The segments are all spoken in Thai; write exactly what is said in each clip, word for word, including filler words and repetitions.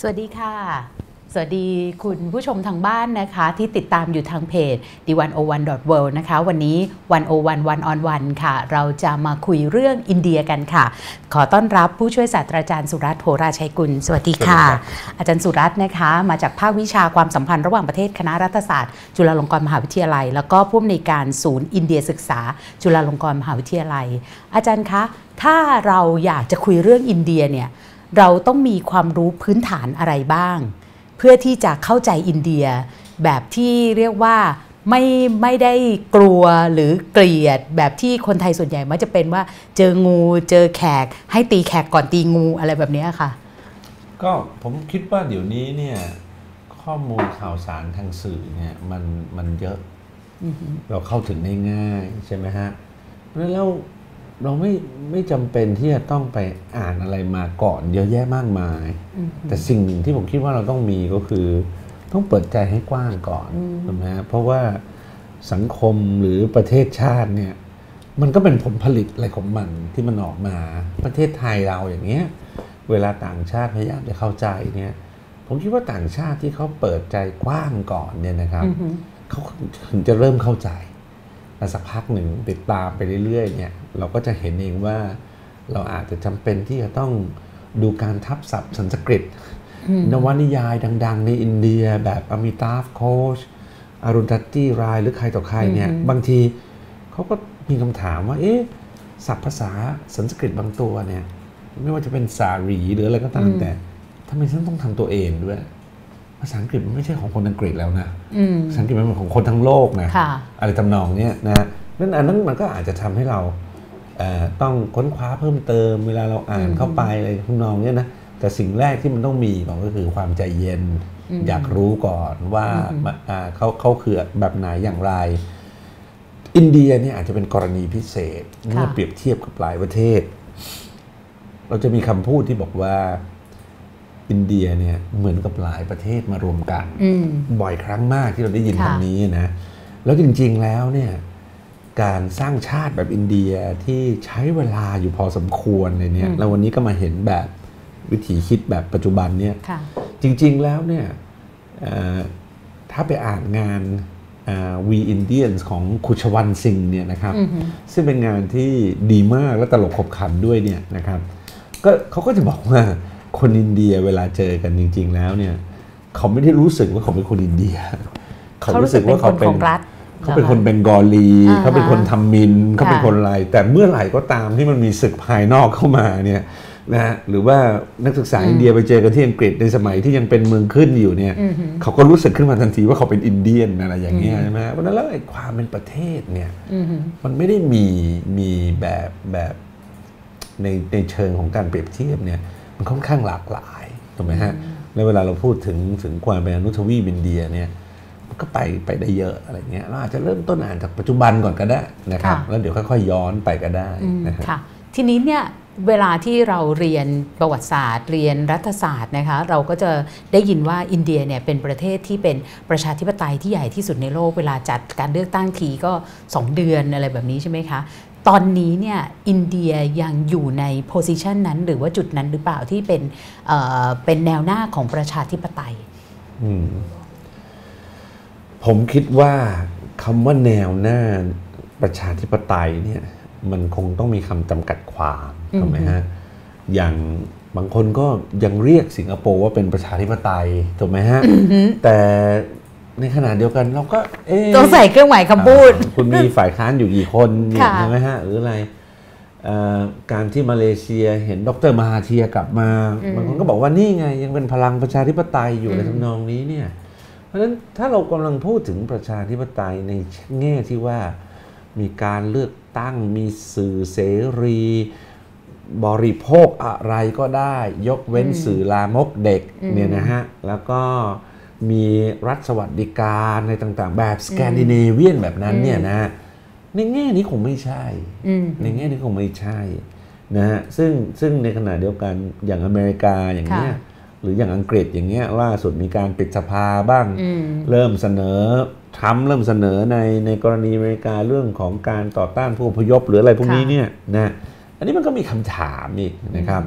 วัสดีค่ะสวัสดีคุณผู้ชมทางบ้านนะคะที่ติดตามอยู่ทางเพจ ดี หนึ่ง ศูนย์ หนึ่ง ดอท เวิลด์ นะคะวันนี้ หนึ่ง ศูนย์ หนึ่ง วัน on วันค่ะเราจะมาคุยเรื่องอินเดียกันค่ะขอต้อนรับผู้ช่วยศาสตราจารย์สุรัตน์ โหราชัยกุลสวัสดีค่ะอาจารย์สุรัตน์นะคะมาจากภาควิชาความสัมพันธ์ระหว่างประเทศคณะรัฐศาสตร์จุฬาลงกรณ์มหาวิทยาลัยแล้วก็ผู้อำนวยการศูนย์อินเดียศึกษาจุฬาลงกรณ์มหาวิทยาลัยอาจารย์คะถ้าเราอยากจะคุยเรื่องอินเดียเนี่ยเราต้องมีความรู้พื้นฐานอะไรบ้างเพื่อที่จะเข้าใจอินเดียแบบที่เรียกว่าไม่ไม่ได้กลัวหรือเกลียดแบบที่คนไทยส่วนใหญ่มักจะเป็นว่าเจองูเจอแขกให้ตีแขกก่อนตีงูอะไรแบบนี้ค่ะก็ผมคิดว่าเดี๋ยวนี้เนี่ยข้อมูลข่าวสารทางสื่อเนี่ยมันมันเยอะ mm-hmm. เราเข้าถึงได้ง่ายใช่ไหมฮะเพราะฉะนั้นเราเราไม่ไม่จำเป็นที่จะต้องไปอ่านอะไรมาก่อนเยอะแยะมากมาย mm-hmm. แต่สิ่งหนึ่งที่ผมคิดว่าเราต้องมีก็คือต้องเปิดใจให้กว้างก่อนถูกไหมฮะเพราะว่าสังคมหรือประเทศชาติเนี่ยมันก็เป็นผลผลิตอะไรของมันที่มันออกมาประเทศไทยเราอย่างเงี้ยเวลาต่างชาติพยายามจะเข้าใจเนี่ยผมคิดว่าต่างชาติที่เขาเปิดใจกว้างก่อนเนี่ยนะครับ mm-hmm. เขาถึงจะเริ่มเข้าใจแต่สักพักหนึ่งติดตามไปเรื่อยๆเนี่ยเราก็จะเห็นเองว่าเราอาจจะจำเป็นที่จะต้องดูการทับศัพท์สันสกฤตนวนิยายดังๆในอินเดียแบบอมิตาฟโคชอรุณทัตตี้รายหรือใครต่อใครเนี่ยบางทีเขาก็มีคำถามว่าเอ๊ะศัพท์ภาษาสันสกฤตบางตัวเนี่ยไม่ว่าจะเป็นสารีหรืออะไรก็ตามแต่ทำไมฉันต้องทำตัวเองด้วยภาษาอังกฤษมันไม่ใช่ของคนอังกฤษแล้วนะภาษาอังกฤษมันเป็นของคนทั้งโลกนะอะไรทำนองนี้นะนั่นอันนั้นมันก็อาจจะทำให้เราต้องค้นคว้าเพิ่มเติมเวลาเราอ่านเข้าไปอะไรทำนองนี้นะแต่สิ่งแรกที่มันต้องมีก่อนก็คือความใจเย็นอยากรู้ก่อนว่าเขาเขาคือแบบไหนอย่างไรอินเดียเนี่ยอาจจะเป็นกรณีพิเศษเมื่อเปรียบเทียบกับหลายประเทศเราจะมีคำพูดที่บอกว่าอินเดียเนี่ยเหมือนกับหลายประเทศมารวมกันบ่อยครั้งมากที่เราได้ยินคำนี้นะแล้วจริงๆแล้วเนี่ยการสร้างชาติแบบอินเดียที่ใช้เวลาอยู่พอสมควรเลยเนี่ยแล้ววันนี้ก็มาเห็นแบบวิถีคิดแบบปัจจุบันเนี่ยจริงๆแล้วเนี่ยถ้าไปอ่านงาน We Indians ของคุชวันซิงเนี่ยนะครับซึ่งเป็นงานที่ดีมากและตลกขบขันด้วยเนี่ยนะครับก็เขาก็จะบอกว่าคนอินเดียเวลาเจอกันจริงๆแล้วเนี่ยเขาไม่ได้รู้สึกว่าเขาเป็นคนอินเดียเขารู้สึกว่าเขาเป็นเขาเป็นคนเบงกอลีเขาเป็นคนทัมมินเขาเป็นคนอะไรแต่เมื่อไหร่ก็ตามที่มันมีศึกภายนอกเข้ามาเนี่ยนะฮะหรือว่านักศึกษาอินเดียไปเจอกันที่อังกฤษในสมัยที่ยังเป็นเมืองขึ้นอยู่เนี่ยเขาก็รู้สึกขึ้นมาทันทีว่าเขาเป็นอินเดียนอะไรอย่างเงี้ยใช่ไหมเพราะนั้นแล้วไอ้ความเป็นประเทศเนี่ยมันไม่ได้มีมีแบบแบบในในเชิงของการเปรียบเทียบเนี่ยมันค่อนข้างหลากหลายถูกไหมฮะแล้วเวลาเราพูดถึงถึงความเป็นอนุทวีปอินเดียเนี่ยมันก็ไปไปได้เยอะอะไรเงี้ยเราอาจจะเริ่มต้นอ่านจากปัจจุบันก่อนก็ได้นะครับแล้วเดี๋ยวค่อยๆย้อนไปก็ได้นะครับทีนี้เนี่ยเวลาที่เราเรียนประวัติศาสตร์เรียนรัฐศาสตร์นะคะเราก็จะได้ยินว่าอินเดียเนี่ยเป็นประเทศที่เป็นประชาธิปไตยที่ใหญ่ที่สุดในโลกเวลาจัดการเลือกตั้งทีก็สองเดือนอะไรแบบนี้ใช่ไหมคะตอนนี้เนี่ยอินเดียยังอยู่ในโพสิชันนั้นหรือว่าจุดนั้นหรือเปล่าที่เป็นเอ่อเป็นแนวหน้าของประชาธิปไตยผมคิดว่าคำว่าแนวหน้าประชาธิปไตยเนี่ยมันคงต้องมีคำจำกัดความถูกไหมฮะอย่างบางคนก็ยังเรียกสิงคโปร์ว่าเป็นประชาธิปไตยถูกไหมฮะแต่ในขณะเดียวกันเราก็เอ๊ะต้องใส่เครื่องหมายคำพูดคุณมีฝ่ายค้านอยู่กี่คนใช่ไหมฮะหรืออะไรการที่มาเลเซียเห็นดร.มหาธีรกลับมาบางคนก็บอกว่านี่ไงยังเป็นพลังประชาธิปไตยอยู่ในทำนองนี้เนี่ยเพราะฉะนั้นถ้าเรากำลังพูดถึงประชาธิปไตยในแง่ที่ว่ามีการเลือกตั้งมีสื่อเสรีบริโภคอะไรก็ได้ยกเว้นสื่อลามกเด็กเนี่ยนะฮะแล้วก็มีรัฐสวัสดิการในต่างๆแบบสแกนดิเนเวียนแบบนั้นเนี่ยนะในแง่นี้คงไม่ใช่ในแง่นี้คงไม่ใช่นะฮะซึ่งซึ่งในขณะเดียวกันอย่างอเมริกาอย่างเงี้ยหรืออย่างอังกฤษอย่างเงี้ยล่าสุดมีการปิดสภาบ้างเริ่มเสนอทรัมป์เริ่มเสนอในในกรณีอเมริกาเรื่องของการต่อต้านผู้อพยพหรืออะไรพวกนี้เนี่ยนะอันนี้มันก็มีคำถามอีกนะครับ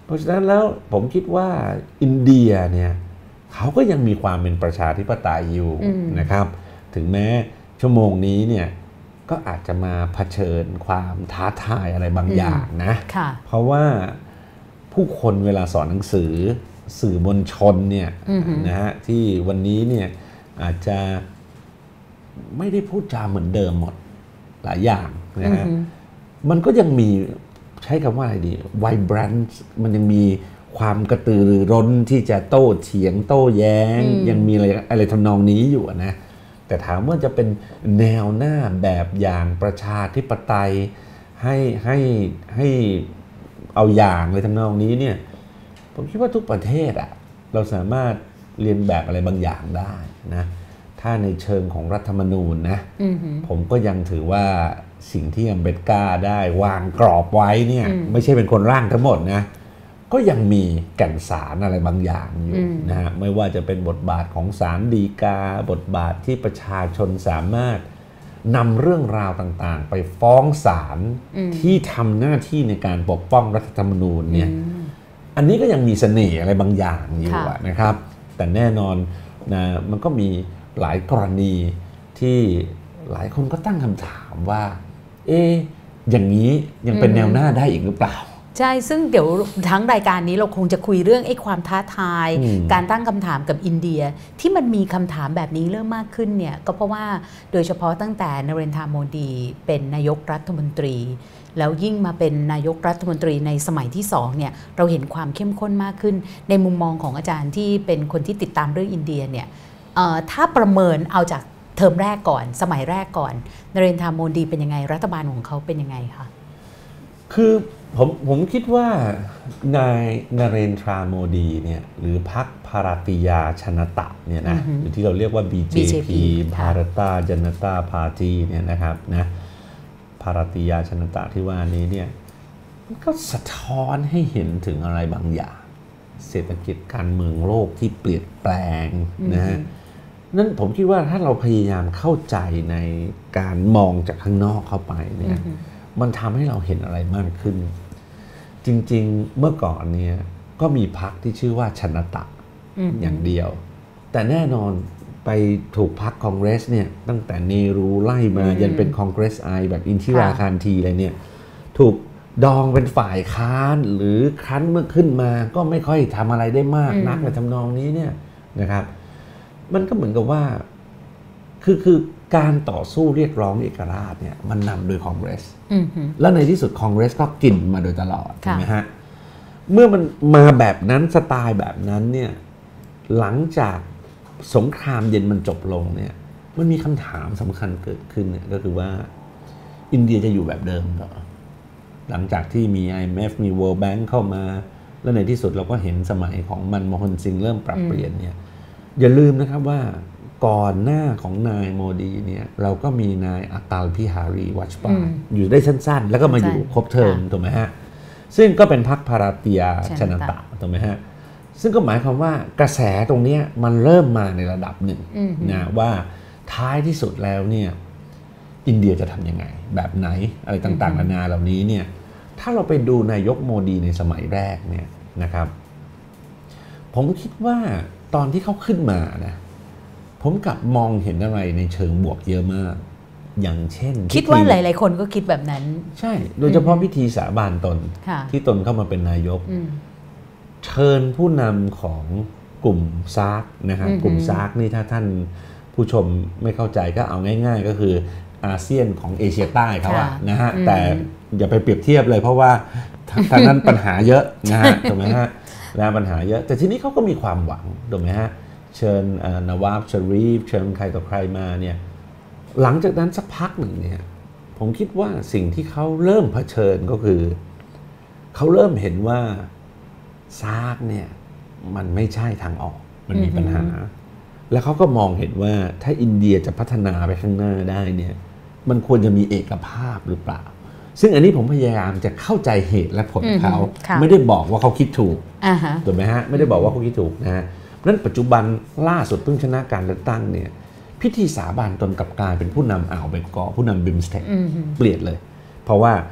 เพราะฉะนั้นแล้วผมคิดว่าอินเดียเนี่ยเขาก็ยังมีความเป็นประชาธิปไตยอยู่นะครับถึงแม้ชั่วโมงนี้เนี่ยก็อาจจะมาเผชิญความท้าทายอะไรบางอย่างนะเพราะว่าผู้คนเวลาสอนหนังสือสื่อมวลชนเนี่ยนะฮะที่วันนี้เนี่ยอาจจะไม่ได้พูดจาเหมือนเดิมหมดหลายอย่างนะฮะมันก็ยังมีใช้คำว่าอะไรดี vibrant มันยังมีความกระตือรือร้นที่จะโต้เถียงโต้แย้งยังมีอะไรอะไรทำนองนี้อยู่นะแต่ถามว่าจะเป็นแนวหน้าแบบอย่างประชาธิปไตยให้ให้ให้เอาอย่างอะไรทำนองนี้เนี่ยผมคิดว่าทุกประเทศอะเราสามารถเรียนแบบอะไรบางอย่างได้นะถ้าในเชิงของรัฐธรรมนูญนะผมก็ยังถือว่าสิ่งที่อัมเบดกาได้วางกรอบไว้เนี่ยไม่ใช่เป็นคนร่างทั้งหมดนะก็ยังมีแก่นสารอะไรบางอย่างอยู่นะฮะไม่ว่าจะเป็นบทบาทของศาลฎีกาบทบาทที่ประชาชนสามารถนำเรื่องราวต่างๆไปฟ้องศาลที่ทำหน้าที่ในการปกป้องรัฐธรรมนูญเนี่ยอันนี้ก็ยังมีเสน่ห์อะไรบางอย่างอยู่นะครับแต่แน่นอนนะมันก็มีหลายกรณีที่หลายคนก็ตั้งคำถามว่าเอ๊ะอย่างนี้ยังเป็นแนวหน้าได้อีกหรือเปล่าใช่ซึ่งเดี๋ยวทั้งรายการนี้เราคงจะคุยเรื่องไอ้ความท้าทายการตั้งคำถามกับอินเดียที่มันมีคำถามแบบนี้เริ่มมากขึ้นเนี่ยก็เพราะว่าโดยเฉพาะตั้งแต่นเรนทราโมดีเป็นนายกรัฐมนตรีแล้วยิ่งมาเป็นนายกรัฐมนตรีในสมัยที่สองเนี่ยเราเห็นความเข้มข้นมากขึ้นในมุมมองของอาจารย์ที่เป็นคนที่ติดตามเรื่องอินเดียเนี่ยถ้าประเมินเอาจากเทอมแรกก่อนสมัยแรกก่อนนเรนทราโมดีเป็นยังไงรัฐบาลของเขาเป็นยังไงคะคือผมผมคิดว่านายนเรนทราโมดีเนี่ยหรือพรรคภารติยาชนตะเนี่ยนะหรือที่เราเรียกว่า บี เจ พี ภารตาจนตาพาร์ตี้เนี่ยนะครับนะภารติยาชนตะที่ว่านี้เนี่ยมันก็สะท้อนให้เห็นถึงอะไรบางอย่างเศรษฐกิจการเมืองโลกที่เปลี่ยนแปลงนะฮะนั้นผมคิดว่าถ้าเราพยายามเข้าใจในการมองจากข้างนอกเข้าไปเนี่ยมันทำให้เราเห็นอะไรมากขึ้นจริงๆเมื่อก่อนเนี่ยก็มีพรรคที่ชื่อว่าชนตะอย่างเดียวแต่แน่นอนไปถูกพรรคคองเกรสเนี่ยตั้งแต่เนรูไล่มายันเป็นคองเกรสไอแบบอินทิราคารทีอะไรเนี่ยถูกดองเป็นฝ่ายค้านหรือครั้นเมื่อขึ้นมาก็ไม่ค่อยทำอะไรได้มากนักในทำนองนี้เนี่ยนะครับมันก็เหมือนกับว่าคือคือการต่อสู้เรียกร้องเอกราชเนี่ยมันนำโดยคองเกรสแล้วในที่สุดคองเกรสก็กินมาโดยตลอดใช่ไหมฮะเมื่อมันมาแบบนั้นสไตล์แบบนั้นเนี่ยหลังจากสงครามเย็นมันจบลงเนี่ยมันมีคำถามสำคัญเกิดขึ้นเนี่ยก็คือว่าอินเดียจะอยู่แบบเดิมเหรอหลังจากที่มี ไอ เอ็ม เอฟ มี World Bank เข้ามาแล้วในที่สุดเราก็เห็นสมัยของมันโมฮันซิงเริ่มปรับเปลี่ยนเนี่ยอย่าลืมนะครับว่าก่อนหน้าของนายโมดีเนี่ยเราก็มีนายอัตัลพิหารีวัจปายอยู่ได้สั้นๆแล้วก็มาอยู่ครบเทอมถูกไหมฮะซึ่งก็เป็นพรรคภารติยาชนตะถูกไหมฮะซึ่งก็หมายความว่ากระแสตรงนี้มันเริ่มมาในระดับหนึ่งนะว่าท้ายที่สุดแล้วเนี่ยอินเดียจะทำยังไงแบบไหนอะไรต่างๆนานาเหล่านี้เนี่ยถ้าเราไปดูนายกโมดีในสมัยแรกเนี่ยนะครับผมคิดว่าตอนที่เขาขึ้นมานะผมกลับมองเห็นอะไรในเชิงบวกเยอะมากอย่างเช่นคิดว่าหลายๆคนก็คิดแบบนั้นใช่โดยเฉพาะพิธีสาบานตนที่ตนเข้ามาเป็นนายกเชิญผู้นำของกลุ่มซาร์กนะครับกลุ่มซาร์กนี่ถ้าท่านผู้ชมไม่เข้าใจก็เอาง่ายๆก็คืออาเซียนของเอเชียใต้เขาอะนะฮะแต่อย่าไปเปรียบเทียบเลยเพราะว่าทางนั้นปัญหาเยอะนะฮะถูกไหมฮะแล้วปัญหาเยอะแต่ทีนี้เขาก็มีความหวังถูกไหมฮะเชิญนาวาบชารีฟเชิญใครต่อใครมาเนี่ยหลังจากนั้นสักพักหนึ่งเนี่ยผมคิดว่าสิ่งที่เขาเริ่มเผชิญก็คือเขาเริ่มเห็นว่าซาร์กเนี่ยมันไม่ใช่ทางออกมันมีปัญหาแล้วเขาก็มองเห็นว่าถ้าอินเดียจะพัฒนาไปข้างหน้าได้เนี่ยมันควรจะมีเอกภาพหรือเปล่าซึ่งอันนี้ผมพยายามจะเข้าใจเหตุและผลเขาไม่ได้บอกว่าเขาคิดถูกถูกไหมฮะไม่ได้บอกว่าเขาคิดถูกนะฮะนั้นปัจจุบันล่าสุดเพิ่งชนะการเลือกตั้งเนี่ยพิธีสาบานตนกับกลายเป็นผู้นำอ่าวเบงกอลผู้นำบิมสเต็กเปลี่ยนเลยเพราะว่า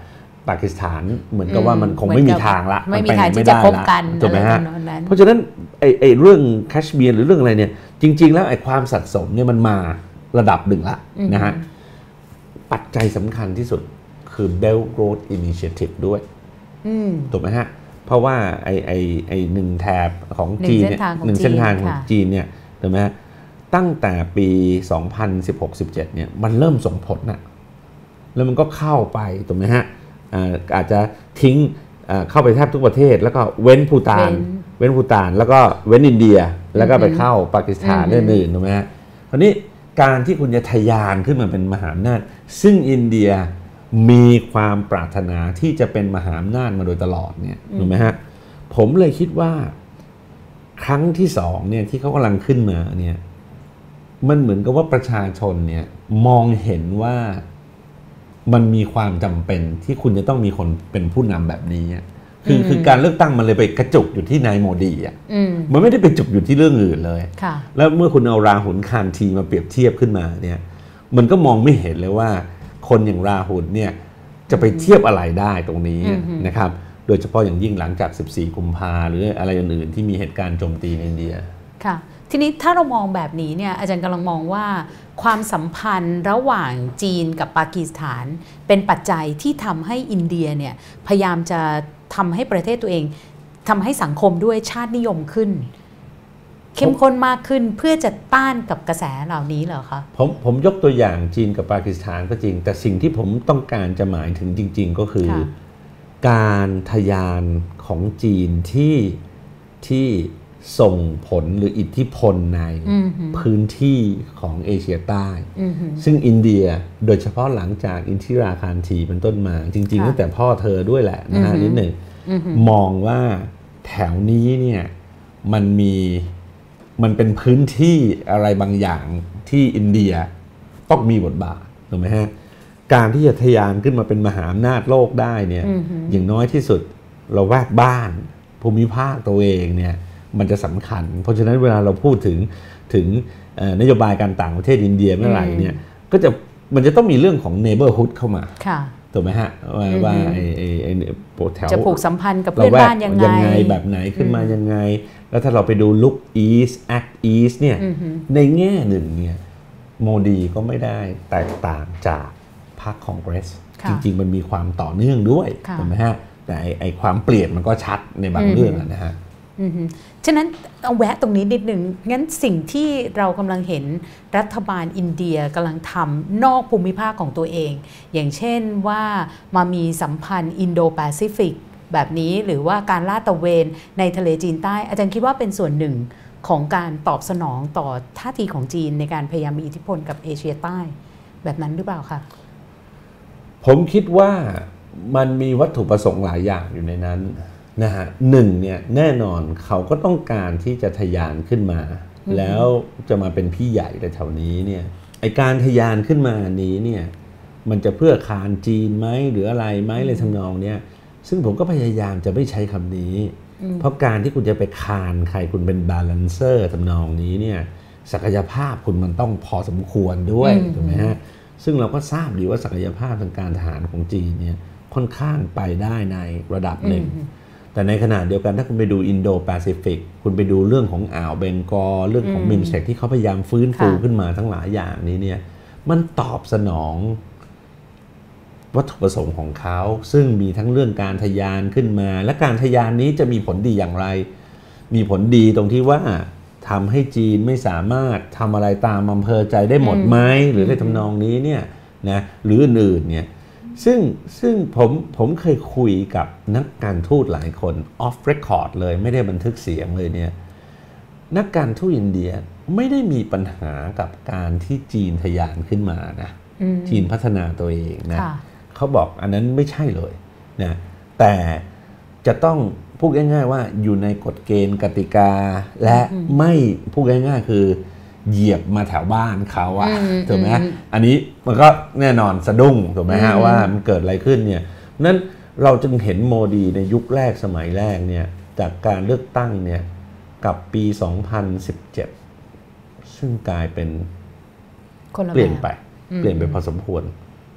ปากีสถานเหมือนกับว่ามันคงไม่มีทางละไม่มีทางที่จะพบกันถูกไหมฮะเพราะฉะนั้นไอ้ไอ้เรื่องแคชเมียร์หรือเรื่องอะไรเนี่ยจริงๆแล้วไอ้ความสะสมเนี่ยมันมาระดับหนึ่งละนะฮะปัจจัยสำคัญที่สุดคือ Belt Road Initiative ด้วยถูกไหมฮะเพราะว่าไอ้ไอ้ไอ้หนึ่งแถบของจีนเนี่ยหนึ่งเส้นทางของจีนเนี่ยถูกไหมฮะตั้งแต่ปี สองพันสิบหก สิบเจ็ด เนี่ยมันเริ่มส่งผลน่ะแล้วมันก็เข้าไปถูกไหมฮะอาจจะทิ้งเข้าไปแทบทุกประเทศแล้วก็เว้นภูฏานเว้นภูฏานแล้วก็เว้นอินเดียแล้วก็ไปเข้าปากีสถานอื่นๆถูกไหมฮะคราวนี้การที่คุณจะทะยานขึ้นมาเป็นมหาอำนาจซึ่งอินเดียมีความปรารถนาที่จะเป็นมหาอำนาจมาโดยตลอดเนี่ยถูกไหมฮะผมเลยคิดว่าครั้งที่สองเนี่ยที่เขากำลังขึ้นมาเนี่ยมันเหมือนกับว่าประชาชนเนี่ยมองเห็นว่ามันมีความจำเป็นที่คุณจะต้องมีคนเป็นผู้นำแบบนี้คือคือการเลือกตั้งมันเลยไปกระจุกอยู่ที่นายโมดีอ่ะมันไม่ได้ไปจุกอยู่ที่เรื่องอื่นเลยแล้วเมื่อคุณเอาราหุลคานทีมาเปรียบเทียบขึ้นมาเนี่ยมันก็มองไม่เห็นเลยว่าคนอย่างราหุลเนี่ยจะไปเทียบอะไรได้ตรงนี้นะครับโดยเฉพาะอย่างยิ่งหลังจากสิบสี่กุมภาหรืออะไรอื่นๆที่มีเหตุการณ์โจมตีในอินเดียค่ะทีนี้ถ้าเรามองแบบนี้เนี่ยอาจารย์กำลังมองว่าความสัมพันธ์ระหว่างจีนกับปากีสถานเป็นปัจจัยที่ทำให้อินเดียเนี่ยพยายามจะทำให้ประเทศตัวเองทำให้สังคมด้วยชาตินิยมขึ้นเข้มข้นมากขึ้นเพื่อจะต้านกับกระแสเหล่านี้เหรอคะผมผมยกตัวอย่างจีนกับปากีสถานก็จริงแต่สิ่งที่ผมต้องการจะหมายถึงจริงๆก็คือการทะยานของจีนที่ที่ส่งผลหรืออิทธิพลในพื้นที่ของเอเชียใต้ซึ่งอินเดียโดยเฉพาะหลังจากอินทิราคารทีเป็นต้นมาจริงๆตั้งแต่พ่อเธอด้วยแหละนะฮะนิดหนึ่งมองว่าแถวนี้เนี่ยมันมีมันเป็นพื้นที่อะไรบางอย่างที่อินเดียต้องมีบทบาทถูกไหมฮะการที่จะทะยานขึ้นมาเป็นมหาอำนาจโลกได้เนี่ยอย่างน้อยที่สุดเราแวกบ้านภูมิภาคตัวเองเนี่ยมันจะสำคัญเพราะฉะนั้นเวลาเราพูดถึงถึงนโยบายการต่างประเทศอินเดียเมื่อไหร่เนี่ยก็จะมันจะต้องมีเรื่องของ neighborhood เข้ามาถูกไหมฮะว่าว่าไอ้ไอ้ไอ้แถวจะผูกสัมพันธ์กับเพื่อนบ้านยังไงยังไงแบบไหนขึ้นมายังไงแล้วถ้าเราไปดู look east act east เนี่ยในแง่หนึ่งเนี่ยโมดีก็ไม่ได้แตกต่างจากพรรคคองเกรสจริงๆมันมีความต่อเนื่องด้วยถูกไหมฮะแต่ไอ้ไอ้ความเปลี่ยนมันก็ชัดในบางเรื่องนะฮะฉะนั้นเอาแวะตรงนี้นิดหนึ่งงั้นสิ่งที่เรากำลังเห็นรัฐบาลอินเดียกำลังทำนอกภูมิภาคของตัวเองอย่างเช่นว่ามามีสัมพันธ์อินโดแปซิฟิกแบบนี้หรือว่าการลาดตระเวนในทะเลจีนใต้อาจารย์คิดว่าเป็นส่วนหนึ่งของการตอบสนองต่อท่าทีของจีนในการพยายามมีอิทธิพลกับเอเชียใต้แบบนั้นหรือเปล่าคะผมคิดว่ามันมีวัตถุประสงค์หลายอย่างอยู่ในนั้นนะฮะหนึ่งเนี่ยแน่นอนเขาก็ต้องการที่จะทะยานขึ้นมาแล้วจะมาเป็นพี่ใหญ่ในแถวนี้เนี่ยไอการทะยานขึ้นมานี้เนี่ยมันจะเพื่อคานจีนไหมหรืออะไรไหมเลยทำนองเนี้ยซึ่งผมก็พยายามจะไม่ใช้คำนี้เพราะการที่คุณจะไปคานใครคุณเป็นบาลานเซอร์ทำนองนี้เนี่ยศักยภาพคุณมันต้องพอสมควรด้วยถูกไหมฮะซึ่งเราก็ทราบดีว่าศักยภาพทางการทหารของจีนเนี่ยค่อนข้างไปได้ในระดับหนึ่งแต่ในขณะเดียวกันถ้าคุณไปดูอินโดแปซิฟิกคุณไปดูเรื่องของอ่าวเบงกอลเรื่องของมินเซกที่เขาพยายามฟื้นฟูขึ้นมาทั้งหลายอย่างนี้เนี่ยมันตอบสนองวัตถุประสงค์ของเขาซึ่งมีทั้งเรื่องการทะยานขึ้นมาและการทะยานนี้จะมีผลดีอย่างไรมีผลดีตรงที่ว่าทำให้จีนไม่สามารถทำอะไรตามอำเภอใจได้หมดไหมหรือในทำนองนี้เนี่ยนะหรืออื่นๆเนี่ยซึ่งซึ่งผมผมเคยคุยกับนักการทูตหลายคน off record เลยไม่ได้บันทึกเสียงเลยเนี่ยนักการทูตอินเดียไม่ได้มีปัญหากับการที่จีนทะยานขึ้นมานะจีนพัฒนาตัวเองนะเขาบอกอันนั้นไม่ใช่เลยนะแต่จะต้องพูดง่ายๆว่าอยู่ในกฎเกณฑ์กติกาและไม่พูดง่ายๆคือเหยียบมาแถวบ้านเขาอะถูกไหมอันนี้มันก็แน่นอนสะดุ้งถูกไหมฮะว่ามันเกิดอะไรขึ้นเนี่ยนั้นเราจึงเห็นโมดีในยุคแรกสมัยแรกเนี่ยจากการเลือกตั้งเนี่ยกับปีสองพันสิบเจ็ดซึ่งกลายเป็นเปลี่ยนไปเปลี่ยนไปพอสมควร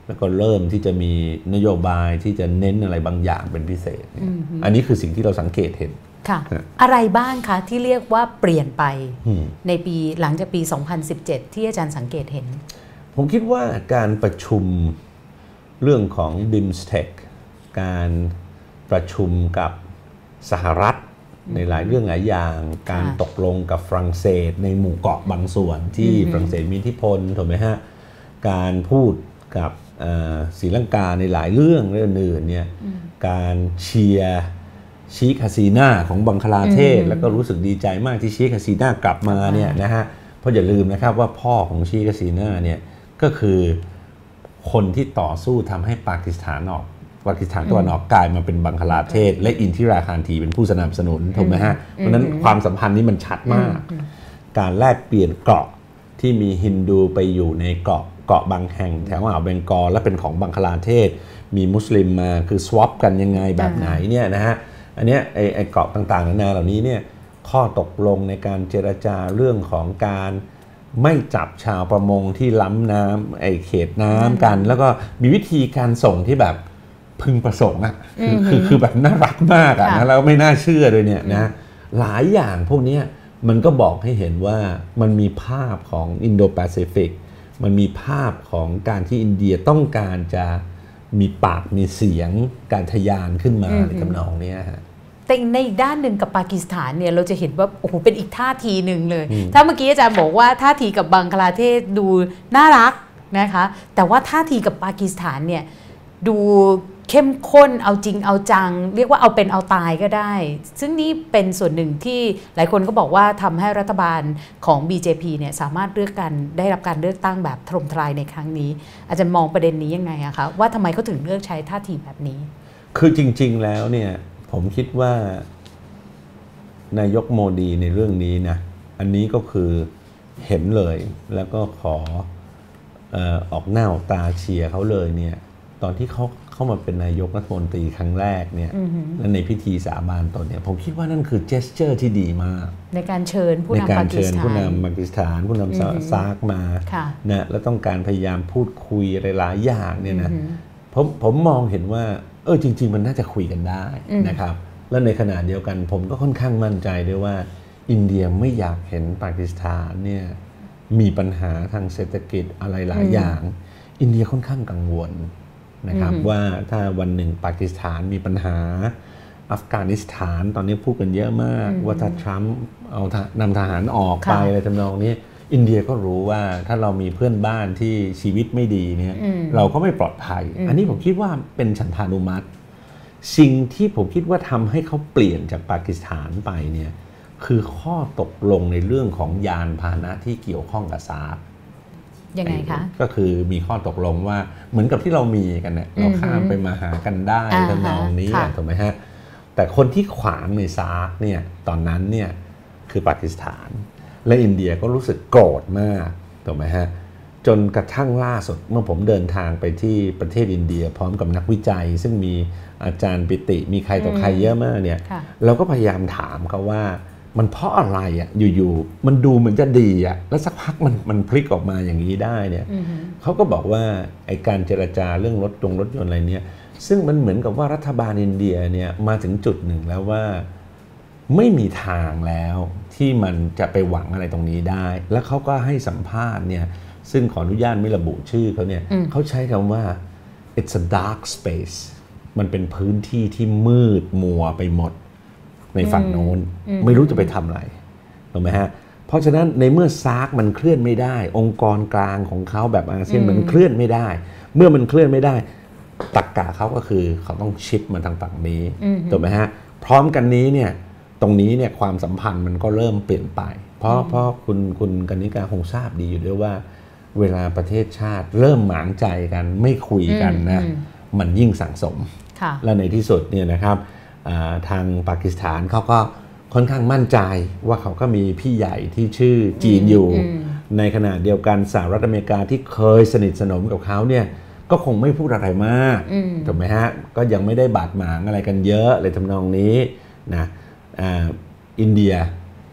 แล้วก็เริ่มที่จะมีนโยบายที่จะเน้นอะไรบางอย่างเป็นพิเศษ อ, อันนี้คือสิ่งที่เราสังเกตเห็นค่ะอะไรบ้างคะที่เรียกว่าเปลี่ยนไปในปีหลังจากปีสองพันสิบเจ็ดที่อาจารย์สังเกตเห็นผมคิดว่าการประชุมเรื่องของ บี ไอ เอ็ม เอส ที อี ซี การประชุมกับสหรัฐในหลายเรื่องหลายอย่างการตกลงกับฝรั่งเศสในหมู่เกาะบางส่วนที่ฝรั่งเศสมีอิทธิพลถูกไหมฮะการพูดกับศรีลังกาในหลายเรื่องเรื่องอื่นเนี่ยการเชียร์ชีคฮาซีนาของบังคลาเทศแล้วก็รู้สึกดีใจมากที่ชีคฮาซีนากลับมาเนี่ยนะฮะเพราะอย่าลืมนะครับว่าพ่อของชีคฮาซีนาเนี่ยก็คือคนที่ต่อสู้ทำให้ปากีสถานออกปากีสถานตะวันออกกลายมาเป็นบังคลาเทศและอินทิราคารทีเป็นผู้สนับสนุนถูกไหมฮะเพราะนั้นความสัมพันธ์นี้มันชัดมากการแลกเปลี่ยนเกาะที่มีฮินดูไปอยู่ในเกาะเกาะบางแห่งแถวอ่าวเบงกอลและเป็นของบังคลาเทศมีมุสลิมมาคือสวอปกันยังไงแบบไหนเนี่ยนะฮะอันเนี้ยไอไอเกาะต่างๆนานาเหล่านี้เนี่ยข้อตกลงในการเจรจาเรื่องของการไม่จับชาวประมงที่ล้ำน้ำไอเขตน้ำกันแล้วก็มีวิธีการส่งที่แบบพึงประสงค์อ่ะคือคือคือแบบน่ารักมากอ่ะนะแล้วไม่น่าเชื่อเลยเนี่ยนะหลายอย่างพวกนี้มันก็บอกให้เห็นว่ามันมีภาพของอินโดแปซิฟิกมันมีภาพของการที่อินเดียต้องการจะมีปากมีเสียงการทะยานขึ้นมาในทำนองนี้ฮะแต่ในอีกด้านหนึ่งกับปากีสถานเนี่ยเราจะเห็นว่าโอ้โหเป็นอีกท่าทีหนึ่งเลยถ้าเมื่อกี้อาจารย์บอกว่าท่าทีกับบังคลาเทศดูน่ารักนะคะแต่ว่าท่าทีกับปากีสถานเนี่ยดูเข้มข้นเอาจริงเอาจังเรียกว่าเอาเป็นเอาตายก็ได้ซึ่งนี่เป็นส่วนหนึ่งที่หลายคนก็บอกว่าทำให้รัฐบาลของ บี เจ พี เนี่ยสามารถเลือกกันได้รับการเลือกตั้งแบบถล่มทลายในครั้งนี้อาจารย์มองประเด็นนี้ยังไงอะคะว่าทำไมเขาถึงเลือกใช้ท่าทีแบบนี้คือจริงๆแล้วเนี่ยผมคิดว่านายกโมดีในเรื่องนี้นะอันนี้ก็คือเห็นเลยแล้วก็ขอเอ่อออกหน้าออกตาเชียร์เขาเลยเนี่ยตอนที่เขาเข้ามาเป็นนายกรัฐมนตรีครั้งแรกเนี่ยและในพิธีสาบานตนเนี่ยผมคิดว่านั่นคือเจสเจอร์ที่ดีมากในการเชิญผู้นำปากีสถานในการเชิญผู้นำปากีสถานผู้นำซาร์กมานะแล้วต้องการพยายามพูดคุยหลายอย่างเนี่ยนะผมผมมองเห็นว่าเออจริงๆมันน่าจะคุยกันได้นะครับและในขณะเดียวกันผมก็ค่อนข้างมั่นใจด้วยว่าอินเดียไม่อยากเห็นปากีสถานเนี่ยมีปัญหาทางเศรษฐกิจอะไรหลายอย่างอินเดียค่อนข้างกังวลนะครับว่าถ้าวันหนึ่งปากีสถานมีปัญหาอัฟกานิสถานตอนนี้พูดกันเยอะมากว่าถ้าทรัมป์เอานำทหารออกไปอะไรทำนองนี้อินเดียก็รู้ว่าถ้าเรามีเพื่อนบ้านที่ชีวิตไม่ดีเนี่ยเราก็ไม่ปลอดภัยอันนี้ผมคิดว่าเป็นฉันทานุมัติสิ่งที่ผมคิดว่าทำให้เขาเปลี่ยนจากปากีสถานไปเนี่ยคือข้อตกลงในเรื่องของยานพาหนะที่เกี่ยวข้องกับซาร์กยังไงคะก็คือมีข้อตกลงว่าเหมือนกับที่เรามีกันเนี่ยเราข้ามไปมาหากันได้ทำนองนี้ถูกไหมฮะแต่คนที่ขวางในซาร์กเนี่ยตอนนั้นเนี่ยคือปากีสถานและอินเดียก็รู้สึกโกรธมากถูกไหมฮะจนกระทั่งล่าสุดเมื่อผมเดินทางไปที่ประเทศอินเดียพร้อมกับนักวิจัยซึ่งมีอาจารย์ปิติมีใครต่อใครเยอะมากเนี่ยเราก็พยายามถามเขาว่ามันเพราะอะไรอ่ะอยู่ๆมันดูเหมือนจะดีอ่ะแล้วสักพักมันมันพลิกออกมาอย่างนี้ได้เนี่ยเขาก็บอกว่าไอ้การเจรจาเรื่องรถยนต์รถยนต์อะไรเนี่ยซึ่งมันเหมือนกับว่ารัฐบาลอินเดียเนี่ยมาถึงจุดหนึ่งแล้วว่าไม่มีทางแล้วที่มันจะไปหวังอะไรตรงนี้ได้แล้วเขาก็ให้สัมภาษณ์เนี่ยซึ่งขออนุญาตไม่ระบุชื่อเขาเนี่ยเขาใช้คำว่า it's a dark space มันเป็นพื้นที่ที่มืดมัวไปหมดในฝั่งโน้นไม่รู้จะไปทำอะไรถูกไหมฮะเพราะฉะนั้นในเมื่อซาร์กมันเคลื่อนไม่ได้องค์กรกลางของเขาแบบอาเซียนมันเคลื่อนไม่ได้เมื่อมันเคลื่อนไม่ได้ตรรกะเขาก็คือเขาต้องชิปมาทางฝั่งนี้ถูกไหมฮะพร้อมกันนี้เนี่ยตรงนี้เนี่ยความสัมพันธ์มันก็เริ่มเปลี่ยนไปเพราะเพราะคุณคุณกนิกาคงทราบดีอยู่ด้วยว่าเวลาประเทศชาติเริ่มหมางใจกันไม่คุยกันนะมันยิ่งสั่งสมและในที่สุดเนี่ยนะครับทางปากีสถานเขาก็ค่อนข้างมั่นใจว่าเขาก็มีพี่ใหญ่ที่ชื่อจีนอยู่ในขณะเดียวกันสหรัฐอเมริกาที่เคยสนิทสนมกับเขาเนี่ยก็คงไม่พูดอะไรมากถูกไหมฮะก็ยังไม่ได้บาดหมางอะไรกันเยอะเลยทำนองนี้นะอินเดีย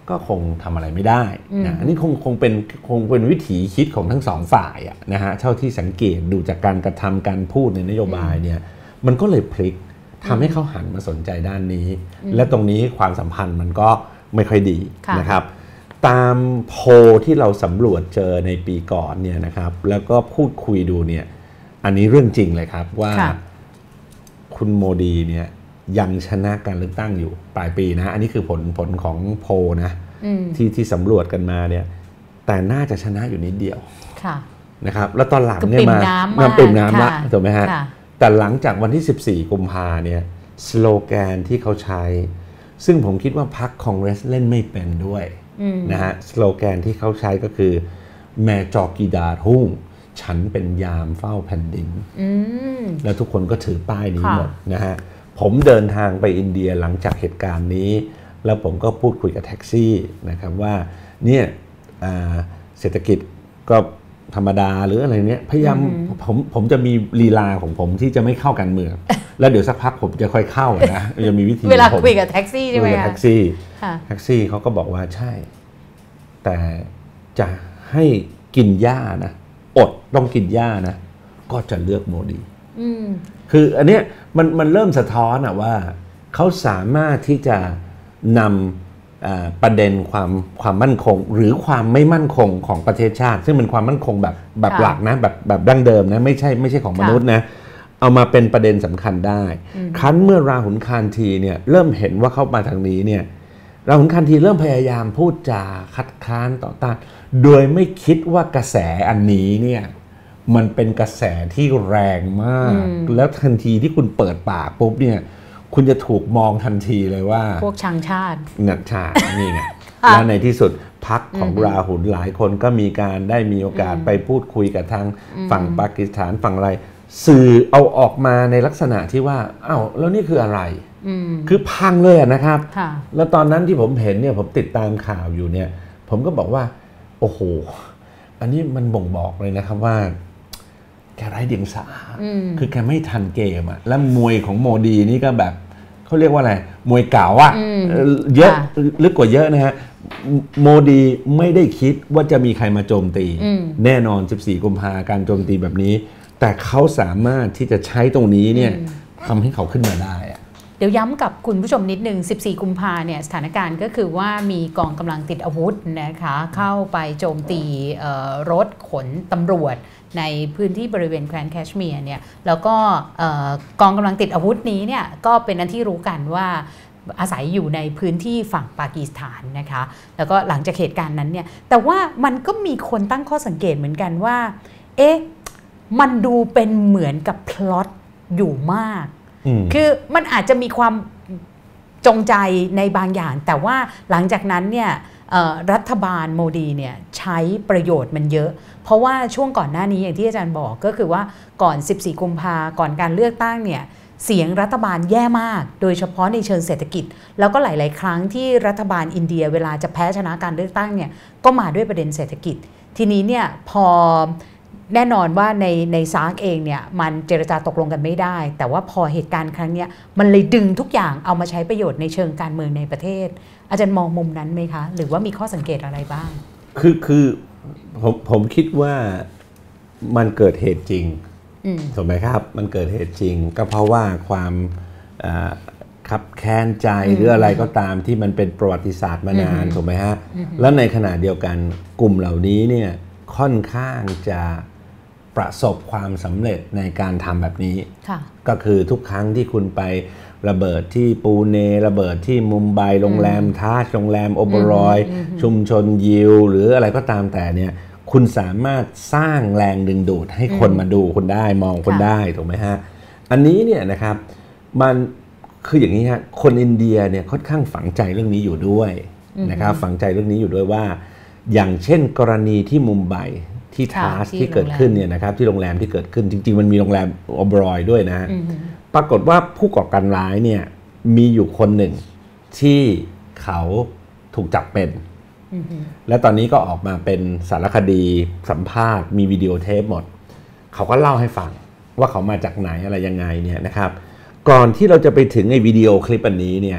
ก็คงทำอะไรไม่ได้นะอันนี้คงคงเป็นคงเป็นวิถีคิดของทั้งสองฝ่ายอะนะฮะเท่าที่สังเกตดูจากการกระทำการพูดในนโยบายเนี่ยมันก็เลยพลิกทำให้เขาหันมาสนใจด้านนี้และตรงนี้ความสัมพันธ์มันก็ไม่ค่อยดีนะครับตามโพลที่เราสำรวจเจอในปีก่อนเนี่ยนะครับแล้วก็พูดคุยดูเนี่ยอันนี้เรื่องจริงเลยครับว่าคุณโมดีเนี่ยยังชนะการเลือกตั้งอยู่ปลายปีนะอันนี้คือผลผลของโพลนะที่ที่สำรวจกันมาเนี่ยแต่น่าจะชนะอยู่นิดเดียวนะครับแล้วตอนหลังเนี่ยมาน้ำปิ่มน้ำละถูกไหมฮะแต่หลังจากวันที่สิบสี่กุมภาเนี่ยสโลแกนที่เขาใช้ซึ่งผมคิดว่าพรรคคองเกรสเล่นไม่เป็นด้วยนะฮะสโลแกนที่เขาใช้ก็คือแมจอกีดาทุ่งฉันเป็นยามเฝ้าแผ่นดินแล้วทุกคนก็ถือป้ายนี้หมดนะฮะผมเดินทางไปอินเดียหลังจากเหตุการณ์นี้แล้วผมก็พูดคุยกับแท็กซี่นะครับว่าเนี่ยเศรษฐกิจก็ธรรมดาหรืออะไรเนี้ยพยายามผมผมจะมีลีลาของผมที่จะไม่เข้าการเมืองแล้วเดี๋ยวสักพักผมจะค่อยเข้านะจะมีวิธีเวลาคุยกับแท็กซี่ใช่ไหมคะแท็กซี่แท็กซี่เขาก็บอกว่าใช่แต่จะให้กินหญ้านะอดต้องกินหญ้านะก็จะเลือกโมดีคืออันเนี้ยมันมันเริ่มสะท้อนอะว่าเขาสามารถที่จะนำประเด็นความความมั่นคงหรือความไม่มั่นคงของประเทศชาติซึ่งเป็นความมั่นคงแบบแบบหลักนะแบบแบบดั้งเดิมนะไม่ใช่ไม่ใช่ของมนุษย์นะเอามาเป็นประเด็นสำคัญได้ครั้นเมื่อราหุลคานทีเนี่ยเริ่มเห็นว่าเข้ามาทางนี้เนี่ยราหุลคานทีเริ่มพยายามพูดจาคัดค้านต่อต้านโดยไม่คิดว่ากระแสอันนี้เนี่ยมันเป็นกระแสที่แรงมากแล้วทันทีที่คุณเปิดปากปุ๊บเนี่ยคุณจะถูกมองทันทีเลยว่าพวกชังชาตินักชาตินี่ไง และในที่สุดพรรคของราหุลหลายคนก็มีการได้มีโอกาสไปพูดคุยกับทางฝั่งปากีสถานฝั่งอะไรสื่อเอาออกมาในลักษณะที่ว่าอ้าวแล้วนี่คืออะไรคือพังเลยนะครับแล้วตอนนั้นที่ผมเห็นเนี่ยผมติดตามข่าวอยู่เนี่ยผมก็บอกว่าโอ้โหอันนี้มันบ่งบอกเลยนะครับว่าแกไร้เดียงสาคือแกไม่ทันเกมอะแล้วมวยของโมดีนี่ก็แบบเขาเรียกว่าอะไรมวยเก่าอะเยอะลึกกว่าเยอะนะฮะโมดีไม่ได้คิดว่าจะมีใครมาโจมตีแน่นอนสิบสี่กุมภาการโจมตีแบบนี้แต่เขาสามารถที่จะใช้ตรงนี้เนี่ยทำให้เขาขึ้นมาได้อะเดี๋ยวย้ำกับคุณผู้ชมนิดนึงสิบสี่กุมภาเนี่ยสถานการณ์ก็คือว่ามีกองกำลังติดอาวุธนะคะเข้าไปโจมตีรถขนตำรวจในพื้นที่บริเวณแคว้นแคชเมียร์เนี่ยแล้วก็กองกำลังติดอาวุธนี้เนี่ยก็เป็นอันที่รู้กันว่าอาศัยอยู่ในพื้นที่ฝั่งปากีสถานนะคะแล้วก็หลังจากเหตุการณ์นั้นเนี่ยแต่ว่ามันก็มีคนตั้งข้อสังเกตเหมือนกันว่าเอ๊ะมันดูเป็นเหมือนกับพล็อตอยู่มากคือมันอาจจะมีความจงใจในบางอย่างแต่ว่าหลังจากนั้นเนี่ยรัฐบาลโมดีเนี่ยใช้ประโยชน์มันเยอะเพราะว่าช่วงก่อนหน้านี้อย่างที่อาจารย์บอกก็คือว่าก่อนสิบสี่กุมภาก่อนการเลือกตั้งเนี่ยเสียงรัฐบาลแย่มากโดยเฉพาะในเชิงเศรษฐกิจแล้วก็หลายๆครั้งที่รัฐบาลอินเดียเวลาจะแพ้ชนะการเลือกตั้งเนี่ยก็มาด้วยประเด็นเศรษฐกิจทีนี้เนี่ยพอแน่นอนว่าในในซาร์กเองเนี่ยมันเจรจาตกลงกันไม่ได้แต่ว่าพอเหตุการณ์ครั้งนี้มันเลยดึงทุกอย่างเอามาใช้ประโยชน์ในเชิงการเมืองในประเทศอาจารย์มองมุมนั้นไหมคะหรือว่ามีข้อสังเกตอะไรบ้างคือคือผมผมคิดว่ามันเกิดเหตุจริงถูกไหมครับมันเกิดเหตุจริงก็เพราะว่าความขับแค้นใจหรืออะไรก็ตามที่มันเป็นประวัติศาสตร์มานานถูกไหมฮะแล้วในขณะเดียวกันกลุ่มเหล่านี้เนี่ยค่อนข้างจะประสบความสำเร็จในการทำแบบนี้ก็คือทุกครั้งที่คุณไประเบิดที่ปูเนระเบิดที่มุมไบโรงแรมทาชโรงแรมโอเบรอยชุมชนยิวหรืออะไรก็ตามแต่เนี่ยคุณสามารถสร้างแรงดึงดูดให้คนมาดูคุณได้มองคุณได้ถูกไหมฮะอันนี้เนี่ยนะครับมันคืออย่างนี้ฮะคนอินเดียเนี่ยค่อนข้างฝังใจเรื่องนี้อยู่ด้วยนะครับฝังใจเรื่องนี้อยู่ด้วยว่าอย่างเช่นกรณีที่มุมไบที่ทาสที่เกิดขึ้นเนี่ยนะครับที่โรงแรมที่เกิดขึ้นจริงๆมันมีโรงแรมโอเบรอยด้วยนะปรากฏว่าผู้ก่อการร้ายเนี่ยมีอยู่คนหนึ่งที่เขาถูกจับเป็นและตอนนี้ก็ออกมาเป็นสารคดีสัมภาษณ์มีวิดีโอเทปหมดเขาก็เล่าให้ฟังว่าเขามาจากไหนอะไรยังไงเนี่ยนะครับก่อนที่เราจะไปถึงไอ้วิดีโอคลิปอันนี้เนี่ย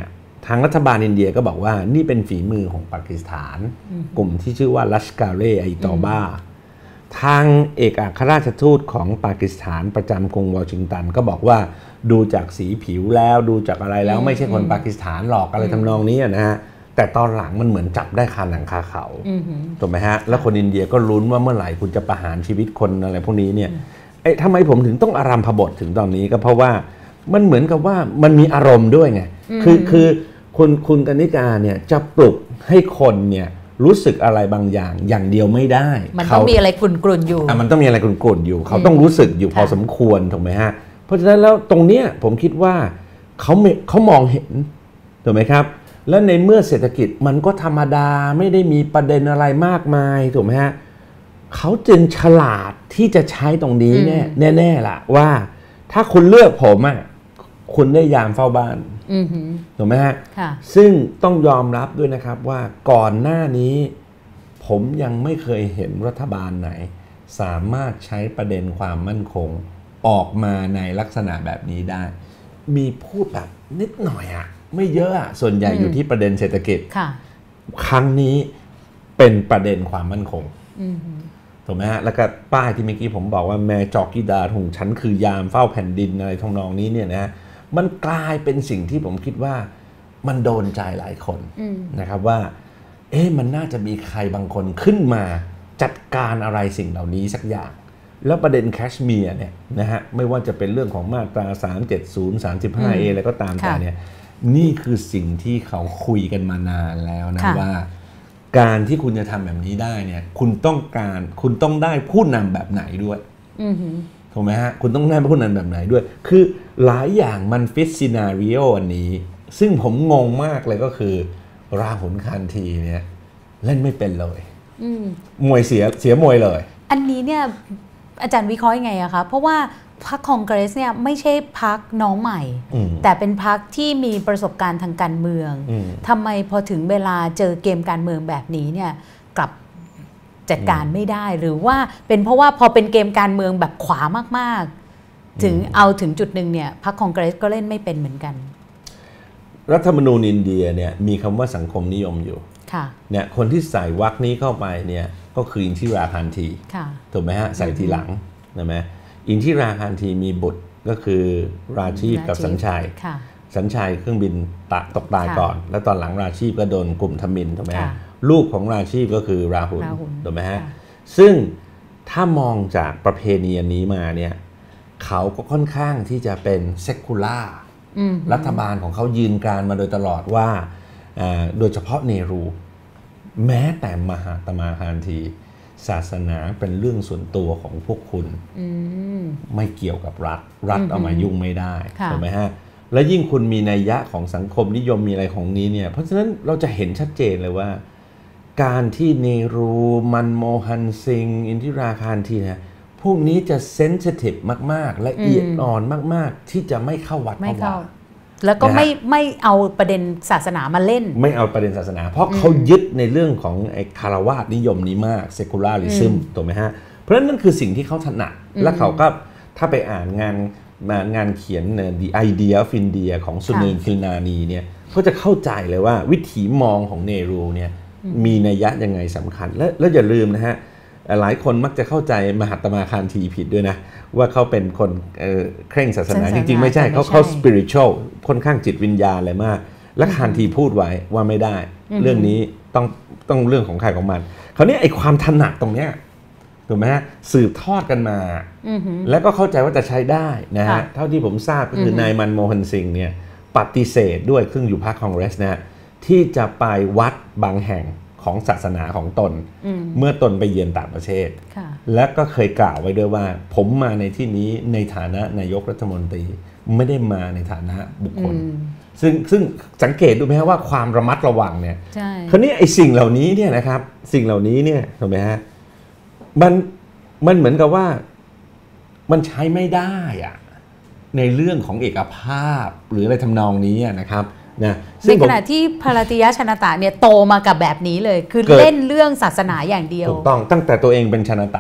ทางรัฐบาลอินเดียก็บอกว่านี่เป็นฝีมือของปากีสถานกลุ่มที่ชื่อว่าลัชการ์-ไอตอบาทางเอกอัครราชทูตของปากีสถานประจำกรุงวอชิงตันก็บอกว่าดูจากสีผิวแล้วดูจากอะไรแล้วไม่ใช่คนปากีสถานหรอกอะไรทำนองนี้นะฮะแต่ตอนหลังมันเหมือนจับได้คาหนังคาเขาถูกไหมฮะแล้วคนอินเดียก็ลุ้นว่าเมื่อไหร่คุณจะประหารชีวิตคนอะไรพวกนี้เนี่ยเอ๊ะทำไมผมถึงต้องอารัมพบทถึงตอนนี้ก็เพราะว่ามันเหมือนกับว่ามันมีอารมณ์ด้วยไงคือคือคุณคุณกนิกาเนี่ยจะปลุกให้คนเนี่ยรู้สึกอะไรบางอย่างอย่างเดียวไม่ได้มันต้องมีอะไรกลุ่นๆอยู่อ่ะมันต้องมีอะไรกลุ่นๆอยู่เขาต้องรู้สึกอยู่พอสมควรถูกไหมฮะเพราะฉะนั้นแล้วตรงเนี้ยผมคิดว่าเขาเขามองเห็นถูกไหมครับแล้วในเมื่อเศรษฐกิจมันก็ธรรมดาไม่ได้มีประเด็นอะไรมากมายถูกไหมฮะเขาจึงฉลาดที่จะใช้ตรงนี้แน่แน่ๆล่ะว่าถ้าคุณเลือกผมอ่ะคุณได้ยามเฝ้าบ้านถูกไหมฮะซึ่งต้องยอมรับด้วยนะครับว่าก่อนหน้านี้ผมยังไม่เคยเห็นรัฐบาลไหนสามารถใช้ประเด็นความมั่นคงออกมาในลักษณะแบบนี้ได้มีพูดแบบนิดหน่อยอ่ะไม่เยอะอ่ะส่วนใหญ่อยู่ที่ประเด็นเศรษฐกิจครั้งนี้เป็นประเด็นความมั่นคงถูกไหมฮะแล้วก็ป้ายที่เมื่อกี้ผมบอกว่าแม่จอกกีดาของฉันคือยามเฝ้าแผ่นดินอะไรทำนองนี้เนี่ยนะมันกลายเป็นสิ่งที่ผมคิดว่ามันโดนใจหลายคนนะครับว่าเอ๊ะมันน่าจะมีใครบางคนขึ้นมาจัดการอะไรสิ่งเหล่านี้สักอย่างแล้วประเด็นแคชเมียร์เนี่ยนะฮะไม่ว่าจะเป็นเรื่องของมาตราสามเจ็ดศูนย์ สามสิบห้าเอ อะไรก็ตามแต่เนี่ยนี่คือสิ่งที่เขาคุยกันมานานแล้วนะว่าการที่คุณจะทำแบบนี้ได้เนี่ยคุณต้องการคุณต้องได้ผู้นำแบบไหนด้วยถูกไหมฮะคุณต้องได้ผู้นำแบบไหนด้วยคือหลายอย่างมันฟิตซีนาริโออันนี้ซึ่งผมงงมากเลยก็คือราหุลคานธีเนี่ยเล่นไม่เป็นเลยมวยเสียเสียมวยเลยอันนี้เนี่ยอาจารย์วิเคราะห์ยังไงอะคะเพราะว่าพรรคคองเกรสเนี่ยไม่ใช่พรรคน้องใหม่แต่เป็นพรรคที่มีประสบการณ์ทางการเมืองทำไมพอถึงเวลาเจอเกมการเมืองแบบนี้เนี่ยกลับจัดการไม่ได้หรือว่าเป็นเพราะว่าพอเป็นเกมการเมืองแบบขวามากๆถึงเอาถึงจุดหนึ่งเนี่ยพรรคคองเกรสก็เล่นไม่เป็นเหมือนกันรัฐธรรมนูญอินเดียเนี่ยมีคำว่าสังคมนิยมอยู่เนี่ยคนที่ใส่วรรคนี้เข้าไปเนี่ยก็คืออินทิราคานธีถูกไหมฮะใส่ทีหลังใช่ไหมอินทิราคานธีมีบุตรก็คือราชีพกับสัญชัยสัญชัยเครื่องบินตกตายก่อนแล้วตอนหลังราชีพก็โดนกลุ่มทมิฬถูกไหมฮะลูกของราชีพก็คือราหุลถูกไหมฮะซึ่งถ้ามองจากประเพณีนี้มาเนี่ยเขาก็ค่อนข้างที่จะเป็นเซคูล่ารัฐบาลของเขายืนกรานมาโดยตลอดว่าโดยเฉพาะเนรูแม้แต่มหาตมาคานธีศาสนาเป็นเรื่องส่วนตัวของพวกคุณไม่เกี่ยวกับรัฐรัฐเอามายุ่งไม่ได้ถูกไหมฮะและยิ่งคุณมีนัยยะของสังคมนิยมมีอะไรของนี้เนี่ยเพราะฉะนั้นเราจะเห็นชัดเจนเลยว่าการที่เนรูมันโมฮันซิงอินทิราคานธีเนี่ยพวกนี้จะเซนซิทีฟมากๆละเอียดอ่อนมากๆที่จะไม่เข้าวัดเข้าวาแล้วก็ไม่ไม่เอาประเด็นศาสนามาเล่นไม่เอาประเด็นศาสนาเพราะเขายึดในเรื่องของไอ้คารวาสนิยมนี้มากเซคูลาริซึมถูกไหมฮะเพราะฉะนั้นนั่นคือสิ่งที่เขาถนัดและเขาก็ถ้าไปอ่านงานงานเขียน The Idea of India ของสุนีล คิลนานีเนี่ยก็จะเข้าใจเลยว่าวิถีมองของเนรูเนี่ยมีนัยยะยังไงสำคัญและแล้วอย่าลืมนะฮะหลายคนมักจะเข้าใจมหาตมาคานธีผิดด้วยนะว่าเขาเป็นคนเคร่งศาสนาจริงๆไม่ใช่เขาเขาสปิริตชัลค่อนข้างจิตวิญญาณอะไรมากและคานธีพูดไว้ว่าไม่ได้เรื่องนี้ต้องต้องเรื่องของใครของมันคราวนี้ไอ้ความถนัดตรงเนี้ยถูกไหมฮะสืบทอดกันมาแล้วก็เข้าใจว่าจะใช้ได้นะฮะเท่าที่ผมทราบก็คือนายมันโมฮันซิงเนี่ยปฏิเสธด้วยซึ่งอยู่พรรคคองเกรสนะฮะที่จะไปวัดบางแห่งของศาสนาของตนเมื่อตนไปเยือนต่างประเทศและก็เคยกล่าวไว้ด้วยว่าผมมาในที่นี้ในฐานะนายกรัฐมนตรีไม่ได้มาในฐานะบุคคลซึ่งซึ่งสังเกตดูไหมฮะว่าความระมัดระวังเนี่ยคราวนี้ไอ้สิ่งเหล่านี้เนี่ยนะครับสิ่งเหล่านี้เนี่ยถูกไหมฮะมันมันเหมือนกับว่ามันใช้ไม่ได้อะในเรื่องของเอกภาพหรืออะไรทำนองนี้นะครับนะในขณะที่ภารติยชนตะเนี่ยโตมากับแบบนี้เลยคือเล่นเรื่องศาสนาอย่างเดียวถูกต้องตั้งแต่ตัวเองเป็นชนตะ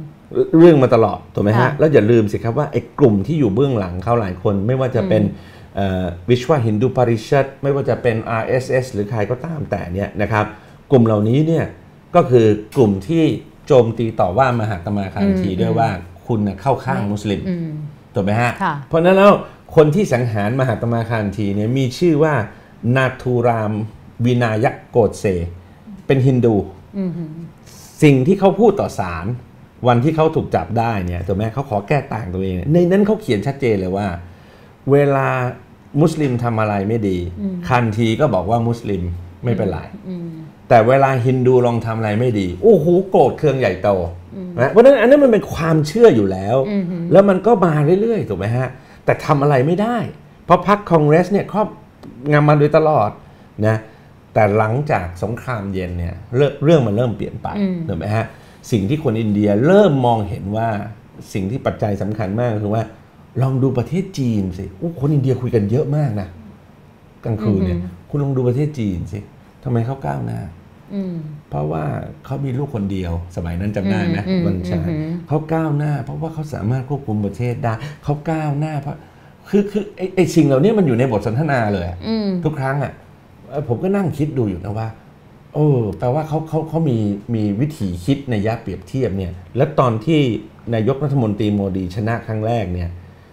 เรื่องมาตลอดถูกไหมฮะแล้วอย่าลืมสิครับว่าไอ้กลุ่มที่อยู่เบื้องหลังเขาหลายคนไม่ว่าจะเป็นวิชวฮินดูปาริชัดไม่ว่าจะเป็น อาร์ เอส เอส หรือใครก็ตามแต่เนี่ยนะครับกลุ่มเหล่านี้เนี่ยก็คือกลุ่มที่โจมตีต่อว่ามหาตมะคานธีด้วยว่าคุณเข้าข้างมุสลิมถูกไหมฮะเพราะนั้นแล้วคนที่สังหารมหาตมะคานธีเนี่ยมีชื่อว่านาทูรามวินายะโกดเซเป็นฮินดูสิ่งที่เขาพูดต่อศาลวันที่เขาถูกจับได้เนี่ยถูกไหมเขาขอแก้ต่างตัวเองในนั้นเขาเขียนชัดเจนเลยว่าเวลามุสลิมทำอะไรไม่ดีคันทีก็บอกว่ามุสลิมไม่เป็นไรแต่เวลาฮินดูลองทำอะไรไม่ดีโอ้โหโกรธเคืองใหญ่โตนะเพราะฉะนั้นอันนั้นมันเป็นความเชื่ออยู่แล้วแล้วมันก็มาเรื่อยๆถูกไหมฮะแต่ทำอะไรไม่ได้เพราะพรรคคองเกรสเนี่ยครอบงำมาโดยตลอดนะแต่หลังจากสงครามเย็นเนี่ยเรื่องมันเริ่มเปลี่ยนไปถูกไหมฮะสิ่งที่คนอินเดียเริ่มมองเห็นว่าสิ่งที่ปัจจัยสำคัญมากคือว่าลองดูประเทศจีนสิโอ้คนอินเดียคุยกันเยอะมากนะกลางคืนเนี่ยคุณลองดูประเทศจีนสิทำไมเขาก้าวหน้าเพราะว่าเขามีลูกคนเดียวสมัยนั้นจำได้ไหมวันชาเขาก้าวหน้าเพราะว่าเขาสามารถควบคุมประเทศได้เขาก้าวหน้าเพราะคือคือไอ้ไอ้สิ่งเหล่านี้มันอยู่ในบทสนทนาเลยทุกครั้งอ่ะผมก็นั่งคิดดูอยู่นะว่าโอ้แปลว่าเขาเขาเขามีมีวิธีคิดในยะเปรียบเทียบเนี่ยและตอนที่นายกรัฐมนตรีโมดีชนะครั้งแรกเนี่ย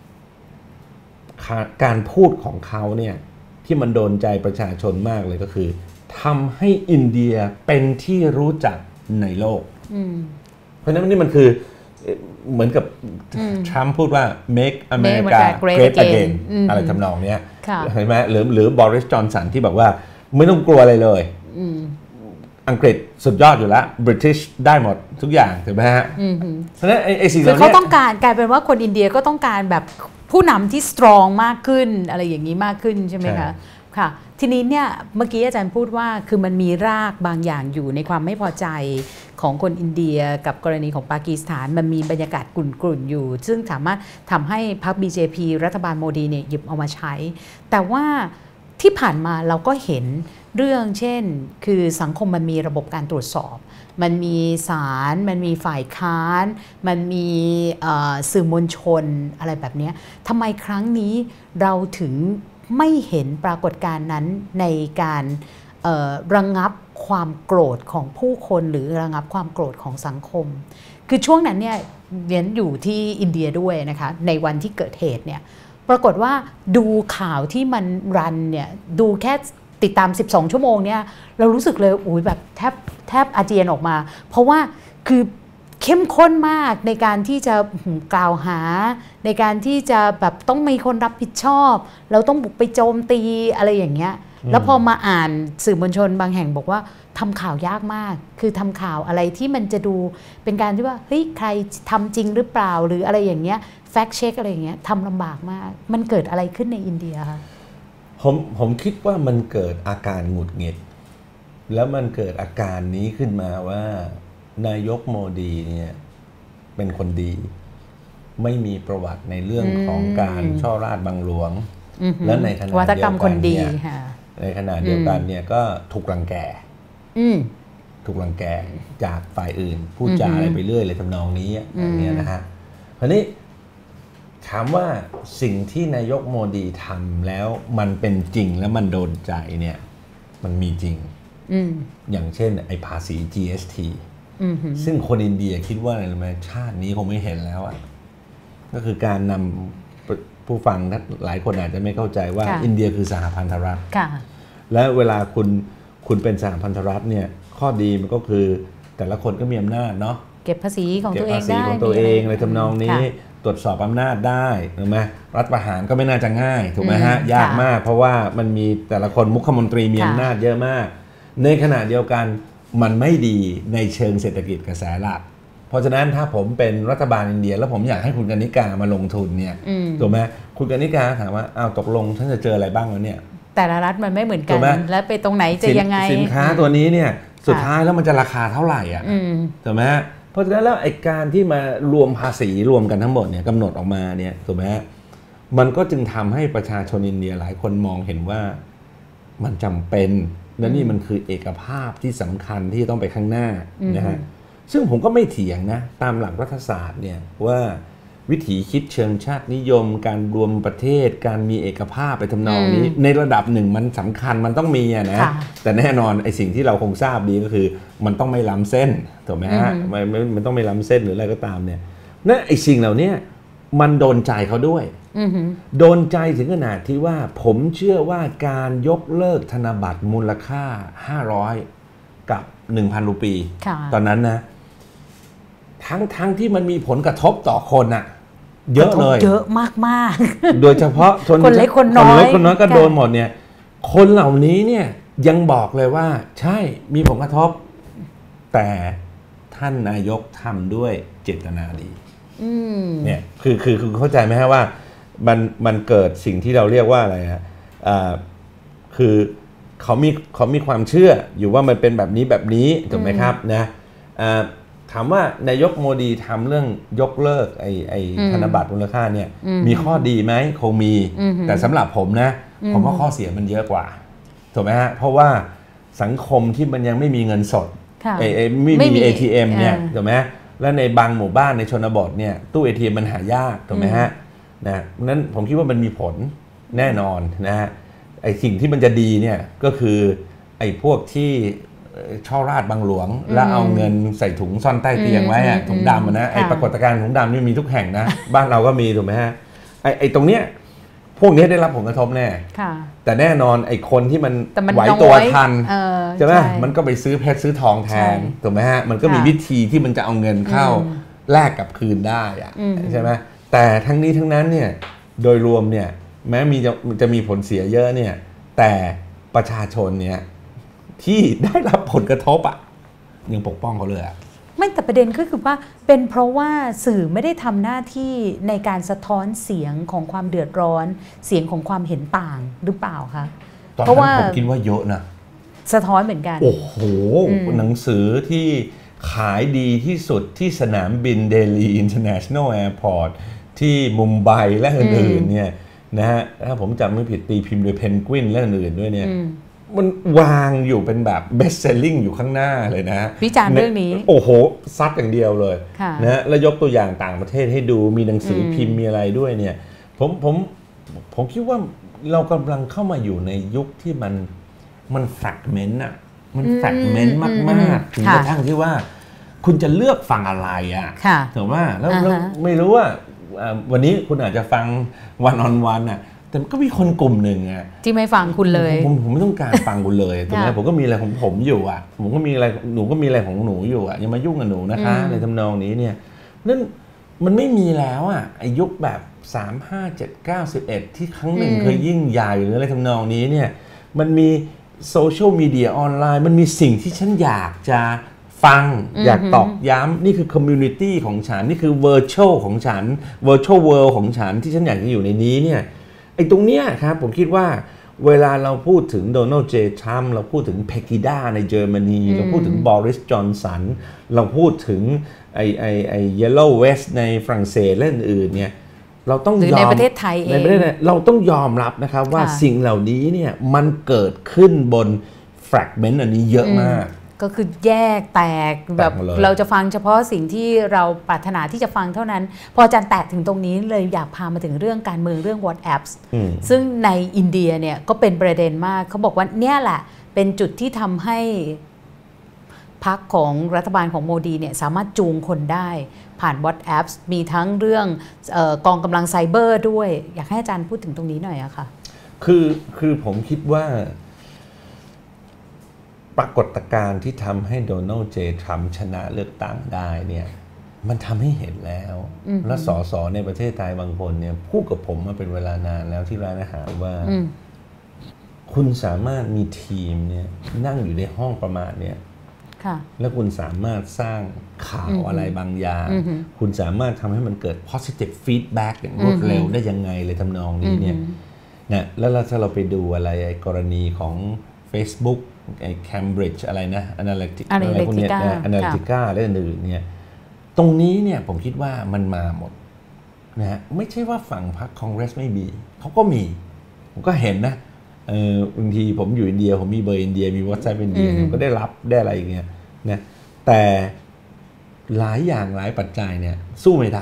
การพูดของเขาเนี่ยที่มันโดนใจประชาชนมากเลยก็คือทำให้อินเดียเป็นที่รู้จักในโลกเพราะฉะนั้นนี่มันคือเหมือนกับทรัมป์พูดว่า make America great again อะไรทำนองนี้เห็นไหมหรือหรือบอริส จอนสันที่บอกว่าไม่ต้องกลัวอะไรเลยอังกฤษสุดยอดอยู่แล้ว British ได้หมดทุกอย่างถูกไหมฮะเพราะฉะนั้นไอ้สิ่งเหล่านี้คือเขาต้องการกลายเป็นว่าคนอินเดียก็ต้องการแบบผู้นำที่สตรองมากขึ้นอะไรอย่างนี้มากขึ้นใช่ไหมคะค่ะทีนี้เนี่ยเมื่อกี้อาจารย์พูดว่าคือมันมีรากบางอย่างอยู่ในความไม่พอใจของคนอินเดียกับกรณีของปากีสถานมันมีบรรยากาศกลุ่นๆอยู่ซึ่งสามารถทำให้พรรค บี เจ พี รัฐบาลโมดีเนี่ยหยิบเอามาใช้แต่ว่าที่ผ่านมาเราก็เห็นเรื่องเช่นคือสังคมมันมีระบบการตรวจสอบมันมีศาลมันมีฝ่ายค้านมันมีสื่อมวลชนอะไรแบบนี้ทำไมครั้งนี้เราถึงไม่เห็นปรากฏการณ์นั้นในการระงับความโกรธของผู้คนหรือระงับความโกรธของสังคมคือช่วงนั้นเนี่ยเรียนอยู่ที่อินเดียด้วยนะคะในวันที่เกิดเหตุเนี่ยปรากฏว่าดูข่าวที่มันรันเนี่ยดูแค่ติดตามสิบสองชั่วโมงเนี่ยเรารู้สึกเลยอุ้ยแบบแทบแทบอาเจียนออกมาเพราะว่าคือเข้มข้นมากในการที่จะกล่าวหาในการที่จะแบบต้องมีคนรับผิดชอบเราต้องบุกไปโจมตีอะไรอย่างเงี้ยแล้วพอมาอ่านสื่อมวลชนบางแห่งบอกว่าทำข่าวยากมากคือทำข่าวอะไรที่มันจะดูเป็นการที่ว่าเฮ้ยใครทำจริงหรือเปล่าหรืออะไรอย่างเงี้ยแฟกต์เช็คอะไรอย่างเงี้ยทำลำบากมากมันเกิดอะไรขึ้นในอินเดียคะผมผมคิดว่ามันเกิดอาการหงุดหงิดแล้วมันเกิดอาการนี้ขึ้นมาว่านายกโมดีเนี่ยเป็นคนดีไม่มีประวัติในเรื่องของการช่อราชบังหลวงและในขณะเดียวกันเนี่ยในขณะเดียวกันเนี่ยก็ถูกรังแกถูกรังแกจากฝ่ายอื่นพูดจาอะไรไปเรื่อยเลยทำนองนี้อย่างเงี้ยนะฮะคราวนี้ถามว่าสิ่งที่นายกโมดีทำแล้วมันเป็นจริงและมันโดนใจเนี่ยมันมีจริงอย่างเช่นไอ้ภาษี จี เอส ที ซึ่งคนอินเดียคิดว่าอะไรรู้ไหมชาตินี้คงไม่เห็นแล้วอ่ะก็คือการนำผู้ฟังหลายคนอาจจะไม่เข้าใจว่าอินเดียคือสหพันธรัฐและเวลาคุณคุณเป็นสหพันธรัฐเนี่ยข้อดีมันก็คือแต่ละคนก็มีอำนาจเนาะเก็บภาษีของตัวเองได้เก็บภาษีของตัวเองอะไรทำนองนี้ตรวจสอบอำนาจได้ถูกไหมรัฐประหารก็ไม่น่าจะง่ายถูกไหมฮะยากมากเพราะว่ามันมีแต่ละคนมุขมนตรีมีอำนาจเยอะมากในขณะเดียวกันมันไม่ดีในเชิงเศรษฐกิจกระแสหลักเพราะฉะนั้นถ้าผมเป็นรัฐบาลอินเดียแล้วผมอยากให้คุณกนิกามาลงทุนเนี่ยถูกไหมคุณกนิกาถามว่าอ้าวตกลงฉันจะเจออะไรบ้างแล้วเนี่ยแต่ละรัฐมันไม่เหมือนกันแล้วไปตรงไหนจะยังไงสินค้าตัวนี้เนี่ยสุดท้ายแล้วมันจะราคาเท่าไหร่อ่ะถูกไหมเพราะฉะนั้นแล้วไอ้การที่มารวมภาษีรวมกันทั้งหมดเนี่ยกำหนดออกมาเนี่ยถูกไหมมันก็จึงทำให้ประชาชนอินเดียหลายคนมองเห็นว่ามันจำเป็นและนี่มันคือเอกภาพที่สำคัญที่ต้องไปข้างหน้านะฮะซึ่งผมก็ไม่เถียงนะตามหลักรัฐศาสตร์เนี่ยว่าวิถีคิดเชิงชาตินิยมการรวมประเทศการมีเอกภาพไปทำนองนี้ในระดับหนึ่งมันสำคัญมันต้องมีอะนะแต่แน่นอนไอ้สิ่งที่เราคงทราบดีก็คือมันต้องไม่ล้ำเส้นถูกไหมฮะมันมันต้องไม่ล้ำเส้นหรืออะไรก็ตามเนี่ยนั่นไอ้สิ่งเหล่านี้มันโดนใจเขาด้วยโดนใจถึงขนาดที่ว่าผมเชื่อว่าการยกเลิกธนบัตรมูลค่าห้าร้อยกับ หนึ่งพัน รูปีตอนนั้นนะทั้งทั้งที่มันมีผลกระทบต่อคนอะเยอะเลยเยอะมากมากโดยเฉพาะคนเล็กคนน้อยคนเล็กคนน้อยก็โดนหมดเนี่ยคนเหล่านี้เนี่ยยังบอกเลยว่าใช่มีผลกระทบแต่ท่านนายกทำด้วยเจตนาดีเนี่ยคือคือคือเข้าใจไหมฮะว่ามันมันเกิดสิ่งที่เราเรียกว่าอะไรฮะอ่าคือเขามีเขามีความเชื่ออยู่ว่ามันเป็นแบบนี้แบบนี้ถูกไหมครับนะอ่าถามว่านายกโมดีทำเรื่องยกเลิกไอ้ไอ้ธนบัตรมูลค่าเนี่ยมีข้อดีไหมคงมีแต่สำหรับผมนะผมว่าข้อเสียมันเยอะกว่าถูกไหมฮะเพราะว่าสังคมที่มันยังไม่มีเงินสดไอ้ไอ้ไม่มี เอ ที เอ็ม เนี่ยถูกไหมและในบางหมู่บ้านในชนบทเนี่ยตู้ เอ ที เอ็ม มันหายากถูกไหมฮะนะนั้นผมคิดว่ามันมีผลแน่นอนนะฮะไอ้สิ่งที่มันจะดีเนี่ยก็คือไอ้พวกที่ช่อราดบังหลวงแล้วเอาเงินใส่ถุงซ่อนใต้เตียงไว้อะถุงดำนะไอ้ปรากฏการณ์ถุงดำนี่มีทุกแห่งนะบ้านเราก็มีถูกไหมฮะไอ้ไอ้ตรงเนี้ยพวกนี้ได้รับผลกระทบแน่แต่แน่นอนไอ้คนที่มันไหวตัวทันใช่ไหมมันก็ไปซื้อเพชรซื้อทองแทนถูกไหมฮะมันก็มีวิธีที่มันจะเอาเงินเข้าแลกกับคืนได้อะใช่ไหมแต่ทั้งนี้ทั้งนั้นเนี่ยโดยรวมเนี่ยแม้มีจะจะมีผลเสียเยอะเนี่ยแต่ประชาชนเนี่ยที่ได้รับผลกระทบอ่ะยังปกป้องเขาเลยอ่ะไม่แต่ประเด็นก็คือว่าเป็นเพราะว่าสื่อไม่ได้ทำหน้าที่ในการสะท้อนเสียงของความเดือดร้อนเสียงของความเห็นต่างหรือเปล่าคะเพราะว่าผมคิดว่าเยอะนะสะท้อนเหมือนกันโอ้โหหนังสือที่ขายดีที่สุดที่สนามบินเดลีอินเตอร์เนชั่นแนลแอร์พอร์ตที่มุมไบและอื่นๆเนี่ยนะฮะถ้าผมจำไม่ผิดตีพิมพ์โดยเพนกวินและอื่นๆด้วยเนี่ยมันวางอยู่เป็นแบบ best selling อยู่ข้างหน้าเลยนะวิจารณ์เรื่องนี้โอ้โหซัดอย่างเดียวเลยนะแล้วยกตัวอย่างต่างประเทศให้ดูมีหนังสือพิมพ์มีอะไรด้วยเนี่ยผมผมผมคิดว่าเรากำลังเข้ามาอยู่ในยุคที่มันมันแฟกเมนต์อ่ะมันแฟกเมนต์มากๆถึงกระทั่งที่ว่าคุณจะเลือกฟังอะไรอ่ะถูกไหมแล้วไม่รู้ว่าวันนี้คุณอาจจะฟังวันออนวันอ่ะแต่ก็มีคนกลุ่มหนึ่งอะที่ไม่ฟังคุณเลยผมผมไม่ต้องการฟังคุณเลยถูกไหมผมก็มีอะไรของผมอยู่อ่ะผมก็มีอะไรหนูก็มีอะไรของหนูอยู่อ่ะอย่ามายุ่งกับหนูนะคะในทำนองนี้เนี่ยนั่นมันไม่มีแล้วอ่ะไอ้ยุคแบบสาม ห้า เจ็ด เก้า สิบเอ็ดที่ครั้งหนึ่งเคยยิ่งใหญ่หรืออะไรทำนองนี้เนี่ยมันมีโซเชียลมีเดียออนไลน์มันมีสิ่งที่ฉันอยากจะฟังอยากตอกย้ำนี่คือคอมมูนิตี้ของฉันนี่คือเวอร์ชวลของฉันเวอร์ชวลเวิลด์ของฉันที่ฉันอยากจะอยู่ในนี้เนี่ยไอ้ตรงเนี้ยครับผมคิดว่าเวลาเราพูดถึงโดนัลด์ เจ ทรัมป์เราพูดถึงเพกิด้าในเยอรมนีเราพูดถึงบอริส จอนสันเราพูดถึงไอ้ไอ้ไอ้เยลโล่เวสในฝรั่งเศสและอื่นเนี่ยเราต้องยอมในประเทศไทยเองในประเทศเราต้องยอมรับนะครับว่าสิ่งเหล่านี้เนี่ยมันเกิดขึ้นบนแฟรกเมนต์อันนี้เยอะมากก็คือแยกแตกแบบเราจะฟังเฉพาะสิ่งที่เราปรารถนาที่จะฟังเท่านั้นพออาจารย์แตะถึงตรงนี้เลยอยากพามาถึงเรื่องการเมืองเรื่อง WhatsApp ซึ่งในอินเดียเนี่ยก็เป็นประเด็นมากเขาบอกว่าเนี่ยแหละเป็นจุดที่ทำให้พรรคของรัฐบาลของโมดีเนี่ยสามารถจูงคนได้ผ่าน WhatsApp มีทั้งเรื่องเอ่อกองกำลังไซเบอร์ด้วยอยากให้อาจารย์พูดถึงตรงนี้หน่อยอะค่ะคือคือผมคิดว่าปรากฏการณ์ที่ทำให้โดนัลด์ เจ ทรัมป์ชนะเลือกตั้งได้เนี่ยมันทำให้เห็นแล้วและสสในประเทศไทยบางคนเนี่ยพูดกับผมมาเป็นเวลานานแล้วที่ร้านอาหารว่าคุณสามารถมีทีมเนี่ยนั่งอยู่ในห้องประมาณเนี่ยแล้วคุณสามารถสร้างข่าวอะไรบางอย่างคุณสามารถทำให้มันเกิด positive feedback อย่างรวดเร็วได้ยังไงเลยทำนองนี้เนี่ยนะแล้วถ้าเราไปดูอะไรกรณีของ Facebookไอ้ Cambridge อะไรนะ Analytica อะไรพวกนี้ Analytica และอื่นๆเนี่ยตรงนี้เนี่ยผมคิดว่ามันมาหมดนะฮะไม่ใช่ว่าฝั่งพรรคคองเกรสไม่มีเขาก็มีผมก็เห็นนะเออบางทีผมอยู่อินเดียผมมีเบอร์อินเดียมี WhatsApp อินเดียผมก็ได้รับได้อะไรอย่างเงี้ยนะแต่หลายอย่างหลายปัจจัยเนี่ยสู้ไม่ได้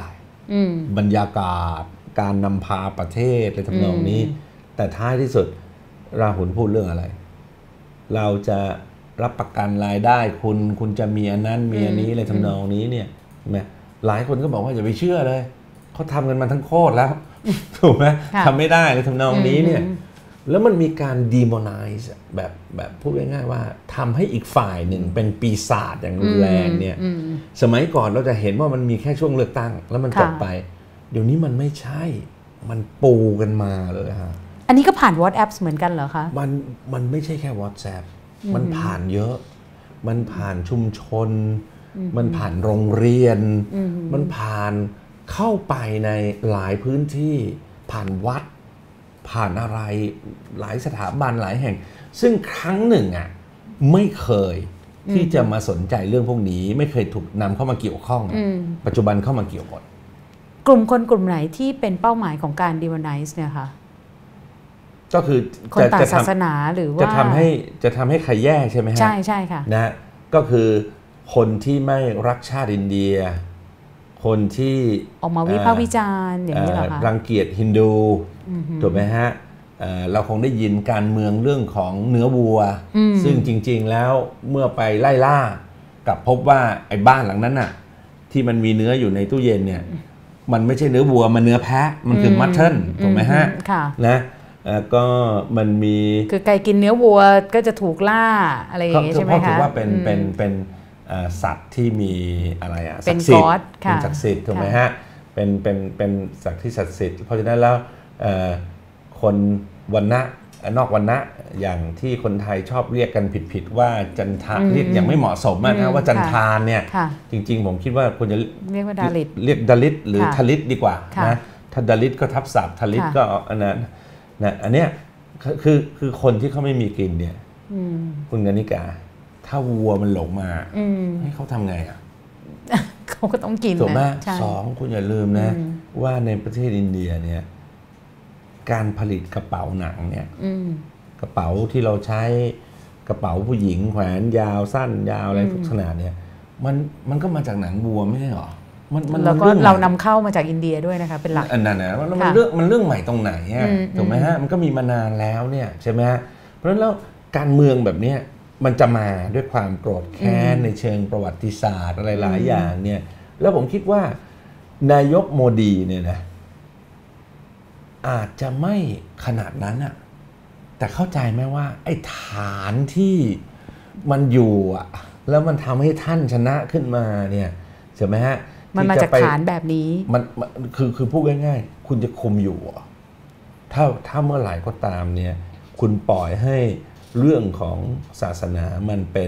บรรยากาศการนำพาประเทศอะไรทำนองนี้แต่ท้ายที่สุดราหุลพูดเรื่องอะไรเราจะรับประกันรายได้คุณคุณจะมีอันนั้นมีอันนี้อะไรทำนองนี้เนี่ยหลายคนก็บอกว่าอย่าไปเชื่อเลยเขาทำกันมาทั้งโคตรแล้วถูกไหมทำไม่ได้เลยทำนองนี้เนี่ยแล้วมันมีการ demonize แบบแบบพูดง่ายๆว่าทำให้อีกฝ่ายหนึ่งเป็นปีศาจอย่างรุนแรงเนี่ยสมัยก่อนเราจะเห็นว่ามันมีแค่ช่วงเลือกตั้งแล้วมันจบไปเดี๋ยวนี้มันไม่ใช่มันปูกันมาเลยฮะอันนี้ก็ผ่าน WhatsApp เหมือนกันเหรอคะมันมันไม่ใช่แค่ WhatsApp มันผ่านเยอะมันผ่านชุมชนมันผ่านโรงเรียนมันผ่านเข้าไปในหลายพื้นที่ผ่านวัดผ่านอะไรหลายสถาบันหลายแห่งซึ่งครั้งหนึ่งอ่ะไม่เคยที่จะมาสนใจเรื่องพวกนี้ไม่เคยถูกนำเข้ามาเกี่ยวข้องปัจจุบันเข้ามาเกี่ยวหมดกลุ่มคนกลุ่มไหนที่เป็นเป้าหมายของการ demonize เนี่ยคะก็คือคนต่างศาสนาหรือว่าจะทำให้จะทำให้ใครแย่ใช่ไหมฮะใช่ใช่ค่ะนะก็คือคนที่ไม่รักชาติอินเดียคนที่ออกมาวิพากษ์วิจารณ์อย่างนี้เหรอคะรังเกียจฮินดูถูกไหมฮะเราคงได้ยินการเมืองเรื่องของเนื้อวัวซึ่งจริงๆแล้วเมื่อไปไล่ล่ากับพบว่าไอ้บ้านหลังนั้นน่ะที่มันมีเนื้ออยู่ในตู้เย็นเนี่ยมันไม่ใช่เนื้อวัวมันเนื้อแพะมันคือมัทเทิลถูกไหมฮะนะก็มันมีคือไก่กินเนื้อวัวก็จะถูกล่าอะไรอย่างเงี้ยใช่ไหมคะเพราะถือว่าเป็นเป็นเป็นสัตว์ที่มีอะไรอะศักดิ์สิทธิ์เป็นศักดิ์สิทธิ์ถูกไหมฮะเป็นเป็นเป็นสัตว์ที่ศักดิ์สิทธิ์เพราะฉะนั้นแล้วคนวรรณะนอกวรรณะอย่างที่คนไทยชอบเรียกกันผิดๆว่าจันทาเรียกอย่างไม่เหมาะสมนะว่าจันทานเนี่ยจริงๆผมคิดว่าควรจะเรียกว่าดาลิตเรียกดาลิตหรือทลิตดีกว่านะถ้าดาลิตก็ทับศัพท์ทลิตก็อันนั้นนะอันเนี้ยคือคือคนที่เขาไม่มีกินเนี่ยคุณกนิกาถ้าวัวมันหลงมาให้เขาทำไงอ่ะเขาก็ต้องกินถูกไหมสองคุณอย่าลืมนะว่าในประเทศอินเดียเนี่ยการผลิตกระเป๋าหนังเนี่ยกระเป๋าที่เราใช้กระเป๋าผู้หญิงแขวนยาวสั้นยาวอะไรทุกขนาดเนี่ยมันมันก็มาจากหนังวัวไม่ใช่หรอมันแล้วก็เรานำเข้ามาจากอินเดียด้วยนะคะเป็นหลักอันนั้นนะมันเรื่องมันเรื่องใหม่ตรงไหนอ่ะถูกไหมฮะมันก็มีมานานแล้วเนี่ยใช่ไหมฮะเพราะฉะนั้นแล้วการเมืองแบบนี้มันจะมาด้วยความโกรธแค้นในเชิงประวัติศาสตร์อะไรหลายอย่างเนี่ยแล้วผมคิดว่านายกโมดีเนี่ยนะอาจจะไม่ขนาดนั้นอะแต่เข้าใจไหมว่าไอ้ฐานที่มันอยู่อะแล้วมันทำให้ท่านชนะขึ้นมาเนี่ยใช่ไหมฮะมันมาจากฐานแบบนี้มันคือคือพูดง่ายๆคุณจะคุมอยู่ถ้าถ้าเมื่อไหร่ก็ตามเนี่ยคุณปล่อยให้เรื่องของศาสนามันเป็น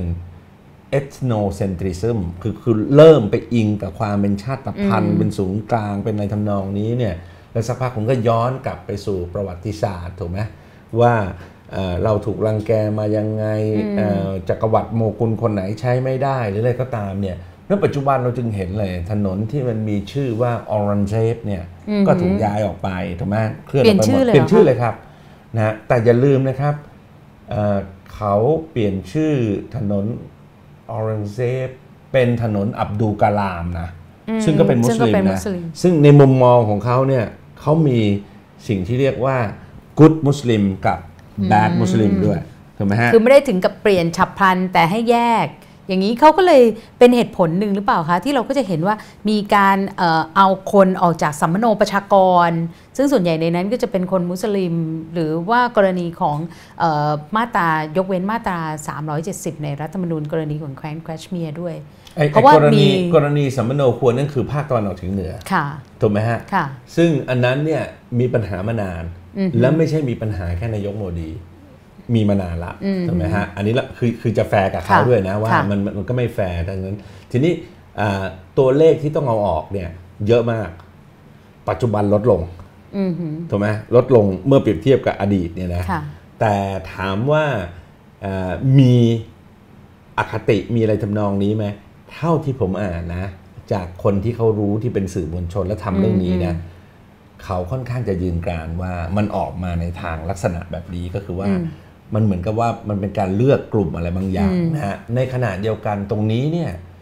ethnocentrism คือคือเริ่มไปอิงกับความเป็นชาติพันธุ์เป็นศูนย์กลางเป็นอะไรทำนองนี้เนี่ยแล้วสักพักผมก็ย้อนกลับไปสู่ประวัติศาสตร์ถูกไหมว่าเราถูกรังแกมายังไงจักรวรรดิโมกุลคนไหนใช้ไม่ได้หรืออะไรก็ตามเนี่ยณปัจจุบันเราจึงเห็นเลยถนนที่มันมีชื่อว่าออรันเจฟเนี่ยก็ถูกย้ายออกไปถูกไหมเคลื่อนไปหมดเปลี่ยนชื่อเลยครับนะแต่อย่าลืมนะครับเขาเปลี่ยนชื่อถนนออรันเจฟเป็นถนนอับดุลกะลามนะซึ่งก็เป็นมุสลิมนะซึ่งในมุมมองของเขาเนี่ยเขามีสิ่งที่เรียกว่า good มุสลิมกับ bad มุสลิมด้วยถูกไหมฮะคือไม่ได้ถึงกับเปลี่ยนฉับพลันแต่ให้แยกอย่างนี้เขาก็เลยเป็นเหตุผลหนึ่งหรือเปล่าคะที่เราก็จะเห็นว่ามีการเอ่อเอาคนออกจากสัมมโนประชากรซึ่งส่วนใหญ่ในนั้นก็จะเป็นคนมุสลิมหรือว่ากรณีของเอ่อมาตรายกเว้นมาตราสามร้อยเจ็ดสิบในรัฐธรรมนูญกรณีของแคว้นแคชเมียร์ด้วยเพราะว่ากรณีกรณีสัมมโนครัวนั่นคือภาคตะวันออกเฉียงเหนือถูกไหมฮะซึ่งอันนั้นเนี่ยมีปัญหามานานและไม่ใช่มีปัญหาแค่นายกโมดีมีมานานละถูกไหมฮะอันนี้ละคือคือจะแฟร์กับเขาด้วยนะว่ามันมันก็ไม่แฟร์ดังนั้นทีนี้ตัวเลขที่ต้องเอาออกเนี่ยเยอะมากปัจจุบันลดลงถูกไหมลดลงเมื่อเปรียบเทียบกับอดีตเนี่ยนะแต่ถามว่ามีอคติมีอะไรทำนองนี้ไหมเท่าที่ผมอ่านนะจากคนที่เขารู้ที่เป็นสื่อมวลชนและทำเรื่องนี้นะเขาค่อนข้างจะยืนกรานว่ามันออกมาในทางลักษณะแบบนี้ก็คือว่ามันเหมือนกับว่ามันเป็นการเลือกกลุ่มอะไรบางอย่างนะฮะในขณะเดียวกันตรงนี้เนี่ยป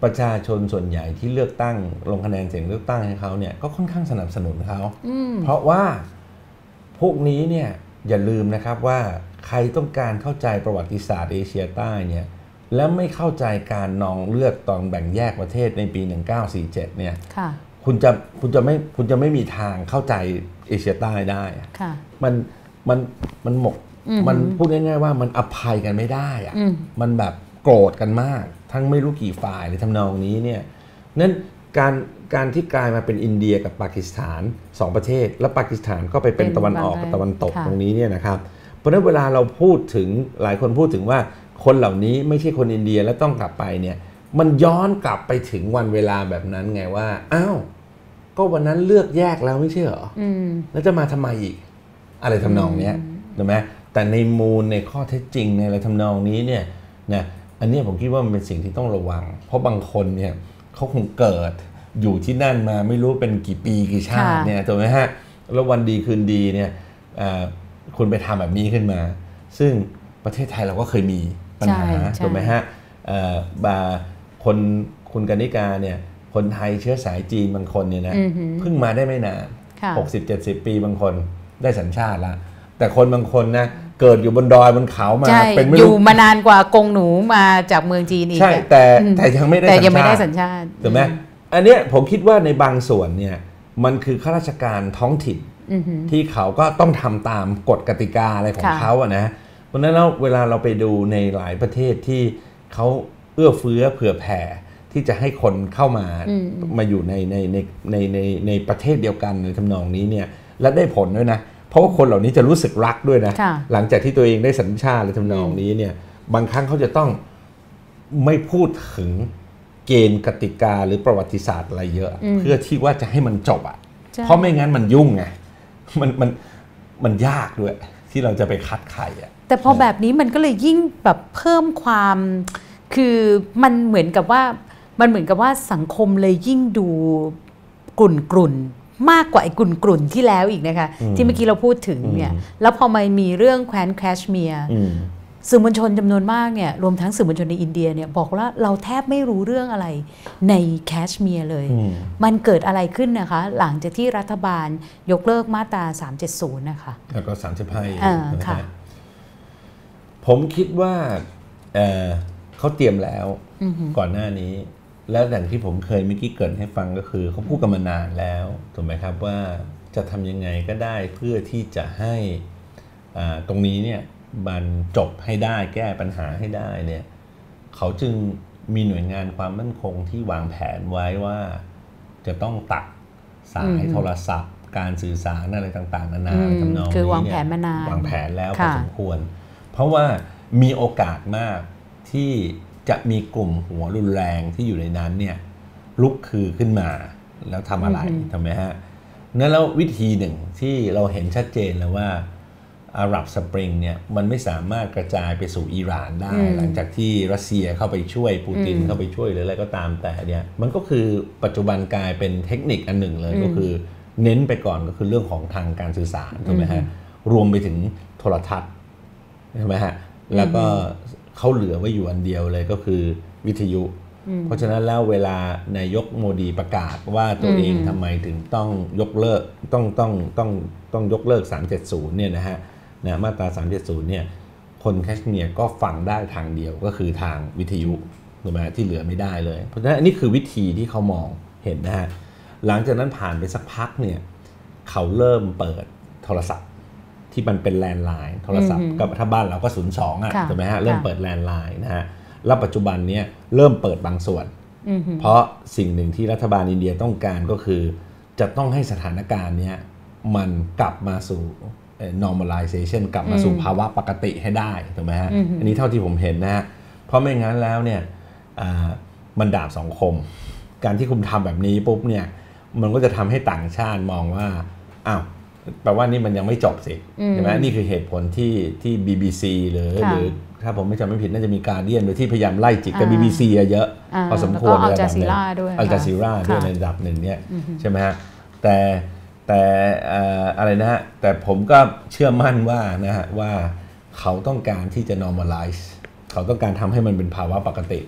ประชาชนส่วนใหญ่ที่เลือกตั้งลงคะแนนเสียงเลือกตั้งให้เขาเนี่ยก็ค่อนข้างสนับสนุนเขาเพราะว่าพวกนี้เนี่ยอย่าลืมนะครับว่าใครต้องการเข้าใจประวัติศาสตร์เอเชียใต้เนี่ยแล้วไม่เข้าใจการนองเลือดตอนแบ่งแยกประเทศในปีหนึ่งเก้าสี่เจ็ดเนี่ยคุณจะคุณจะไม่คุณจะไม่มีทางเข้าใจเอเชียใต้ได้มันมันมันหมกมันพูดง่ายๆว่ามันอภัยกันไม่ได้อะมันแบบโกรธกันมากทั้งไม่รู้กี่ฝ่ายเลยทำนองนี้เนี่ยนั้นการการที่กลายมาเป็นอินเดียกับปากีสถานสองประเทศแล้วปากีสถานก็ไปเป็นตะวันออกกับตะวันตกตรงนี้เนี่ยนะครับเพราะฉะนั้นเวลาเราพูดถึงหลายคนพูดถึงว่าคนเหล่านี้ไม่ใช่คนอินเดียและต้องกลับไปเนี่ยมันย้อนกลับไปถึงวันเวลาแบบนั้นไงว่าอ้าวก็วันนั้นเลือกแยกแล้วไม่ใช่เหรอแล้วจะมาทำไมอีกอะไรทำนองเนี้ยถูกไหมแต่ในมูลในข้อเท็จจริงในอะไรทำนองนี้เนี่ยนะอันนี้ผมคิดว่ามันเป็นสิ่งที่ต้องระวังเพราะบางคนเนี่ยเขาคงเกิดอยู่ที่นั่นมาไม่รู้เป็นกี่ปีกี่ชาติเนี่ยถูกไหมฮะแล้ววันดีคืนดีเนี่ยคุณไปทำแบบนี้ขึ้นมาซึ่งประเทศไทยเราก็เคยมีปัญหาถูกไหมฮะบาคนคุณกนิกาเนี่ยคนไทยเชื้อสายจีนบางคนเนี่ยนะเพิ่งมาได้ไม่นาน หกสิบเจ็ดสิบ ปีบางคนได้สัญชาติละแต่คนบางคนนะเกิดอยู่บนดอยบนเขามาเป็นอยู่มานานกว่ากงหนูมาจากเมืองจีนอีกใช่แต่แต่ยังไม่ได้แต่ยังไม่ได้สัญชาติถูกไหมอันเนี้ยผมคิดว่าในบางส่วนเนี่ยมันคือข้าราชการท้องถิ่นที่เขาก็ต้องทำตามกฎกติกาอะไรของเขาอะนะเพราะฉะนั้นแล้วเวลาเราไปดูในหลายประเทศที่เขาเอื้อเฟื้อเผื่อแผ่ที่จะให้คนเข้ามามาอยู่ในในในในในในประเทศเดียวกันในทำนองนี้เนี่ยและได้ผลด้วยนะเพราะว่าคนเหล่านี้จะรู้สึกรักด้วยนะหลังจากที่ตัวเองได้สัญชาติในทำนองนี้เนี่ยบางครั้งเขาจะต้องไม่พูดถึงเกณฑ์กติกาหรือประวัติศาสตร์อะไรเยอะเพื่อที่ว่าจะให้มันจบอ่ะเพราะไม่งั้นมันยุ่งไงมันมันมันยากด้วยที่เราจะไปคัดใครอ่ะแต่พอแบบนี้มันก็เลยยิ่งแบบเพิ่มความคือมันเหมือนกับว่ามันเหมือนกับว่าสังคมเลยยิ่งดูกลุ่นกลุ่นมากกว่าไอ้กลุ่นกลุ่นที่แล้วอีกนะคะที่เมื่อกี้เราพูดถึงเนี่ยแล้วพอมันมีเรื่องแคว้นแคชเมียร์สื่อมวลชนจำนวนมากเนี่ยรวมทั้งสื่อมวลชนในอินเดียเนี่ยบอกว่าเราแทบไม่รู้เรื่องอะไรในแคชเมียร์เลยมันเกิดอะไรขึ้นนะคะหลังจากที่รัฐบาลยกเลิกมาตราสามเจ็ดศูนย์นะคะแล้วก็สามสิบห้าค่ะผมคิดว่า เ, เขาเตรียมแล้วก่อนหน้านี้แล้วอย่างที่ผมเคยเมื่อกี้เกริ่นให้ฟังก็คือเขาพูดกันมานานแล้วถูกไหมครับว่าจะทำยังไงก็ได้เพื่อที่จะให้ตรงนี้เนี่ยมันจบให้ได้แก้ปัญหาให้ได้เนี่ยเขาจึงมีหน่วยงานความมั่นคงที่วางแผนไว้ว่าจะต้องตัดสายโทรศัพท์การสื่อสารอะไรต่างๆนานาทำนองนี้คือวางแผนมานานวางแผนแล้วพอสมควรเพราะว่ามีโอกาสมากที่จะมีกลุ่มหัวรุนแรงที่อยู่ในนั้นเนี่ยลุกคือขึ้นมาแล้วทำอะไรทำไมฮะนั่นแล้ววิธีหนึ่งที่เราเห็นชัดเจนแล้วว่าอาหรับสปริงเนี่ยมันไม่สามารถกระจายไปสู่อิหร่านได้หลังจากที่รัสเซียเข้าไปช่วยปูตินเข้าไปช่วยหรืออะไรก็ตามแต่เนี่ยมันก็คือปัจจุบันกลายเป็นเทคนิคอันหนึ่งเลยก็คือเน้นไปก่อนก็คือเรื่องของทางการสื่อสารถูกไหมฮะรวมไปถึงโทรทัศน์ใช่ไหมฮะแล้วก็เขาเหลือไว้อยู่อันเดียวเลยก็คือวิทยุเพราะฉะนั้นแล้วเวลานายกโมดีประกาศว่าตัวเองทำไมถึงต้องยกเลิกต้องต้องต้องต้องยกเลิกสามเจ็ดศูนย์เนี่ยนะฮะนะมาตราสามเจ็ดศูนย์เนี่ยคนแคชเมียร์ก็ฟังได้ทางเดียวก็คือทางวิทยุถูกไหมที่เหลือไม่ได้เลยเพราะฉะนั้นอันนี้คือวิธีที่เขามองเห็นนะฮะหลังจากนั้นผ่านไปสักพักเนี่ยเขาเริ่มเปิดโทรศัพท์ที่มันเป็นแลนด์ไลน์โทรศัพท์กับถ้าบ้านเราก็ศูนย์สองอ่ะถูกไหมฮะเริ่มเปิดแลนด์ไลน์นะฮะแล้วปัจจุบันนี้เริ่มเปิดบางส่วนเพราะสิ่งหนึ่งที่รัฐบาลอินเดียต้องการก็คือจะต้องให้สถานการณ์นี้มันกลับมาสู่ normalization กลับมาสู่ภาวะปกติให้ได้ถูกไหมฮะอันนี้เท่าที่ผมเห็นนะฮะเพราะไม่งั้นแล้วเนี่ยมันดาบสองคมการที่คุณทำแบบนี้ปุ๊บเนี่ยมันก็จะทำให้ต่างชาติมองว่าอ้าวแปลว่านี่มันยังไม่จบสิใช่ไหมนี่คือเหตุผลที่ที่ บี บี ซี หรือหรือถ้าผมไม่จำไม่ผิดน่าจะมีการเดียนโดยที่พยายามไล่จิกแต่ บี บี ซี เยอะพอสมควรในระดับหนึ่งอัลจาซีราด้วยในระดับหนึ่งเนี่ยใช่ไหมฮะแต่แต่อะไรนะฮะแต่ผมก็เชื่อมั่นว่านะฮะว่าเขาต้องการที่จะ normalize เขาต้องการทำให้มันเป็นภาวะปกติ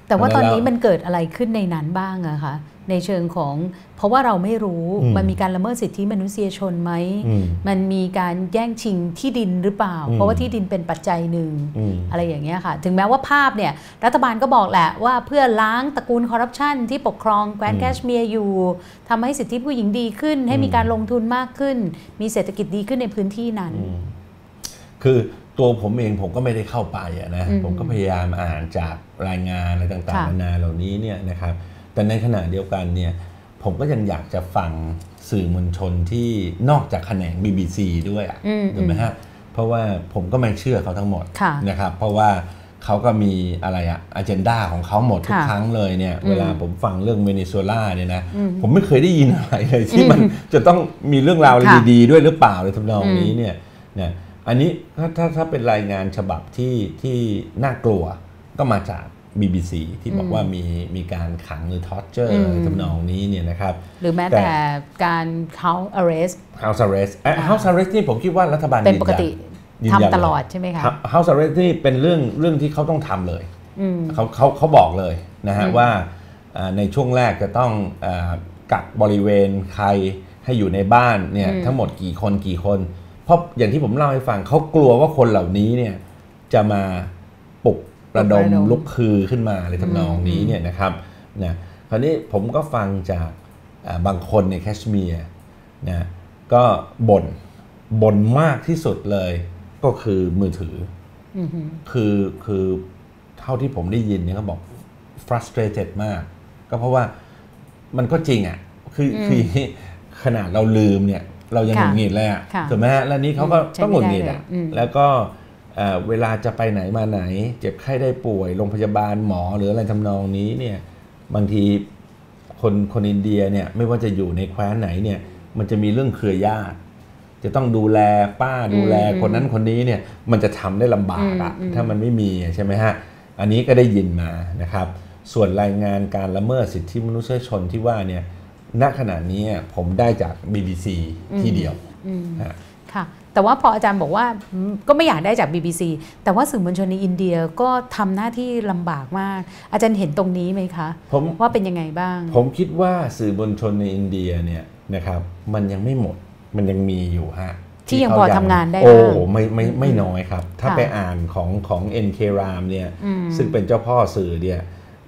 แต่ว่าตอนนี้มันเกิดอะไรขึ้นในนั้นบ้างอะคะในเชิงของเพราะว่าเราไม่รู้มันมีการละเมิดสิทธิมนุษยชนไหมมันมีการแย่งชิงที่ดินหรือเปล่าเพราะว่าที่ดินเป็นปัจจัยหนึ่ง อ, อะไรอย่างเงี้ยค่ะถึงแม้ว่าภาพเนี่ยรัฐบาลก็บอกแหละว่าเพื่อล้างตระกูลคอร์รัปชันที่ปกครองแคว้นแคชเมียร์อยู่ทำให้สิทธิผู้หญิงดีขึ้นให้มีการลงทุนมากขึ้นมีเศรษฐกิจดีขึ้นในพื้นที่นั้นคือตัวผมเองผมก็ไม่ได้เข้าไปนะผมก็พยายามอ่านจากรายงานอะไรต่างๆนานาเหล่านี้เนี่ยนะครับแต่ในขณะเดียวกันเนี่ยผมก็ยังอยากจะฟังสื่อมวลชนที่นอกจากแขนง บี บี ซี ด้วยอ่ะถูกไหมฮะเพราะว่าผมก็ไม่เชื่อเขาทั้งหมดนะครับเพราะว่าเขาก็มีอะไรอะอเจนดาของเขาหมดทุกครั้งเลยเนี่ยเวลาผมฟังเรื่องเวเนซุเอลาเนี่ยนะผมไม่เคยได้ยินอะไรเลยที่มันจะต้องมีเรื่องราวดีๆด้วยหรือเปล่าในทำนองนี้เนี่ยเนี่ยอันนี้ถ้าถ้าถ้าเป็นรายงานฉบับที่ที่น่ากลัวก็มาจาก บี บี ซี ที่บอกว่ามีมีการขังหรือทอร์เจอร์อะไรทำนองนี้เนี่ยนะครับหรือแม้แต่การ house arrest house arrest house arrest นี่ผมคิดว่ารัฐบาลเป็นปกติทำตลอดใช่ไหมคะ house arrest นี่เป็นเรื่องเรื่องที่เขาต้องทำเลยเขาเขาเขาบอกเลยนะฮะว่าในช่วงแรกจะต้องกักบริเวณใครให้อยู่ในบ้านเนี่ยทั้งหมดกี่คนกี่คนเพราะอย่างที่ผมเล่าให้ฟังเขากลัวว่าคนเหล่านี้เนี่ยจะมาปลุกระดมลุกคือขึ้นมาในทำนองนี้เนี่ยนะครับนะคราวนี้ผมก็ฟังจากบางคนในแคชเมียร์นะก็บ่นบ่นมากที่สุดเลยก็คือมือถือคือคือเท่าที่ผมได้ยินเนี่ยเขาบอก frustrated มากก็เพราะว่ามันก็จริงอ่ะคือคือขนาดเราลืมเนี่ยเรายังหงุดหงิดเลยอ่ะถูกไหมฮะแล้วนี้เขาก็ต้องหงุดหงิดอ่ะแล้วก็เวลาจะไปไหนมาไหนเจ็บไข้ได้ป่วยโรงพยาบาลหมอหรืออะไรทำนองนี้เนี่ยบางทีคนคนอินเดียเนี่ยไม่ว่าจะอยู่ในแคว้นไหนเนี่ยมันจะมีเรื่องเครือญาติจะต้องดูแลป้าดูแลคนนั้นคนนี้เนี่ยมันจะทำได้ลำบากอะถ้ามันไม่มีใช่ไหมฮะอันนี้ก็ได้ยินมานะครับส่วนรายงานการละเมิดสิทธิมนุษยชนที่ว่าเนี่ยณขณะนี้ผมได้จาก บี บี ซี ที่เดียวค่ะแต่ว่าพออาจารย์บอกว่าก็ไม่อยากได้จาก บี บี ซี แต่ว่าสื่อมวลชนในอินเดียก็ทำหน้าที่ลำบากมากอาจารย์เห็นตรงนี้ไหมคะว่าเป็นยังไงบ้างผมคิดว่าสื่อมวลชนในอินเดียเนี่ยนะครับมันยังไม่หมดมันยังมีอยู่ฮะที่ยังพอทำงานได้โอ้ไม่ไม่ไม่น้อยครับถ้าไปอ่านของของ เอ็น เค Ram เนี่ยซึ่งเป็นเจ้าพ่อสื่อเนี่ย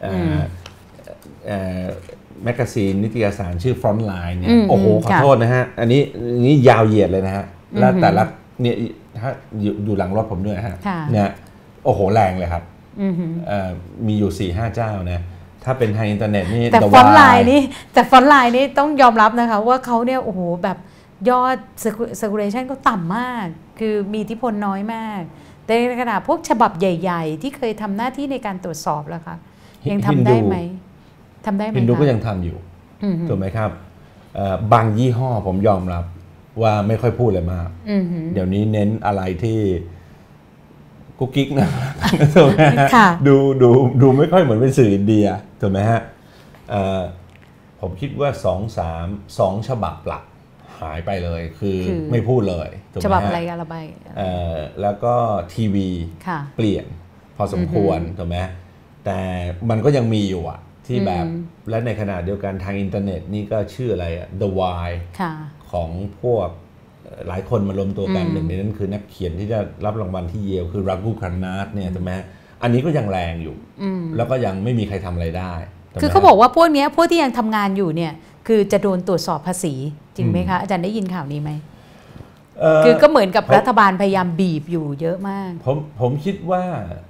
แมกกาซีนนิตยสารชื่อ Frontline เนี่ยโอ้โหขอโทษนะฮะอันนี้นี่ยาวเหยียดเลยนะฮะแล้วแต่ละเนี่ยถ้าอยู่หลังรถผมด้วยฮะเนี่ยโอ้โหแรงเลยครับมีอยู่ สี่ห้า เจ้านะถ้าเป็นทางอินเทอร์เน็ตนี่แต่ฟอนต์ไลน์นี่แต่ฟอนต์ไลน์นี่ต้องยอมรับนะคะว่าเขาเนี่ยโอ้โหแบบยอด circulation ก็ต่ำมากคือมีอิทธิพลน้อยมากแต่ในขณะพวกฉบับใหญ่ๆที่เคยทำหน้าที่ในการตรวจสอบแล้วค่ะยังทำได้ไหมทำได้ไหมฮินดูก็ยังทำอยู่ถูกไหมครับบางยี่ห้อผมยอมรับว่าไม่ค่อยพูดเลยมากเดี๋ยวนี้เน้นอะไรที่กุ๊กกิ๊กนะดูดูดูไม่ค่อยเหมือนเป็นสื่ออินเดียถูกไหมฮะผมคิดว่าสองสามสองฉบับหลักหายไปเลยคือไม่พูดเลยฉบับอะไรกันละใบแล้วก็ทีวีเปลี่ยนพอสมควรถูกไหมแต่มันก็ยังมีอยู่อะที่แบบและในขณะเดียวกันทางอินเทอร์เน็ตนี่ก็ชื่ออะไรอะ The Why ของพวกหลายคนมารวมตัวกันหนึ่งในนั้นคือนักเขียนที่จะรับรางวัลที่เยลคือรากูคานาทเนี่ยใช่ไหมอันนี้ก็ยังแรงอยู่แล้วก็ยังไม่มีใครทำอะไรได้คือเขาบอกว่าพวกนี้พวกที่ยังทำงานอยู่เนี่ยคือจะโดนตรวจสอบภาษีจริงไหมคะอาจารย์ได้ยินข่าวนี้ไหมคือก็เหมือนกับรัฐบาลพยายามบีบอยู่เยอะมากผมผมคิดว่า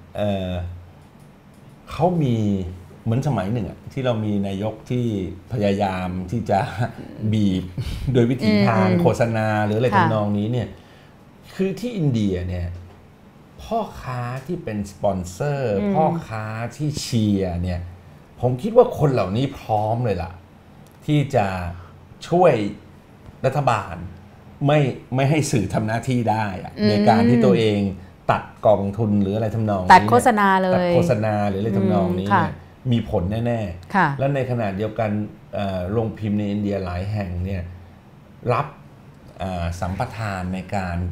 เขามีเหมือนสมัยหนึ่งที่เรามีนายกที่พยายามที่จะบีบโดยวิธีทางโฆษณาหรืออะไรทำนองนี้เนี่ยคือที่อินเดียเนี่ยพ่อค้าที่เป็นสปอนเซอร์พ่อค้าที่เชียร์เนี่ยผมคิดว่าคนเหล่านี้พร้อมเลยล่ะที่จะช่วยรัฐบาลไม่ไม่ให้สื่อทำหน้าที่ได้ในการที่ตัวเองตัดกองทุนหรืออะไรทำนองนี้ตัดโฆษณาเลยตัดโฆษณาหรืออะไรทำนองนี้มีผลแน่ๆและในขณะเดียวกันโรงพิมพ์ในอินเดียหลายแห่งเนี่ยรับสัมปทานในการ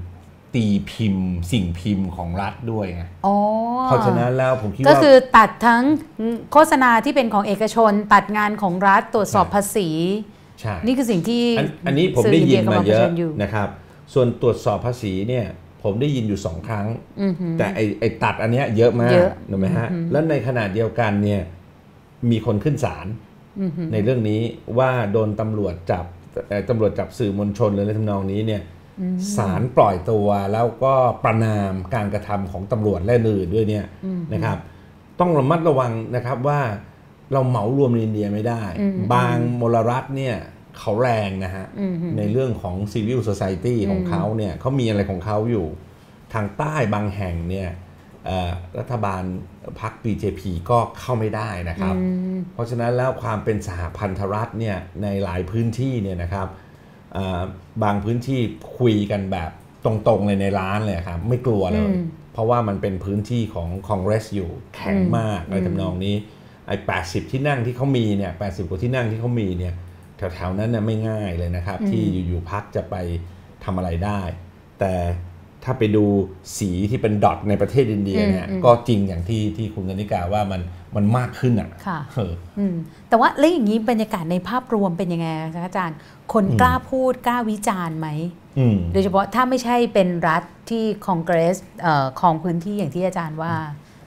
ตีพิมพ์สิ่งพิมพ์ของรัฐด้วยไงอ๋อเพราะฉะนั้นแล้วผมคิดว่าก็คือตัดทั้งโฆษณาที่เป็นของเอกชน ตัดงานของรัฐตรวจสอบภาษีใช่นี่คือสิ่งที่อันอันนี้ผมได้ยินมาเยอะนะครับส่วนตรวจสอบภาษีเนี่ยผมได้ยินอยู่สองครั้งแต่ไอไอตัดอันเนี้ยเยอะมากถูกไหมฮะแล้วในขณะเดียวกันเนี่ยมีคนขึ้นศาลในเรื่องนี้ว่าโดนตำรวจจับตำรวจจับสื่อมวลชนเลยในทำนองนี้เนี่ยศาลปล่อยตัวแล้วก็ประณามการกระทำของตำรวจและอื่นด้วยเนี่ยนะครับต้องระมัดระวังนะครับว่าเราเหมารวมในอินเดียไม่ได้บางมลรัฐเนี่ยเขาแรงนะฮะในเรื่องของ Civil Society ของเขาเนี่ยเขามีอะไรของเขาอยู่ทางใต้บางแห่งเนี่ยรัฐบาลพรรค บี เจ พี ก็เข้าไม่ได้นะครับเพราะฉะนั้นแล้วความเป็นสหพันธรัฐเนี่ยในหลายพื้นที่เนี่ยนะครับบางพื้นที่คุยกันแบบตรงๆเลยในร้านเลยครับไม่กลัวเลยเพราะว่ามันเป็นพื้นที่ของคอนเกรสอยู่แข็งมากในทำนองนี้ไอ้แปดสิบที่นั่งที่เขามีเนี่ยแปดสิบกว่าที่นั่งที่เขามีเนี่ยแถวๆนั้นน่ะไม่ง่ายเลยนะครับที่อยู่ๆพรรคจะไปทำอะไรได้แต่ถ้าไปดูสีที่เป็นดอทในประเทศอินเดียเนี่ยก็จริงอย่างที่ที่คุณกนิกาว่ามันมันมากขึ้นอ่ะค่ะแต่ว่าแล้วอย่างนี้บรรยากาศในภาพรวมเป็นยังไงคะอาจารย์คนกล้าพูดกล้าวิจารณ์ไหมโดยเฉพาะถ้าไม่ใช่เป็นรัฐที่คอนเกรสครองพื้นที่อย่างที่อาจารย์ว่า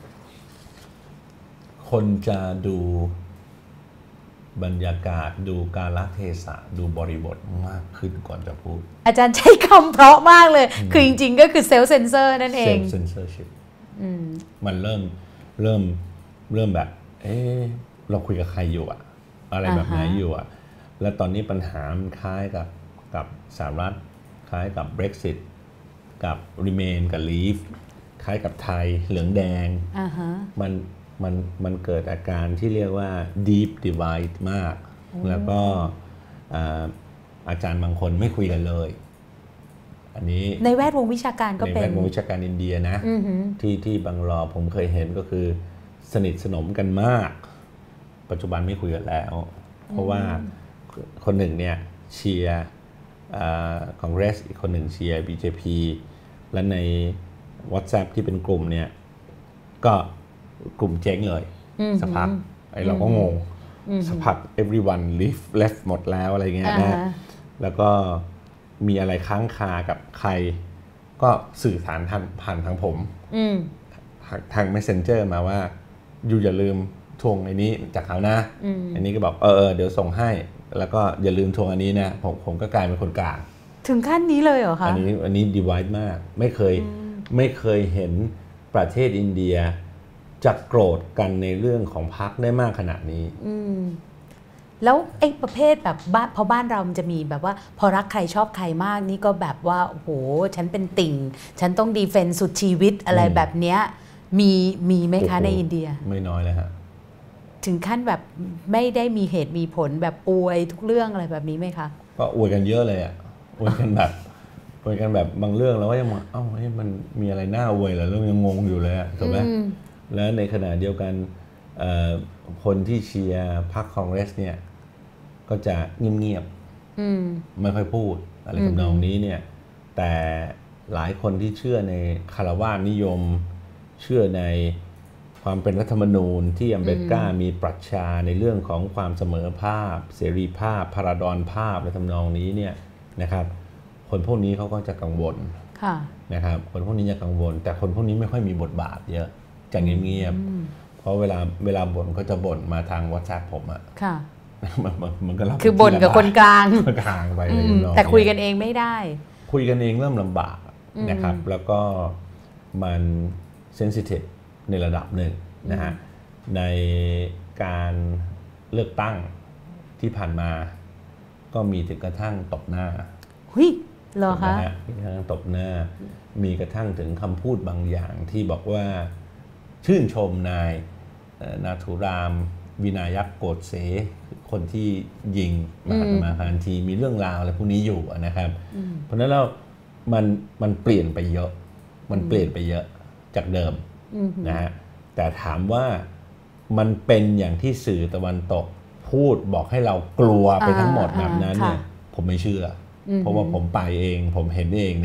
คนจะดูบรรยากาศดูกาลเทศะดูบริบทมากขึ้นก่อนจะพูดอาจารย์ใช้คำเพราะมากเลยคือจริงๆก็คือเซลฟ์เซนเซอร์นั่นเองเซลฟ์เซนเซอร์ชิพมันเริ่มเริ่มเริ่มแบบเอ๊ะเราคุยกับใครอยู่อะอะไรแบบไหนอยู่อะแล้วตอนนี้ปัญหามันคล้ายกับกับสหรัฐคล้ายกับ Brexit กับ Remain กับ Leave คล้ายกับไทยเหลืองแดงมันมันมันเกิดอาการที่เรียกว่า deep divide มากแล้วก็อาจารย์บางคนไม่คุยกันเลยอันนี้ในแวดวงวิชาการก็เป็นในแวดวงวิชาการอินเดียนะที่ที่บางรอผมเคยเห็นก็คือสนิทสนมกันมากปัจจุบันไม่คุยกันแล้วเพราะว่าคนหนึ่งเนี่ยเชียร์คอนเกรสอีกคนหนึ่งเชียร์ บี เจ พี และใน WhatsApp ที่เป็นกลุ่มเนี่ยก็กลุ่มเจ๊งเลยสักพักไอ้เราก็งงสักพัก everyone leave left หมดแล้วอะไรเงี้ยนะแล้วก็มีอะไรค้างคากับใครก็สื่อสารทางผ่านทางผมทาง messenger มาว่าอยู่อย่าลืมทวงไอ้นี้จากเขานะอันนี้ก็บอกเออเดี๋ยวส่งให้แล้วก็อย่าลืมทวงอันนี้นะผมผมก็กลายเป็นคนกลางถึงขั้นนี้เลยเหรอคะอันนี้อันนี้ divide มากไม่เคยไม่เคยเห็นประเทศอินเดียจะโกรธกันในเรื่องของพรรคได้มากขนาดนี้แล้วไอ้ประเภทแบบบ้านพอบ้านเรามันจะมีแบบว่าพอรักใครชอบใครมากนี่ก็แบบว่าโอ้โหฉันเป็นติ่งฉันต้องดีเฟนส์สุดชีวิตอะไรแบบเนี้ยมีมีไหมคะในอินเดียไม่น้อยเลยฮะถึงขั้นแบบไม่ได้มีเหตุมีผลแบบอวยทุกเรื่องอะไรแบบนี้ไหมคะก็อวยกันเยอะเลยอ่ะอวยกันแบบอวยกันแบบบางเรื่องแล้วก็ยังมาเอ้ามันมีอะไรน่าอวยเหรอเรื่องยังงงอยู่เลยอ่ะถูกไหมและในขณะเดียวกันคนที่เชียร์พรรคคอนเกรสเนี่ยก็จะเงียบๆไม่ค่อยพูดอะไรทำนองนี้เนี่ยแต่หลายคนที่เชื่อในคารวะนิยมเชื่อในความเป็นรัฐธรรมนูญที่อัมเบดกามีปรัชญาในเรื่องของความเสมอภาพเสรีภาพพาราดอนภาพอะไรทำนองนี้เนี่ยนะครับคนพวกนี้เขาก็จะกังวลนะครับคนพวกนี้จะกังวลแต่คนพวกนี้ไม่ค่อยมีบทบาทเยอะจะเงียบๆเพราะเวลาเวลาบ่นก็จะบ่นมาทาง WhatsApp ผมอะค่ะมันมันก็รับคือบ่นกับคนกลางกลางไปแต่คุยกันเองไม่ได้คุยกันเองเริ่มลำบากนะครับแล้วก็มันเซนซิทีฟในระดับหนึ่งนะฮะในการเลือกตั้งที่ผ่านมาก็มีถึงกระทั่งตบหน้าหุ้ยเหรอคะมีกระทั่งตบหน้ามีกระทั่งถึงคำพูดบางอย่างที่บอกว่าชื่นชมนายนาธุรามวินายักษ์โกฏเสคนที่ยิงมหาตมาคานทีมีเรื่องราวอะไรพวกนี้อยู่นะครับเพราะฉะนั้นแล้วมันมันเปลี่ยนไปเยอะมันเปลี่ยนไปเยอะจากเดิมนะฮะแต่ถามว่ามันเป็นอย่างที่สื่อตะวันตกพูดบอกให้เรากลัวไปทั้งหมดแบบนั้นเนี่ยผมไม่เชื่อเพราะว่าผมไปเองผมเห็นเองเนี่ย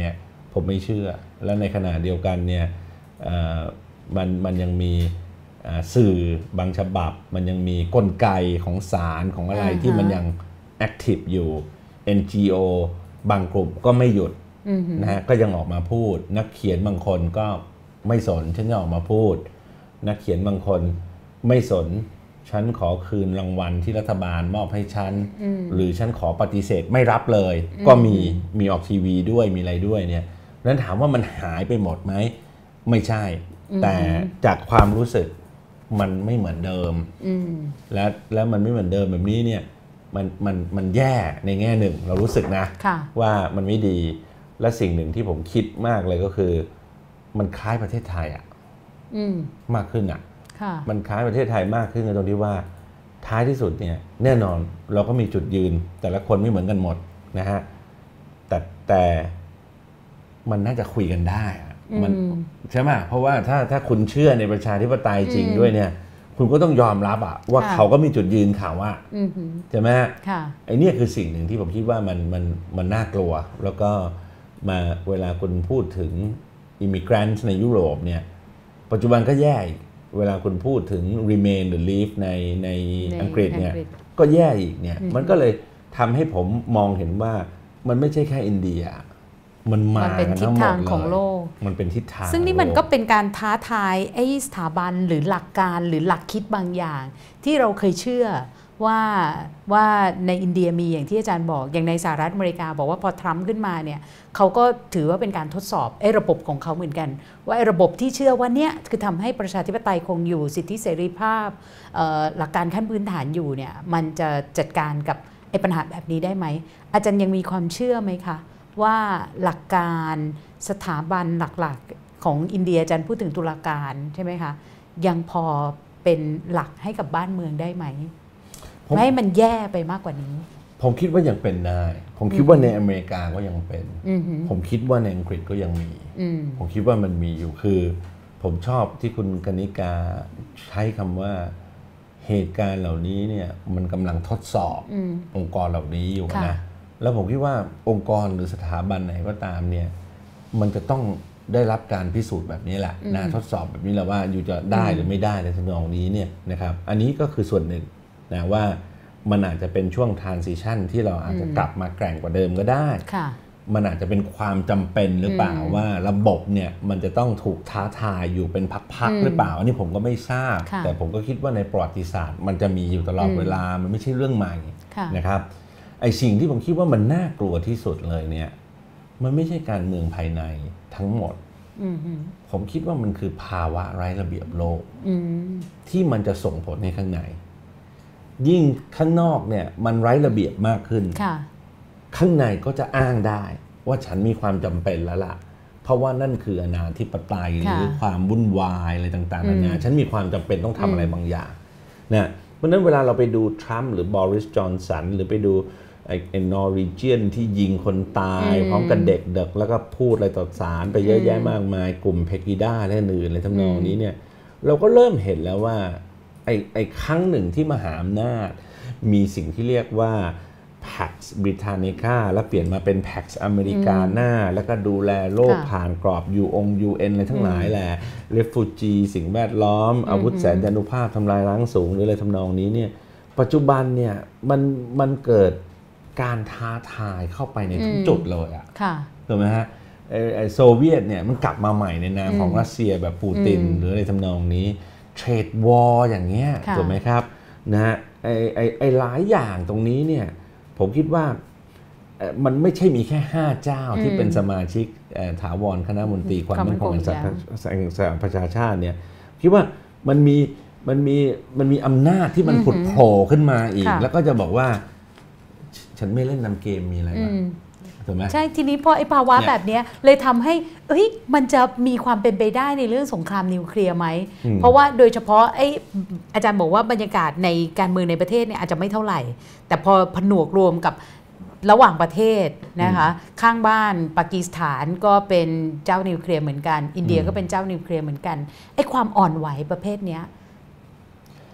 ผมไม่เชื่อและในขณะเดียวกันเนี่ยมันมันยังมีสื่อบางฉบับมันยังมีกลไกของศาลของอะไร uh-huh. ที่มันยังแอคทีฟอยู่ เอ็น จี โอ บางกลุ่มก็ไม่หยุด uh-huh. นะฮะก็ยังออกมาพูดนักเขียนบางคนก็ไม่สนฉันจะออกมาพูดนักเขียนบางคนไม่สนฉันขอคืนรางวัลที่รัฐบาลมอบให้ฉันหรือฉันขอปฏิเสธไม่รับเลยก็มีมีออกทีวีด้วยมีอะไรด้วยเนี่ยนั้นถามว่ามันหายไปหมดไหมไม่ใช่แต่จากความรู้สึกมันไม่เหมือนเดิมและแล้วมันไม่เหมือนเดิมแบบนี้เนี่ยมันมันมันแย่ในแง่หนึ่งเรารู้สึกนะว่ามันไม่ดีและสิ่งหนึ่งที่ผมคิดมากเลยก็คือมันคล้ายประเทศไทยอะมากขึ้นอะมันคล้ายประเทศไทยมากขึ้นในตรงที่ว่าท้ายที่สุดเนี่ยแน่นอนเราก็มีจุดยืนแต่ละคนไม่เหมือนกันหมดนะฮะแต่แต่มันน่าจะคุยกันได้มันใช่ไหมเพราะว่าถ้าถ้าคุณเชื่อในประชาธิปไตยจริงด้วยเนี่ยคุณก็ต้องยอมรับอะว่าเขาก็มีจุดยืนเขาว่าใช่ไหมไอ้นี่คือสิ่งหนึ่งที่ผมคิดว่ามันมันมันน่ากลัวแล้วก็มาเวลาคุณพูดถึงอิมิเกรนต์ในยุโรปเนี่ยปัจจุบันก็แย่เวลาคุณพูดถึง remain หรือ leave ในในอังกฤษเนี่ยก็แย่อีกเนี่ยมันก็เลยทำให้ผมมองเห็นว่ามันไม่ใช่แค่อินเดียมันมาเป็นทิศทางของโลกมันเป็นทิศทางซึ่งนี่มันก็เป็นการท้าทายไอ้สถาบันหรือหลักการหรือหลักคิดบางอย่างที่เราเคยเชื่อว่าว่าในอินเดียมีอย่างที่อาจารย์บอกอย่างในสหรัฐอเมริกาบอกว่าพอทรัมป์ขึ้นมาเนี่ยเขาก็ถือว่าเป็นการทดสอบไอ้ระบบของเขาเหมือนกันว่าไอ้ระบบที่เชื่อว่าเนี่ยคือทำให้ประชาธิปไตยคงอยู่สิทธิเสรีภาพหลักการขั้นพื้นฐานอยู่เนี่ยมันจะจัดการกับไอ้ปัญหาแบบนี้ได้ไหมอาจารย์ยังมีความเชื่อไหมคะว่าหลักการสถาบันหลักๆของอินเดียอาจารย์พูดถึงตุลาการใช่ไหมคะยังพอเป็นหลักให้กับบ้านเมืองได้ไหมไม่ให้มันแย่ไปมากกว่านี้ผมคิดว่ายังเป็นได้ผมคิดว่าในอเมริกาก็ยังเป็นผมคิดว่าในอังกฤษก็ยังมีผมคิดว่ามันมีอยู่คือผมชอบที่คุณกนิกาใช้คำว่าเหตุการณ์เหล่านี้เนี่ยมันกำลังทดสอบองค์กรเหล่านี้อยู่นะแล้วผมคิดว่าองค์กรหรือสถาบันไหนก็ตามเนี่ยมันจะต้องได้รับการพิสูจน์แบบนี้แหละนะทดสอบแบบนี้แหละว่าอยู่จะได้หรือไม่ได้ในทำนองนี้เนี่ยนะครับอันนี้ก็คือส่วนหนึ่งนะว่ามันอาจจะเป็นช่วง transition ที่เราอาจจะกลับมาแกร่งกว่าเดิมก็ได้มันอาจจะเป็นความจำเป็นหรือเปล่าว่าระบบเนี่ยมันจะต้องถูกท้าทายอยู่เป็นพักๆหรือเปล่าอันนี้ผมก็ไม่ทราบแต่ผมก็คิดว่าในประวัติศาสตร์มันจะมีอยู่ตลอดเวลามันไม่ใช่เรื่องใหม่นะครับไอ้สิ่งที่ผมคิดว่ามันน่ากลัวที่สุดเลยเนี่ยมันไม่ใช่การเมืองภายในทั้งหมดผมคิดว่ามันคือภาวะไร้ระเบียบโลกที่มันจะส่งผลในข้างในยิ่งข้างนอกเนี่ยมันไร้ระเบียบมากขึ้นข้างในก็จะอ้างได้ว่าฉันมีความจำเป็นแล้วล่ะเพราะว่านั่นคืออนาธิปไตยหรือความวุ่นวายอะไรต่างๆนานาฉันมีความจำเป็นต้องทำอะไรบางอย่างนะเพราะนั้นเวลาเราไปดูทรัมป์หรือบอริสจอนสันหรือไปดูไอ้นอริเจียนที่ยิงคนตายพร้อมกับเด็กเด็กแล้วก็พูดอะไรต่อศาลไปเยอะแยะมากมายกลุ่มเพกิด้าและอื่นอะไรทำนองนี้เนี่ยเราก็เริ่มเห็นแล้วว่าไอ้ไอ้ครั้งหนึ่งที่มหาอำนาจมีสิ่งที่เรียกว่า Pax Britannica แล้วเปลี่ยนมาเป็น Pax Americana แล้วก็ดูแลโลกผ่านกรอบ ยู เอ็น อะไรทั้งหลายแหละ Refugee สิ่งแวดล้อมอาวุธแสนยานุภาพทำลายล้างสูงหรืออะไรทำนองนี้เนี่ยปัจจุบันเนี่ยมันมันเกิดการท้าทายเข้าไปในทุกจุดเลยอ่ะถูกไหมฮะไอ้โซเวียตเนี่ยมันกลับมาใหม่ในนามของรัสเซียแบบปูตินหรืออะไรทำนองนี้เทรดวอร์อย่างเงี้ยถูกไหมครับนะฮะไอ้ไอ้ไอ้หลายอย่างตรงนี้เนี่ยผมคิดว่ามันไม่ใช่มีแค่ห้าเจ้าที่เป็นสมาชิกถาวรคณะมนตรีความมั่นคงแห่งสหประชาชาติเนี่ยคิดว่ามันมีมันมีมันมีอำนาจที่มันผุดโผล่ขึ้นมาอีกแล้วก็จะบอกว่าฉันไม่เล่นนำเกมมีอะไรบ้างถูกไหมใช่ทีนี้พอไอ้ภาวะแบบนี้เลยทำให้เอ้ยมันจะมีความเป็นไปได้ในเรื่องสงครามนิวเคลียร์ไหมเพราะว่าโดยเฉพาะไอ้อาจารย์บอกว่าบรรยากาศในการเมืองในประเทศเนี่ยอาจจะไม่เท่าไหร่แต่พอผนวกรวมกับระหว่างประเทศนะคะข้างบ้านปากีสถานก็เป็นเจ้านิวเคลียร์เหมือนกันอินเดียก็เป็นเจ้านิวเคลียร์เหมือนกันไอ้ความอ่อนไหวประเภทเนี้ย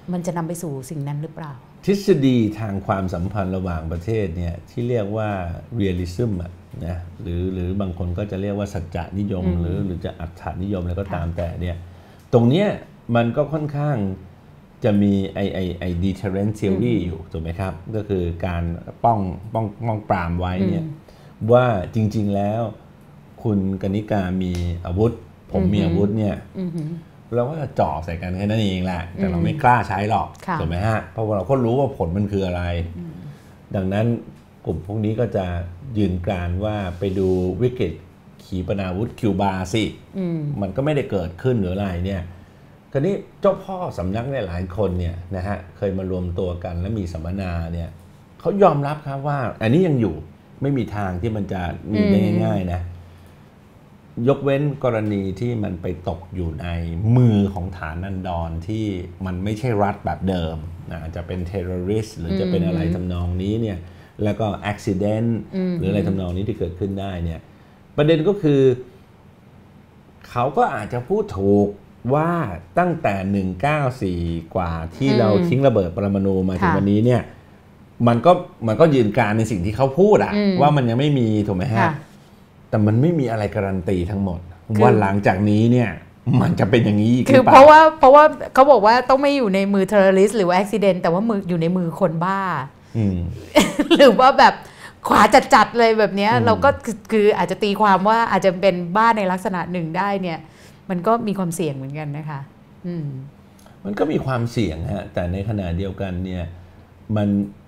มันจะนำไปสู่สิ่งนั้นหรือเปล่าทฤษฎีทางความสัมพันธ์ระหว่างประเทศเนี่ยที่เรียกว่า realism อ่ะนะหรือหรือบางคนก็จะเรียกว่าสัจจนิยมหรือหรือจะอัตถนิยมอะไรก็ตามแต่เนี่ยตรงเนี้ยมันก็ค่อนข้างจะมีไอไอไอ deterrent theory อยู่ถูกไหมครับก็คือการป้องป้องป้องปรามไว้เนี่ยว่าจริงๆแล้วคุณกนิกามีอาวุธผมมีอาวุธเนี่ยเราก็จะจ่อใส่กันแค่นั้นเองแหละแต่เราไม่กล้าใช้หรอกถูกไหมฮะเพราะว่าเราก็รู้ว่าผลมันคืออะไรดังนั้นกลุ่มพวกนี้ก็จะยืนกรานว่าไปดูวิกฤตขีปนาวุธคิวบาสิมันก็ไม่ได้เกิดขึ้นหรืออะไรเนี่ยคราวนี้เจ้าพ่อสำนักเนี่ยหลายคนเนี่ยนะฮะเคยมารวมตัวกันและมีสัมมนาเนี่ยเขายอมรับครับว่าอันนี้ยังอยู่ไม่มีทางที่มันจะมีได้ง่ายๆนะยกเว้นกรณีที่มันไปตกอยู่ในมือของฐานันดรที่มันไม่ใช่รัฐแบบเดิมนะจะเป็นเทอร์ริสต์หรือจะเป็นอะไรทำนองนี้เนี่ยแล้วก็อุบิเหตุหรืออะไรทำนองนี้ที่เกิดขึ้นได้เนี่ยประเด็นก็คือเขาก็อาจจะพูดถูกว่าตั้งแต่หนึ่งเก้าสี่กว่าที่เราทิ้งระเบิดปรมาณูมาถึงวันนี้เนี่ยมันก็มันก็ยืนการในสิ่งที่เขาพูดอะว่ามันยังไม่มีถูกไหมฮะแต่มันไม่มีอะไรการันตีทั้งหมดว่าหลังจากนี้เนี่ยมันจะเป็นอย่างนี้อีกหรือเปล่าคือเพราะว่าเพราะว่าเขาบอกว่าต้องไม่อยู่ในมือเทอร์ริสต์หรือว่าอุบิเหตุแต่ว่ามืออยู่ในมือคนบ้าหรือว่าแบบขวาจัดๆเลยแบบนี้เราก็คืออาจจะตีความว่าอาจจะเป็นบ้าในลักษณะหนึ่งได้เนี่ยมันก็มีความเสี่ยงเหมือนกันนะคะอืมมันก็มีความเสี่ยงฮะแต่ในขณะเดียวกันเนี่ยมัน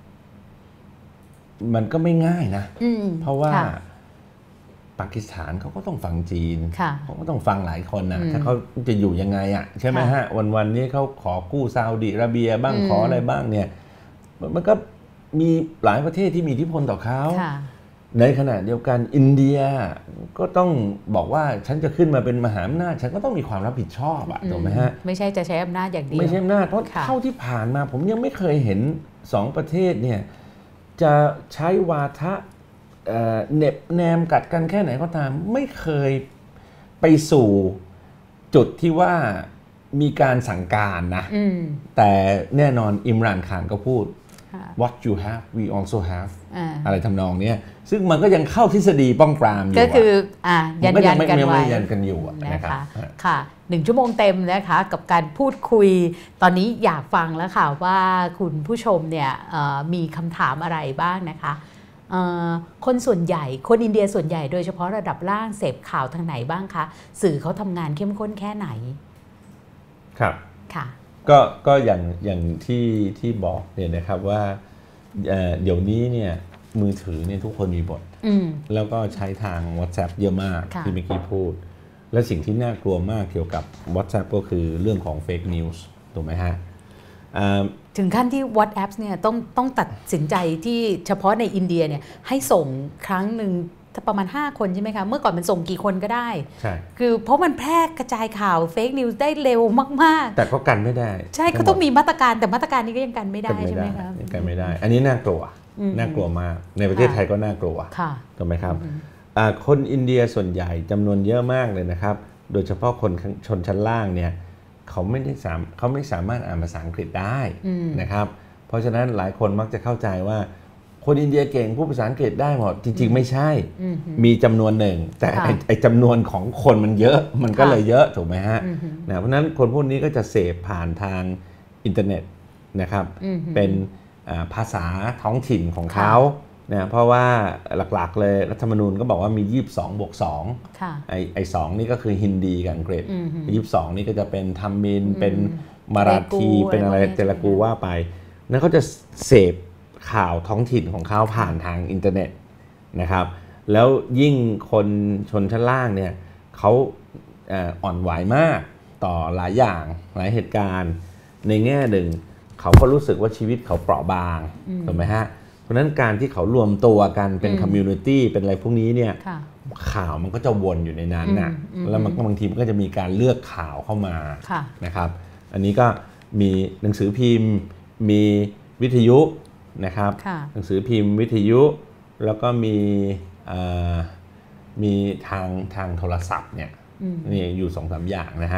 มันก็ไม่ง่ายนะเพราะว่าปากีสถานเขาก็ต้องฟังจีนเขาก็ต้องฟังหลายคนนะถ้าเขาจะอยู่ยังไงอ่ะใช่ไหมฮะวันๆนี้เขาขอกู้ซาอุดิอาระเบียบ้างขออะไรบ้างเนี่ยมันก็มีหลายประเทศที่มีอิทธิพลต่อเขาในขณะเดียวกันอินเดียก็ต้องบอกว่าฉันจะขึ้นมาเป็นมหาอำนาจฉันก็ต้องมีความรับผิดชอบอะถูกไหมฮะไม่ใช่จะใช้อำนาจอย่างเดียวไม่ใช่อำนาจเพราะเท่าที่ผ่านมาผมยังไม่เคยเห็นสองประเทศเนี่ยจะใช้วาทะเน็บแนมกัดกันแค่ไหนก็ตามไม่เคยไปสู่จุดที่ว่ามีการสั่งการนะแต่แน่นอนอิมรานข่านก็พูด what you have we also have อะไรทำนองนี้ซึ่งมันก็ยังเข้าทฤษฎีป้องปรามอยู่ก็คืออ่ะยันยันกันไว้ยันกันอยู่นะครับค่ะหนึ่งชั่วโมงเต็มนะคะกับการพูดคุยตอนนี้อยากฟังแล้วค่ะว่าคุณผู้ชมเนี่ยมีคำถามอะไรบ้างนะคะคนส่วนใหญ่คนอินเดียส่วนใหญ่โดยเฉพาะระดับล่างเสพข่าวทางไหนบ้างคะสื่อเขาทำงานเข้มข้นแค่ไหนครับค่ะก็ก็อย่างอย่างที่ที่บอกเนี่ยนะครับว่าเดี๋ยวนี้เนี่ยมือถือเนี่ยทุกคนมีบทแล้วก็ใช้ทาง WhatsApp เยอะมากที่เมื่อกี้พูดและสิ่งที่น่ากลัวมากเกี่ยวกับ WhatsApp ก็คือเรื่องของ Fake News ถูกไหมฮะถึงขั้นที่ WhatsApp เนี่ยต้องต้องตัดสินใจที่เฉพาะในอินเดียเนี่ยให้ส่งครั้งหนึ่งประมาณห้าคนใช่ไหมคะเมื่อก่อนมันส่งกี่คนก็ได้ใช่คือเพราะมันแพร่กระจายข่าวเฟกนิวส์ได้เร็วมากๆแต่ก็กันไม่ได้ใช่เขาต้องมีมาตรการแต่มาตรการนี้ก็ยังกันไม่ได้ใช่ไหมคะกันไม่ได้อันนี้น่ากลัวน่ากลัวมากในประเทศไทยก็น่ากลัวถูกไหมครับคนอินเดียส่วนใหญ่จำนวนเยอะมากเลยนะครับโดยเฉพาะคนชนชั้นล่างเนี่ยเขาไม่ได้สามเขาไม่สามารถอ่านภาษาอังกฤษได้นะครับเพราะฉะนั้นหลายคนมักจะเข้าใจว่าคนอินเดียเก่งพูดภาษาอังกฤษได้หมดจริงๆไม่ใช่มีจำนวนหนึ่งแต่ไอ้จำนวนของคนมันเยอะมันก็เลยเยอะถูกไหมฮะนะเพราะฉะนั้นคนพวกนี้ก็จะเสพผ่านทางอินเทอร์เน็ตนะครับเป็นภาษาท้องถิ่นของเขานะเพราะว่าหลักๆเลยรัฐธรรมนูญก็บอกว่ามียี่สิบสองบวกสองไอ้ไอ้สองนี่ก็คือฮินดีกับอังกฤษยี่สิบสองนี่ก็จะเป็นทัมมินเป็นมาราทีเป็นอะไรเตลูกูว่าไปนั้นเขาจะเสพข่าวท้องถิ่นของเขาผ่านทางอินเทอร์เน็ตนะครับแล้วยิ่งคนชนชั้นล่างเนี่ยเขาอ่อนไหวมากต่อหลายอย่างหลายเหตุการณ์ในแง่หนึ่งเขาก็รู้สึกว่าชีวิตเขาเปราะบางถูกไหมฮะเพราะฉะนั้นการที่เขารวมตัวกันเป็นคอมมูนิตี้เป็นอะไรพวกนี้เนี่ยข่าวมันก็จะวนอยู่ในนั้นน่ะแล้วมันก็บางทีมันก็จะมีการเลือกข่าวเข้ามานะครับอันนี้ก็มีหนังสือพิมพ์มีวิทยุนะครับหนังสือพิมพ์วิทยุแล้วก็มีมีทางทางโทรศัพท์เนี่ยนี่อยู่สองสามอย่างนะฮะ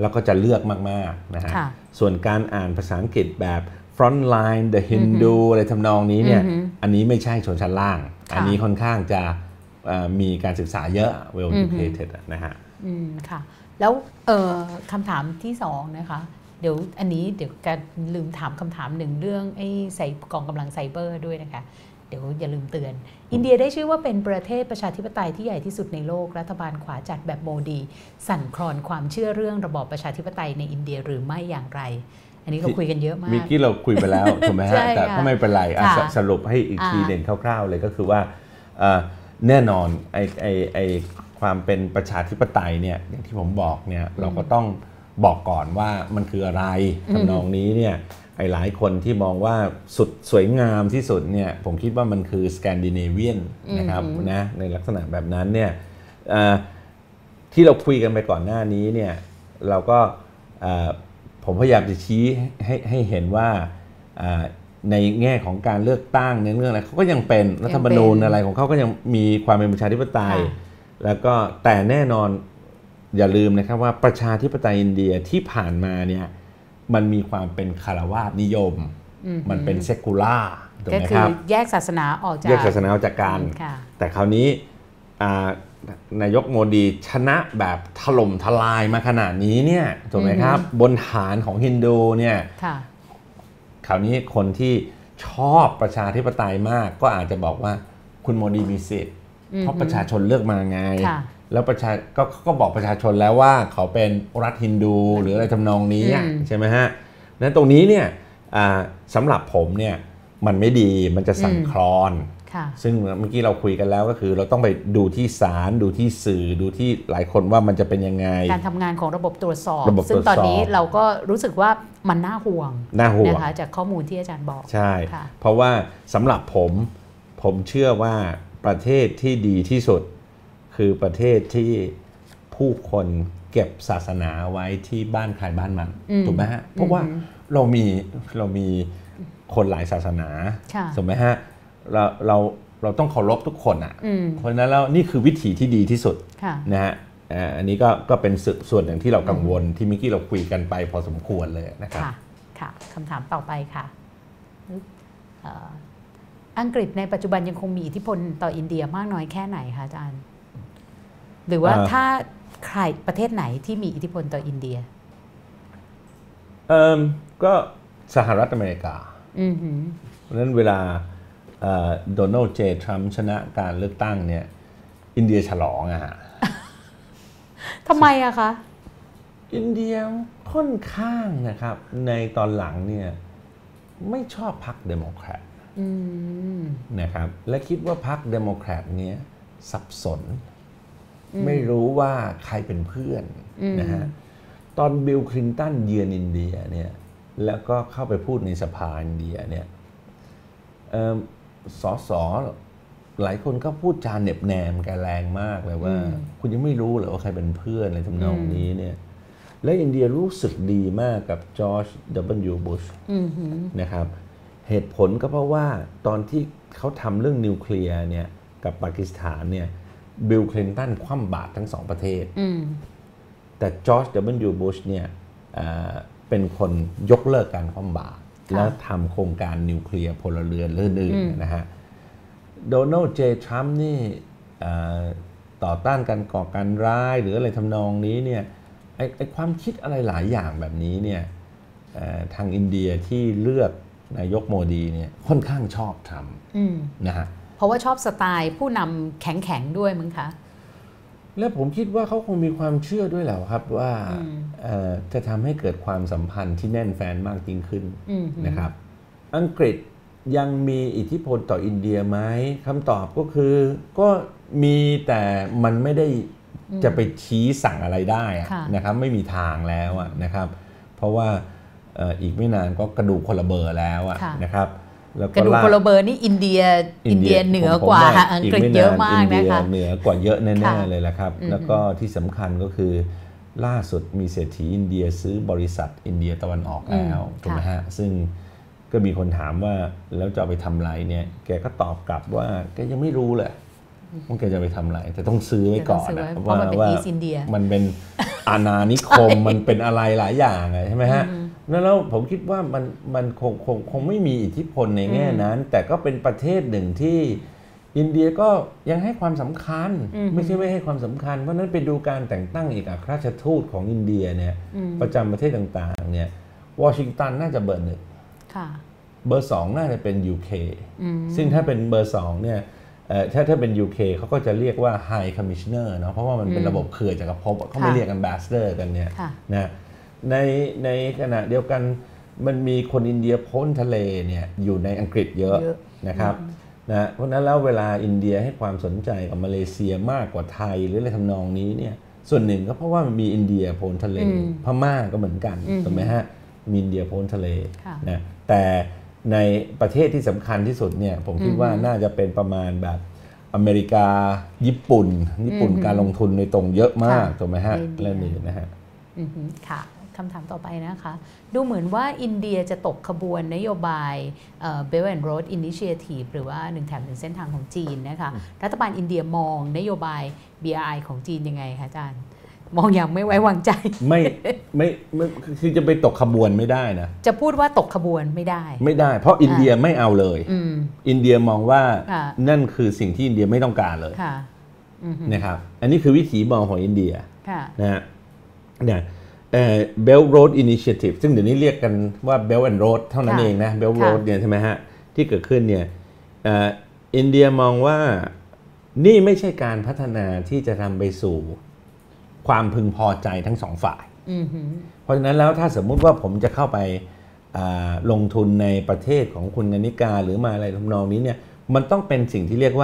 แล้วก็จะเลือกมากๆนะฮะส่วนการอ่านภาษาอังกฤษแบบ Frontline The Hindu อะไรทำนองนี้เนี่ยอันนี้ไม่ใช่ชนชั้นล่างอันนี้ค่อนข้างจะมีการศึกษาเยอะ well educated นะฮะอืมค่ะแล้วคำถามที่สองนะคะเดี๋ยวอันนี้เดี๋ยวการลืมถามคำถามหนึ่งเรื่องไอ้ใส่กองกำลังไซเบอร์ด้วยนะคะเดี๋ยวอย่าลืมเตือนอินเดียได้ชื่อว่าเป็นประเทศประชาธิปไตยที่ใหญ่ที่สุดในโลกรัฐบาลขวาจัดแบบโมดีสั่นคลอนความเชื่อเรื่องระบอบประชาธิปไตยในอินเดียหรือไม่อย่างไรอันนี้เราคุยกันเยอะมากมีที่เราคุยไปแล้วถูกไหมฮะแต่ก็ไม่เป็นไรสรุปให้อีกทีเด่นคร่าวๆเลยก็คือว่าแน่นอนไอ้ไอ้ไอ้ความเป็นประชาธิปไตยเนี่ยอย่างที่ผมบอกเนี่ยเราก็ต้องบอกก่อนว่ามันคืออะไรทำนองนี้เนี่ยไอ้หลายคนที่มองว่าสุดสวยงามที่สุดเนี่ยผมคิดว่ามันคือสแกนดิเนเวียนนะครับนะในลักษณะแบบนั้นเนี่ยที่เราคุยกันไปก่อนหน้านี้เนี่ยเราก็ผมพยายามจะชี้ให้ให้เห็นว่าในแง่ของการเลือกตั้งในเรื่องอะไรเขาก็ยังเป็นรัฐธรรมนูญอะไรของเขาก็ยังมีความเป็นประชาธิปไตยแล้วก็แต่แน่นอนอย่าลืมนะครับว่าประชาธิปไตยอินเดียที่ผ่านมาเนี่ยมันมีความเป็นคารวาสนิยมมันเป็นเซคูล่าถูกไหมครับก็คือแยกศาสนาออกจากแยกศาสนาออกจากกันแต่คราวนี้นายกโมดีชนะแบบถล่มทลายมาขนาดนี้เนี่ยถูกไหมครับบนฐานของฮินดูเนี่ยคราวนี้คนที่ชอบประชาธิปไตยมากก็อาจจะบอกว่าคุณโมดีมีสิทธิ์เพราะประชาชนเลือกมาไงแล้วประชาก็ก็บอกประชาชนแล้วว่าเขาเป็นรัฐฮินดูหรืออะไรทำนองนี้ใช่ไหมฮะนั้นตรงนี้เนี่ยสำหรับผมเนี่ยมันไม่ดีมันจะสั่นคลอนซึ่งเมื่อกี้เราคุยกันแล้วก็คือเราต้องไปดูที่ศาลดูที่สื่อดูที่หลายคนว่ามันจะเป็นยังไงการทำงานของระบบตรวจสอบซึ่งตอนนี้เราก็รู้สึกว่ามันน่าห่วงน่าห่วงนะคะจากข้อมูลที่อาจารย์บอกใช่เพราะว่าสำหรับผมผมเชื่อว่าประเทศที่ดีที่สุดคือประเทศที่ผู้คนเก็บศาสนาไว้ที่บ้านใครบ้านมันถูกไหมฮะเพราะว่าเรามีเรามีคนหลายศาสนาถูกไหมฮะเราเราเราต้องเคารพทุกคนอ่ะเพราะฉะนั้นแล้วนี่คือวิถีที่ดีที่สุดนะฮะอันนี้ก็ก็เป็นส่วนหนึ่งที่เรากังวลที่เมื่อกี้เราคุยกันไปพอสมควรเลยนะครับค่ะคำถามต่อไปค่ะอังกฤษในปัจจุบันยังคงมีอิทธิพลต่ออินเดียมากน้อยแค่ไหนคะอาจารย์หรือว่าถ้าใครประเทศไหนที่มีอิทธิพลต่ออินเดียเอ่อก็สหรัฐอเมริกาเพราะฉะนั้นเวลาโดนัลด์เจทรัมป์ชนะการเลือกตั้งเนี่ยอินเดียฉลองอะฮะทำไมอะคะอินเดียค่อนข้างนะครับในตอนหลังเนี่ยไม่ชอบพรรคเดโมแครตนะครับและคิดว่าพรรคเดโมแครตเนี่ยสับสนไม่รู้ว่าใครเป็นเพื่อนนะฮะตอนบิลคลินตันเยือนอินเดียเนี่ยแล้วก็เข้าไปพูดในสภาอินเดียเนี่ยสสหลายคนก็พูดจาเหน็บแนมแกแรงมากเลยว่าคุณยังไม่รู้เหรอว่าใครเป็นเพื่อนอะไรทำนองนี้เนี่ยและอินเดียรู้สึกดีมากกับจอร์จ ดับเบิลยู บุชนะครับเหตุผลก็เพราะว่าตอนที่เขาทำเรื่องนิวเคลียร์เนี่ยกับปากีสถานเนี่ยบิลคลินตันคว่ำบาตรทั้งสองประเทศแต่จอร์จ ดับเบิลยู บุชเนี่ยเป็นคนยกเลิกการคว่ำบาตรแล้วทำโครงการนิวเคลียร์พลเรือนอื่นๆนะฮะโดนัลด์เจทรัมป์นี่ต่อต้านการก่อการร้ายหรืออะไรทำนองนี้เนี่ยไอ้ไอ้ความคิดอะไรหลายอย่างแบบนี้เนี่ยทางอินเดียที่เลือกนายกโมดีเนี่ยค่อนข้างชอบทำนะฮะเพราะว่าชอบสไตล์ผู้นำแข็งๆด้วยมั้งคะและผมคิดว่าเขาคงมีความเชื่อด้วยแหละครับว่าจะทำให้เกิดความสัมพันธ์ที่แน่นแฟ้นมากยิ่งขึ้นนะครับอังกฤษยังมีอิทธิพลต่ออินเดียไหมคำตอบก็คือก็มีแต่มันไม่ได้จะไปชี้สั่งอะไรได้นะครับไม่มีทางแล้วนะครับเพราะว่าอีกไม่นานก็กระดูกคนละเบอร์แล้วนะครับกระดูกคนละเบอร์นี่อินเดียอินเดียเหนือกว่าอังกฤษเยอะมากนะคะเหนือกว่าเยอะแน่ๆเลยแหละครับแล้วก็ที่สำคัญก็คือล่าสุดมีเศรษฐีอินเดียซื้อบริษัทอินเดียตะวันออกแล้วถูกไหมฮะซึ่งก็มีคนถามว่าแล้วจะเอาไปทำอะไรเนี่ยแกก็ตอบกลับว่าแกยังไม่รู้เลยมันแกจะไปทำอะไรแต่ต้องซื้อไว้ก่อนนะเพราะมันเป็นอีสต์อินเดียมันเป็นอาณานิคม มันเป็นอะไรหลายอย่างใช่ไหมฮะแล้วผมคิดว่ามันมันคงคงคงไม่มีอิทธิพลในแง่นั้นแต่ก็เป็นประเทศหนึ่งที่อินเดียก็ยังให้ความสำคัญไม่ใช่ไม่ให้ความสำคัญเพราะนั้นไปดูการแต่งตั้งเอกอัครราชทูตของอินเดียเนี่ยประจำประเทศต่างๆเนี่ยวอชิงตันน่าจะเบอร์หนึ่งเบอร์สองน่าจะเป็น ยู เค ซึ่งถ้าเป็นเบอร์สองเนี่ยถ้าถ้าเป็น ยู เค เขาก็จะเรียกว่า High Commissioner เนาะเพราะว่ามันเป็นระบบเครือจักรภพเขาไม่เรียก Ambassador กันเนี่ยนะในในขณะเดียวกันมันมีคนอินเดียพ้นทะเลเนี่ยอยู่ในอังกฤษเยอะนะครับนะเพราะนั้นแล้วเวลาอินเดียให้ความสนใจกับมาเลเซียมากกว่าไทยหรืออะไรทำนองนี้เนี่ยส่วนหนึ่งก็เพราะว่ามันมีอินเดียพ้นทะเลพม่าก็เหมือนกันถูกไหมฮะมีอินเดียพ้นทะเลนะแต่ในประเทศที่สำคัญที่สุดเนี่ยผมคิดว่าน่าจะเป็นประมาณแบบอเมริกาญี่ปุ่นญี่ปุ่นการลงทุนในตรงเยอะมากถูกไหมฮะเรื่องนี้นะฮะค่ะคำถามต่อไปนะคะดูเหมือนว่าอินเดียจะตกขบวนนโยบาย Belt and Road Initiative หรือว่าหนึ่งแถมหนึ่งเส้นทางของจีนนะคะรัฐบาลอินเดียมองนโยบาย บี อาร์ ไอ ของจีนยังไงคะอาจารย์มองอย่างไม่ไว้วางใจไม่ไม่ไม่คือจะไปตกขบวนไม่ได้นะจะพูดว่าตกขบวนไม่ได้ไม่ได้เพราะอินเดียไม่เอาเลยอินเดียมองว่านั่นคือสิ่งที่อินเดียไม่ต้องการเลยนะครับอันนี้คือวิถีมองของอินเดียนะฮะเนี่ย Belt Road Initiative ซึ่งเดี๋ยวนี้เรียกกันว่า Belt and Road เท่านั้นเองนะ Belt Road เนี่ยใช่ไหมฮะที่เกิดขึ้นเนี่ยอินเดียมองว่านี่ไม่ใช่การพัฒนาที่จะทำไปสู่ความพึงพอใจทั้งสองฝ่ายเพราะฉะนั้นแล้วถ้าสมมุติว่าผมจะเข้าไปลงทุนในประเทศของคุณกนิกาหรือมาอะไรทำนองนี้เนี่ยมันต้องเป็นสิ่งที่เรียกว่า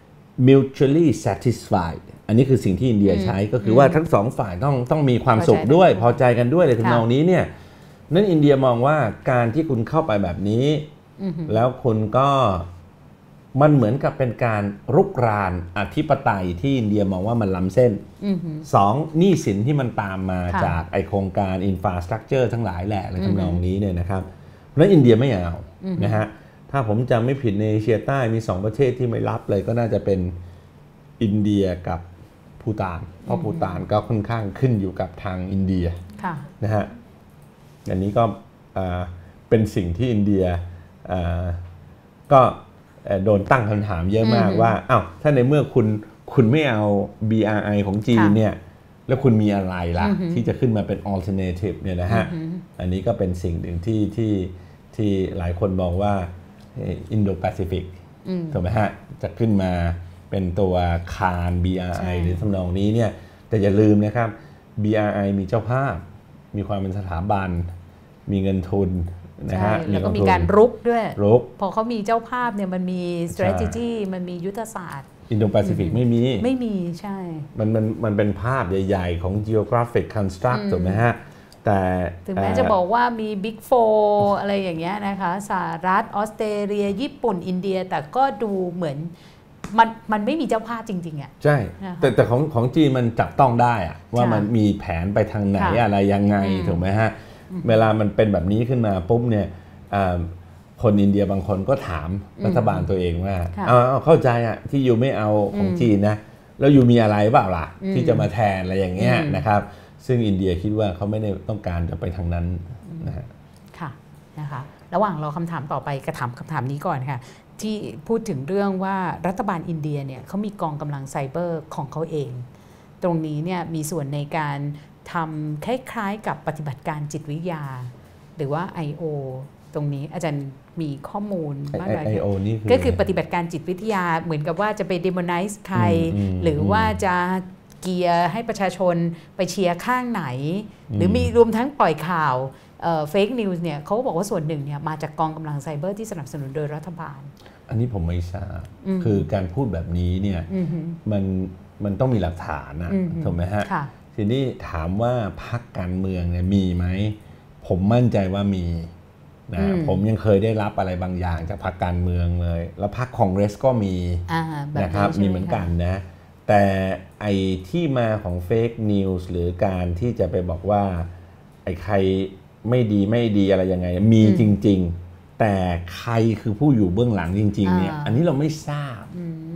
mutually satisfied อันนี้คือสิ่งที่อินเดียใช้ก็คือว่าทั้งสองฝ่ายต้องต้องมีความสุขด้วยพอใจกันด้วยในทำนองนี้เนี่ยนั้นอินเดียมองว่าการที่คุณเข้าไปแบบนี้แล้วคุณก็มันเหมือนกับเป็นการรุกรานอธิปไตยที่อินเดียมองว่ามันล้ำเส้นสองหนี้สินที่มันตามมาจากไอโครงการอินฟราสตรัคเจอร์ทั้งหลายแหละในทำนองนี้เนี่ยนะครับเพราะอินเดียไม่เอานะฮะถ้าผมจำไม่ผิดในเอเชียใต้มีสองประเทศที่ไม่รับเลยก็น่าจะเป็นอินเดียกับภูฏานเพราะภูฏานก็ค่อนข้างขึ้นอยู่กับทางอินเดียนะฮะอันนี้ก็เป็นสิ่งที่อินเดียก็โดนตั้งคำถามเยอะมากว่าอ้าวถ้าในเมื่อคุณคุณไม่เอา บี อาร์ ไอ ของจีนเนี่ยแล้วคุณมีอะไรล่ะที่จะขึ้นมาเป็น alternative เนี่ยนะฮะอันนี้ก็เป็นสิ่งหนึ่งที่ที่ที่หลายคนมองว่าอินโดแปซิฟิกถูกไหมฮะจะขึ้นมาเป็นตัวคาน บี อาร์ ไอ หรือทำนองนี้เนี่ยแต่อย่าลืมนะครับ บี อาร์ ไอ มีเจ้าภาพมีความเป็นสถาบันมีเงินทุนนะฮะแล้วก็มีการรุกด้วยรุกพอเขามีเจ้าภาพเนี่ยมันมี strategy มันมียุทธศาสตร์อินโดแปซิฟิกไม่มีไม่มีใช่มันมันมันเป็นภาพใหญ่ๆของ geographic construct ถูกไหมฮะแต่ถึงแม้จะบอกว่ามี Big Four อะไรอย่างเงี้ยนะคะสหรัฐออสเตรเลียญี่ปุ่นอินเดียแต่ก็ดูเหมือนมันมันไม่มีเจ้าภาพจริงๆอ่ะใช่แต่แต่ของของจีนมันจับต้องได้อะว่ามันมีแผนไปทางไหนอะไรยังไงถูกไหมฮะเวลามันเป็นแบบนี้ขึ้นมาปุ๊บเนี่ยคนอินเดียบางคนก็ถามรัฐบาลตัวเองว่าเอาเข้าใจอ่ะที่ยูไม่เอาของจีนนะแล้วยูมีอะไรเปล่าล่ะที่จะมาแทนอะไรอย่างเงี้ยนะครับซึ่งอินเดียคิดว่าเขาไม่ได้ต้องการจะไปทางนั้นนะฮะค่ะนะคะระหว่างรอคำถามต่อไปกระถามคำถามนี้ก่อนค่ะที่พูดถึงเรื่องว่ารัฐบาลอินเดียเนี่ยเขามีกองกำลังไซเบอร์ของเขาเองตรงนี้เนี่ยมีส่วนในการทำคล้ายๆกับปฏิบัติการจิตวิทยาหรือว่า ไอ โอ ตรงนี้อาจารย์มีข้อมูลมากเลยก็คือปฏิบัติการจิตวิทยาเหมือนกับว่าจะไป demonize ใครหรือว่าจะเกียร์ให้ประชาชนไปเชียร์ข้างไหนหรือมีรวมทั้งปล่อยข่าวเฟกนิวส์เนี่ยเขาบอกว่าส่วนหนึ่งเนี่ยมาจากกองกำลังไซเบอร์ที่สนับสนุนโดยรัฐบาลอันนี้ผมไม่ทราบคือการพูดแบบนี้เนี่ยมันมันต้องมีหลักฐานนะถูกไหมฮะทีนี้ถามว่าพรรคการเมืองเนี่ยมีไหมผมมั่นใจว่ามีนะผมยังเคยได้รับอะไรบางอย่างจากพรรคการเมืองเลยแล้วพรรคคองเกรสก็มีนะครับมีเหมือนกันนะแต่ไอ้ที่มาของเฟกนิวส์หรือการที่จะไปบอกว่าไอ้ใครไม่ดีไม่ดีอะไรยังไงมีจริงๆแต่ใครคือผู้อยู่เบื้องหลังจริงๆเนี่ยอันนี้เราไม่ทราบ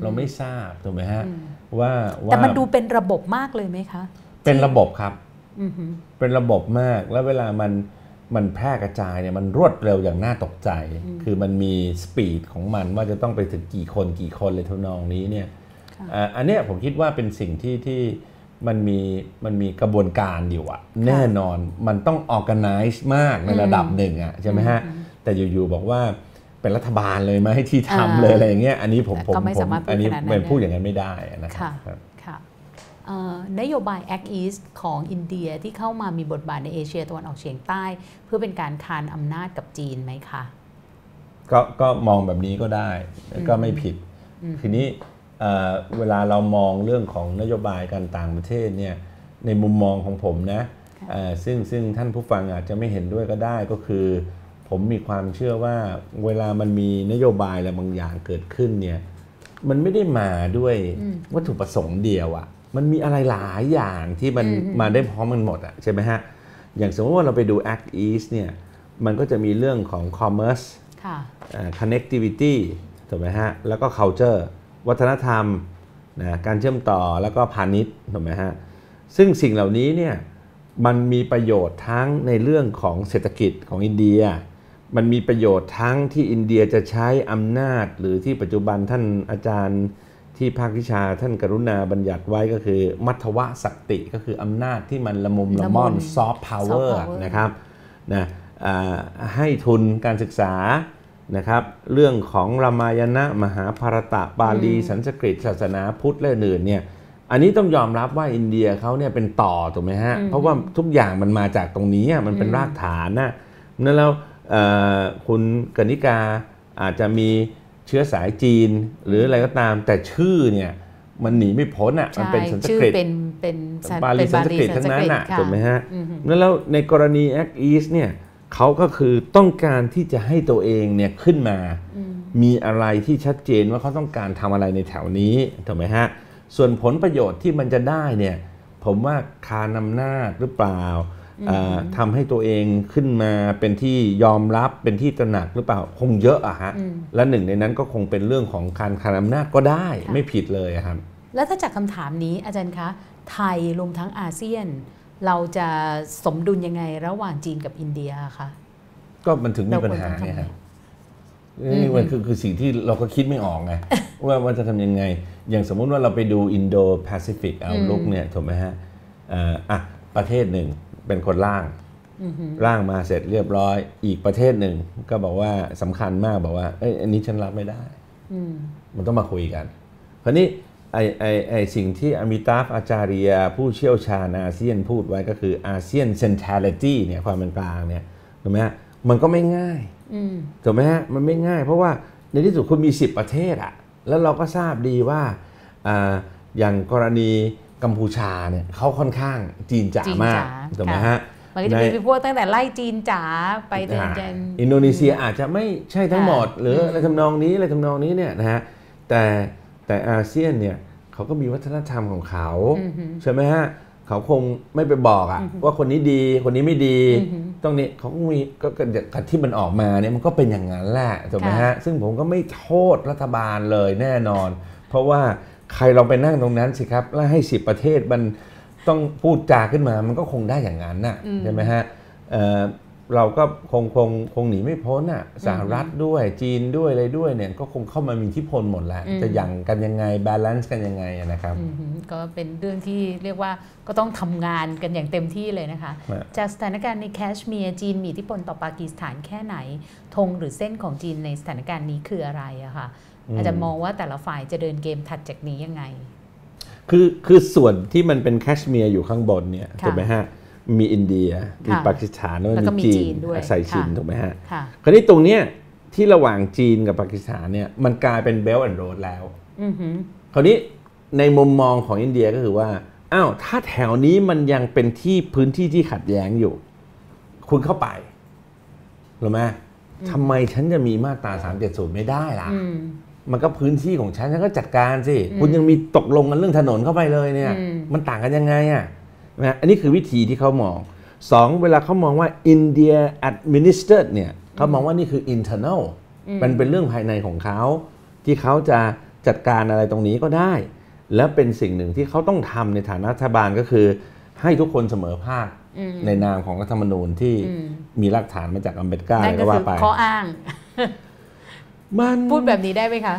เราไม่ทราบถูกไหมฮะว่าแต่มันดูเป็นระบบมากเลยไหมคะเป็นระบบครับเป็นระบบมากแล้วเวลามันมันแพร่กระจายเนี่ยมันรวดเร็วอย่างน่าตกใจคือมันมีสปีดของมันว่าจะต้องไปถึงกี่คนกี่คนเลยทำนองนี้เนี่ยอันเนี้ยผมคิดว่าเป็นสิ่งที่ที่มันมีมันมีกระบวนการอยู่อะแน่นอนมันต้อง organize มากในระดับหนึ่งอะใช่ไหมฮะแต่อยู่ๆบอกว่าเป็นรัฐบาลเลยไหมที่ทำเลยอะไรอย่างเงี้ยอันนี้ผมผมผมอันนี้เป็นพูดอย่างนั้นไม่ได้นะครับนโยบาย Act East ของอินเดียที่เข้ามามีบทบาทในเอเชียตะวันออกเฉียงใต้เพื่อเป็นการคานอำนาจกับจีนไหมคะก็ก็มองแบบนี้ก็ได้ก็ไม่ผิดทีนี้เวลาเรามองเรื่องของนโยบายการต่างประเทศเนี่ยในมุมมองของผมนะซึ่งซึ่งท่านผู้ฟังอาจจะไม่เห็นด้วยก็ได้ก็คือผมมีความเชื่อว่าเวลามันมีนโยบายอะไรบางอย่างเกิดขึ้นเนี่ยมันไม่ได้มาด้วยวัตถุประสงค์เดียวอะมันมีอะไรหลายอย่างที่มันมาได้พร้อมกันหมดอะใช่ไหมฮะอย่างสมมติว่าเราไปดู Act East เนี่ยมันก็จะมีเรื่องของ commerce connectivity ถูกไหมฮะแล้วก็ culture วัฒนธรรมนะการเชื่อมต่อแล้วก็พาณิชย์ถูกไหมฮะซึ่งสิ่งเหล่านี้เนี่ยมันมีประโยชน์ทั้งในเรื่องของเศรษฐกิจของอินเดียมันมีประโยชน์ทั้งที่อินเดียจะใช้อำนาจหรือที่ปัจจุบันท่านอาจารย์ที่ภาควิชาท่านกรุณาบัญญัติไว้ก็คือมัทวสักติก็คืออำนาจที่มันละมุมละม่อนซอฟต์พาวเวอร์นะครับนะให้ทุนการศึกษานะครับเรื่องของรามายณะมหาภารตะบาลีสันสกฤตศาสนาพุทธและอื่นเนี่ยอันนี้ต้องยอมรับว่าอินเดียเขาเนี่ยเป็นต่อถูกไหมฮะเพราะว่าทุกอย่างมันมาจากตรงนี้มันเป็นรากฐานนะนั่นแล้วคุณกนิกาอาจจะมีเชื้อสายจีนหรืออะไรก็ตามแต่ชื่อเนี่ยมันหนีไม่พ้นอ่ะมันเป็นสันสกฤตเป็นเป็นบาลีสันสกฤตทั้งนั้นอ่ะถูกไหมฮะนั่นแล้วในกรณี Act East เนี่ยเขาก็คือต้องการที่จะให้ตัวเองเนี่ยขึ้นมามีอะไรที่ชัดเจนว่าเขาต้องการทำอะไรในแถวนี้ถูกไหมฮะส่วนผลประโยชน์ที่มันจะได้เนี่ยผมว่าคานำนาจหรือเปล่าทำให้ตัวเองขึ้นมาเป็นที่ยอมรับเป็นที่ตระหนักหรือเปล่าคงเยอะอะฮะและหนึ่งในนั้นก็คงเป็นเรื่องของการคานอำนาจก็ได้ไม่ผิดเลยครับแล้วถ้าจากคำถามนี้อาจารย์คะไทยรวมทั้งอาเซียนเราจะสมดุลยังไงระหว่างจีนกับอินเดียคะก็มันถึงมีปัญหาไงครับนี่มันคือคือสิ่งที่เราก็คิดไม่ออกไงว่าว่าจะทำยังไงอย่างสมมุติว่าเราไปดูอินโดแปซิฟิกเอาลุกเนี่ยถูกไหมฮะอ่ะประเทศหนึ่งเป็นคนร่างร่างมาเสร็จเรียบร้อยอีกประเทศหนึ่งก็บอกว่าสำคัญมากบอกว่าเอ้ยอันนี้ฉันรับไม่ได้มันต้องมาคุยกันคราวนี้ไอไอไอสิ่งที่อมิตาฟอาจาริยาผู้เชี่ยวชาญอาเซียนพูดไว้ก็คืออาเซียนเซนทรัลิตี้เนี่ยความเป็นกลางเนี่ยถูกไหมฮะมันก็ไม่ง่ายถูกไหมฮะมันไม่ง่ายเพราะว่าในที่สุดคุณมีสิบประเทศอะแล้วเราก็ทราบดีว่าอ่าอย่างกรณีกัมพูชาเนี่ยเขาค่อนข้างจีนจ๋ามากถูกไหมฮะมันก็จะมีพวกตั้งแต่ไล่จีนจ๋าไปจนอินโดนีเซียอาจจะไม่ใช่ทั้งหมดหรืออะไรทำนองนี้อะไรทำนองนี้เนี่ยนะฮะแต่แต่อาเซียนเนี่ยเขาก็มีวัฒนธรรมของเขาใช่ไหมฮะเขาคงไม่ไปบอกอะว่าคนนี้ดีคนนี้ไม่ดีตรงนี้เขาก็มีก็ที่มันออกมาเนี่ยมันก็เป็นอย่างนั้นแหละถูกไหมฮะซึ่งผมก็ไม่โทษรัฐบาลเลยแน่นอนเพราะว่าใครเราไปนั่งตรงนั้นสิครับแล้วให้สิบประเทศมันต้องพูดจาขึ้นมามันก็คงได้อย่างนั้นน่ะใช่ไหมฮะ เ, เราก็คงคงคงหนีไม่พ้นอ่ะสหรัฐด้วยจีนด้วยอะไรด้วยเนี่ยก็คงเข้ามามีอิทธิพลหมดแล้วจะหยั่งกันยังไงบาลานซ์กันยังไงนะครับก็เป็นเรื่องที่เรียกว่าก็ต้องทำงานกันอย่างเต็มที่เลยนะคะจากสถานการณ์ในแคชเมียร์จีนมีอิทธิพลต่อปากีสถานแค่ไหนธงหรือเส้นของจีนในสถานการณ์นี้คืออะไรอะค่ะอาจจะมองว่าแต่ละฝ่ายจะเดินเกมถัดจากนี้ยังไงคือคือส่วนที่มันเป็นแคชเมียร์อยู่ข้างบนเนี่ยถูกไหมฮะมีอินเดียมีปากีสถานแล้วมีจีนอาศัยจีนถูกไหมฮะคราวนี้ตรงเนี้ยที่ระหว่างจีนกับปากีสถานเนี่ยมันกลายเป็นเบลต์แอนด์โรดแล้วคราวนี้ในมุมมองของอินเดียก็คือว่าอ้าวถ้าแถวนี้มันยังเป็นที่พื้นที่ที่ขัดแย้งอยู่คุณเข้าไปรู้ไหมทำไมฉันจะมีมาตราสามเจ็ดศูนย์ไม่ได้ล่ะมันก็พื้นที่ของฉันฉันก็จัดการสิคุณยังมีตกลงกันเรื่องถนนเข้าไปเลยเนี่ยมันต่างกันยังไงอ่ะนะอันนี้คือวิธีที่เขามองสองเวลาเขามองว่า India administered เนี่ยเขามองว่านี่คือ internal มันเป็นเรื่องภายในของเขาที่เขาจะจัดการอะไรตรงนี้ก็ได้และเป็นสิ่งหนึ่งที่เขาต้องทำในฐานะรัฐบาลก็คือให้ทุกคนเสมอภาคในนามของรัฐธรรมนูญที่มีรากฐานมาจากอัมเบดกานั่นก็คือข้ออ้างมันพูดแบบนี้ได้ไหมคะ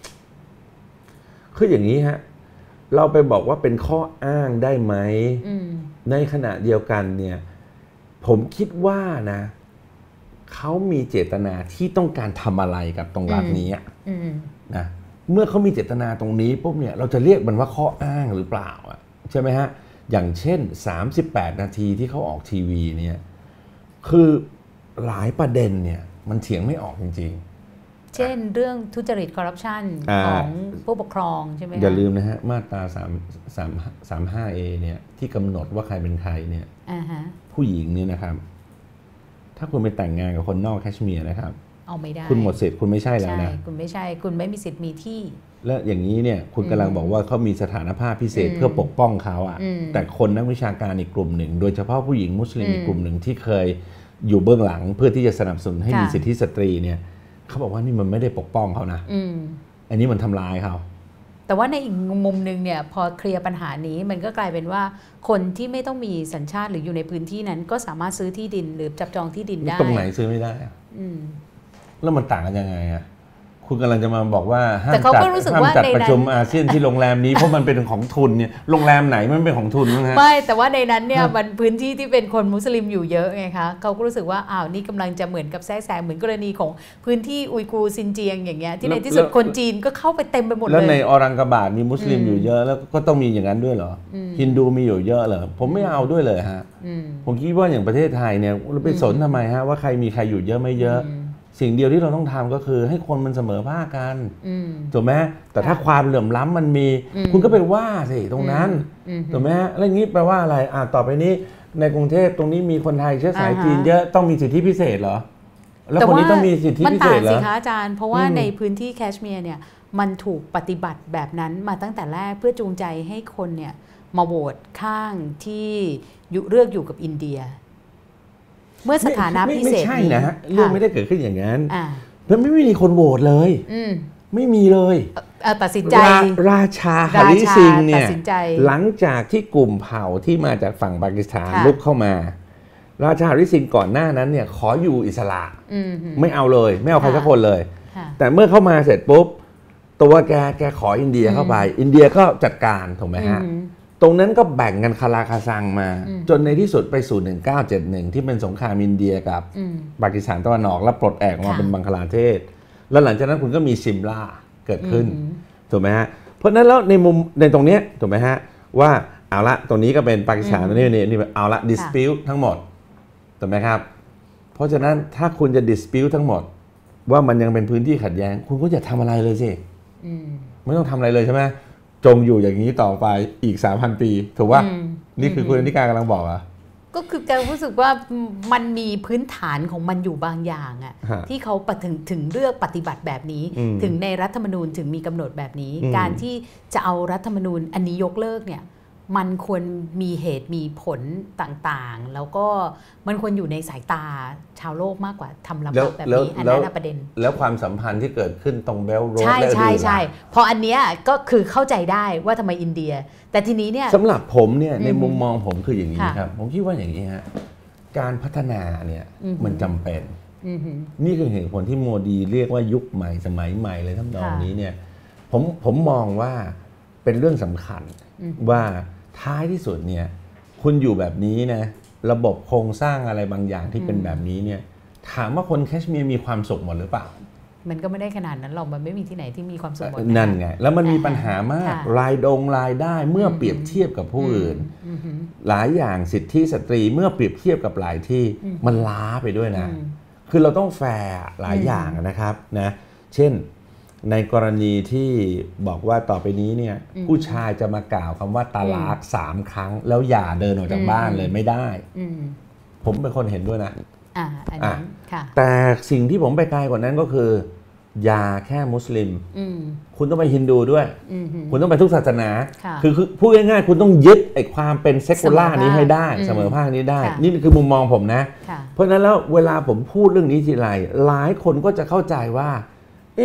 คืออย่างนี้ฮะเราไปบอกว่าเป็นข้ออ้างได้ไหมในขณะเดียวกันเนี่ยผมคิดว่านะเขามีเจตนาที่ต้องการทำอะไรกับตรงรัฐนี้นะเมื่อเขามีเจตนาตรงนี้ปุ๊บเนี่ยเราจะเรียกมันว่าข้ออ้างหรือเปล่าอ่ะใช่ไหมฮะอย่างเช่นสามสิบแปดนาทีที่เขาออกทีวีเนี่ยคือหลายประเด็นเนี่ยมันเถียงไม่ออกจริงๆเช่นเรื่องทุจริตคอร์รัปชันของผู้ปกครองใช่ไหมอย่าลืมนะฮะมาตราสาม สาม สาม ห้า เอ เนี่ยที่กำหนดว่าใครเป็นใครเนี่ย uh-huh. ผู้หญิงเนี่ยนะครับถ้าคุณไปแต่งงานกับคนนอกแคชเมียร์นะครับเอาไม่ได้คุณหมดสิทธิ์คุณไม่ใช่แล้วนะคุณไม่ใช่คุณไม่มีสิทธิ์มีที่และอย่างนี้เนี่ยคุณกำลังบอกว่าเขามีสถานภาพพิเศษเพื่อปกป้องเขาอ่ะแต่คนนักวิชาการอีกกลุ่มหนึ่งโดยเฉพาะผู้หญิงมุสลิมอีกกลุ่มหนึ่งที่เคยอยู่เบื้องหลังเพื่อที่จะสนับสนุนให้มีสิทธิสตรีเนี่ยเขาบอกว่านี่มันไม่ได้ปกป้องเขานะอันนี้มันทำลายเขาแต่ว่าในอีกมุมนึงเนี่ยพอเคลียร์ปัญหานี้มันก็กลายเป็นว่าคนที่ไม่ต้องมีสัญชาติหรืออยู่ในพื้นที่นั้นก็สามารถซื้อที่ดินหรือจับจองที่ดินได้ตรงไหนซื้อไม่ได้แล้วมันต่างกันยังไงอะคุณกำลังจะมาบอกว่าห้ามจัดห้ามจัดประชุมอาเซียนที่โรงแรมนี้เพราะมันเป็นของทุนเนี่ยโรงแรมไหนมันเป็นของทุนนะฮะไม่แต่ว่าในนั้นเนี่ยมันพื้นที่ที่เป็นคนมุสลิมอยู่เยอะไงคะเขาก็รู้สึกว่าอ้าวนี่กำลังจะเหมือนกับแทรกแซงเหมือนกรณีของพื้นที่อุยกูร์ซินเจียงอย่างเงี้ยที่ในที่สุดคนจีนก็เข้าไปเต็มไปหมดเลยแล้วในออรังกาบาตมีมุสลิมอยู่เยอะแล้วก็ต้องมีอย่างนั้นด้วยเหรอฮินดูมีอยู่เยอะเหรอผมไม่เอาด้วยเลยฮะผมคิดว่าอย่างประเทศไทยเนี่ยเราไปสนทำไมฮะว่าใครมีใครอยู่เยอะไม่เยอะสิ่งเดียวที่เราต้องทำก็คือให้คนมันเสมอภาคกันถูกไหมแต่ถ้าความเหลื่อมล้ำมันมีคุณก็ไปว่าสิตรงนั้นถูกไหมแล้วอย่างนี้แปลว่าอะไรอ่ะต่อไปนี้ในกรุงเทพตรงนี้มีคนไทยเชื้อสายจีนเยอะต้องมีสิทธิพิเศษเหรอแล้วคนนี้ต้องมีสิทธิพิเศษเหรอมันต่างสิคะอาจารย์เพราะว่าในพื้นที่แคชเมียร์เนี่ยมันถูกปฏิบัติแบบนั้นมาตั้งแต่แรกเพื่อจูงใจให้คนเนี่ยมาโหวตข้างที่เลือกอยู่กับอินเดียเมื่อสถานะพิเศษไม่ใช่นะเรื่องไม่ได้เกิดขึ้นอย่างนั้นมันไม่มีคนโหวตเลยไม่มีเลยตัดสินใจราชาฮาริซิงเนี่ยหลังจากที่กลุ่มเผ่าที่มาจากฝั่งปากีสถานลุกเข้ามาราชาฮาริซิงก่อนหน้านั้นเนี่ยขออยู่อิสระไม่เอาเลยไม่เอาใครสักคนเลยแต่เมื่อเข้ามาเสร็จปุ๊บตัวแกแกขออินเดียเข้าไปอินเดียก็จัดการถูกไหมฮะตรงนั้นก็แบ่งกันคาราคาซังมาจนในที่สุดไปสู่หนึ่งเก้าเจ็ดหนึ่งที่เป็นสงครามอินเดียกับปากีสถานตะวันออกแล้วปลดแอกมาเป็นบังคลาเทศแล้วหลังจากนั้นคุณก็มีซิมลาเกิดขึ้นถูกไหมฮะเพราะนั้นแล้วในมุมในตรงนี้ถูกไหมฮะว่าเอาละตรงนี้ก็เป็นปากีสถานตรงนี้นี่เอาละ dispute ทั้งหมดถูกไหมครับเพราะฉะนั้นถ้าคุณจะ dispute ทั้งหมดว่ามันยังเป็นพื้นที่ขัดแย้งคุณก็อย่าทำอะไรเลยสิไม่ต้องทำอะไรเลยใช่ไหมจงอยู่อย่างนี้ต่อไปอีก สามพัน ปีถูกว่านี่คือคุณอธิการกำลังบอกอ่ะก็คือการรู้สึกว่ามันมีพื้นฐานของมันอยู่บางอย่างอ่ะที่เขาถึงถึงเลือกปฏิบัติแบบนี้ถึงในรัฐธรรมนูญถึงมีกำหนดแบบนี้การที่จะเอารัฐธรรมนูญอันนี้ยกเลิกเนี่ยมันควรมีเหตุมีผลต่างๆแล้วก็มันควรอยู่ในสายตาชาวโลกมากกว่าทำลำบากแบบนี้อันนั้นประเด็นแล้วความสัมพันธ์ที่เกิดขึ้นตรงเบลโรดใช่ใช่ใช่พออันเนี้ยก็คือเข้าใจได้ว่าทำไมอินเดียแต่ทีนี้เนี่ยสำหรับผมเนี่ยในมุมมองผมคืออย่างนี้ครับผมคิดว่าอย่างนี้ฮะการพัฒนาเนี่ยมันจำเป็นนี่คือเหตุผลที่โมดีเรียกว่ายุคใหม่สมัยใหม่เลยทั้งนองนี้เนี่ยผมผมมองว่าเป็นเรื่องสำคัญว่าท้ายที่สุดเนี่ยคุณอยู่แบบนี้นะระบบโครงสร้างอะไรบางอย่างที่เป็นแบบนี้เนี่ยถามว่าคนแคชเมียร์มีความสุขหมดหรือเปล่ามันก็ไม่ได้ขนาดนั้นหรอกมันไม่มีที่ไหนที่มีความสุขหมดนั่นไงแล้วมันมีปัญหามากรายดงรายได้เมื่อเปรียบเทียบกับผู้อื่นหลายอย่างสิทธิสตรีเมื่อเปรียบเทียบกับหลายที่มันล้าไปด้วยนะคือเราต้องแฟร์หลายอย่างนะครับนะเช่นในกรณีที่บอกว่าต่อไปนี้เนี่ยผู้ชายจะมากล่าวคำว่าตาลากสามครั้งแล้วอย่าเดินออกจากบ้านเลยไม่ได้ผมเป็นคนเห็นด้วยนะอ่าอันนั้นค่ะแต่สิ่งที่ผมไปไกลกว่านั้นก็คืออย่าแค่มุสลิมคุณต้องไปฮินดูด้วยคุณต้องไปทุกศาสนาคือพูดง่ายๆคุณต้องยึดไอ้ความเป็นเซคูล่านี้ให้ได้เสมอภาคนี้ได้นี่คือมุมมองผมนะเพราะฉะนั้นแล้วเวลาผมพูดเรื่องนี้ทีไรหลายคนก็จะเข้าใจว่าเอ๊ะ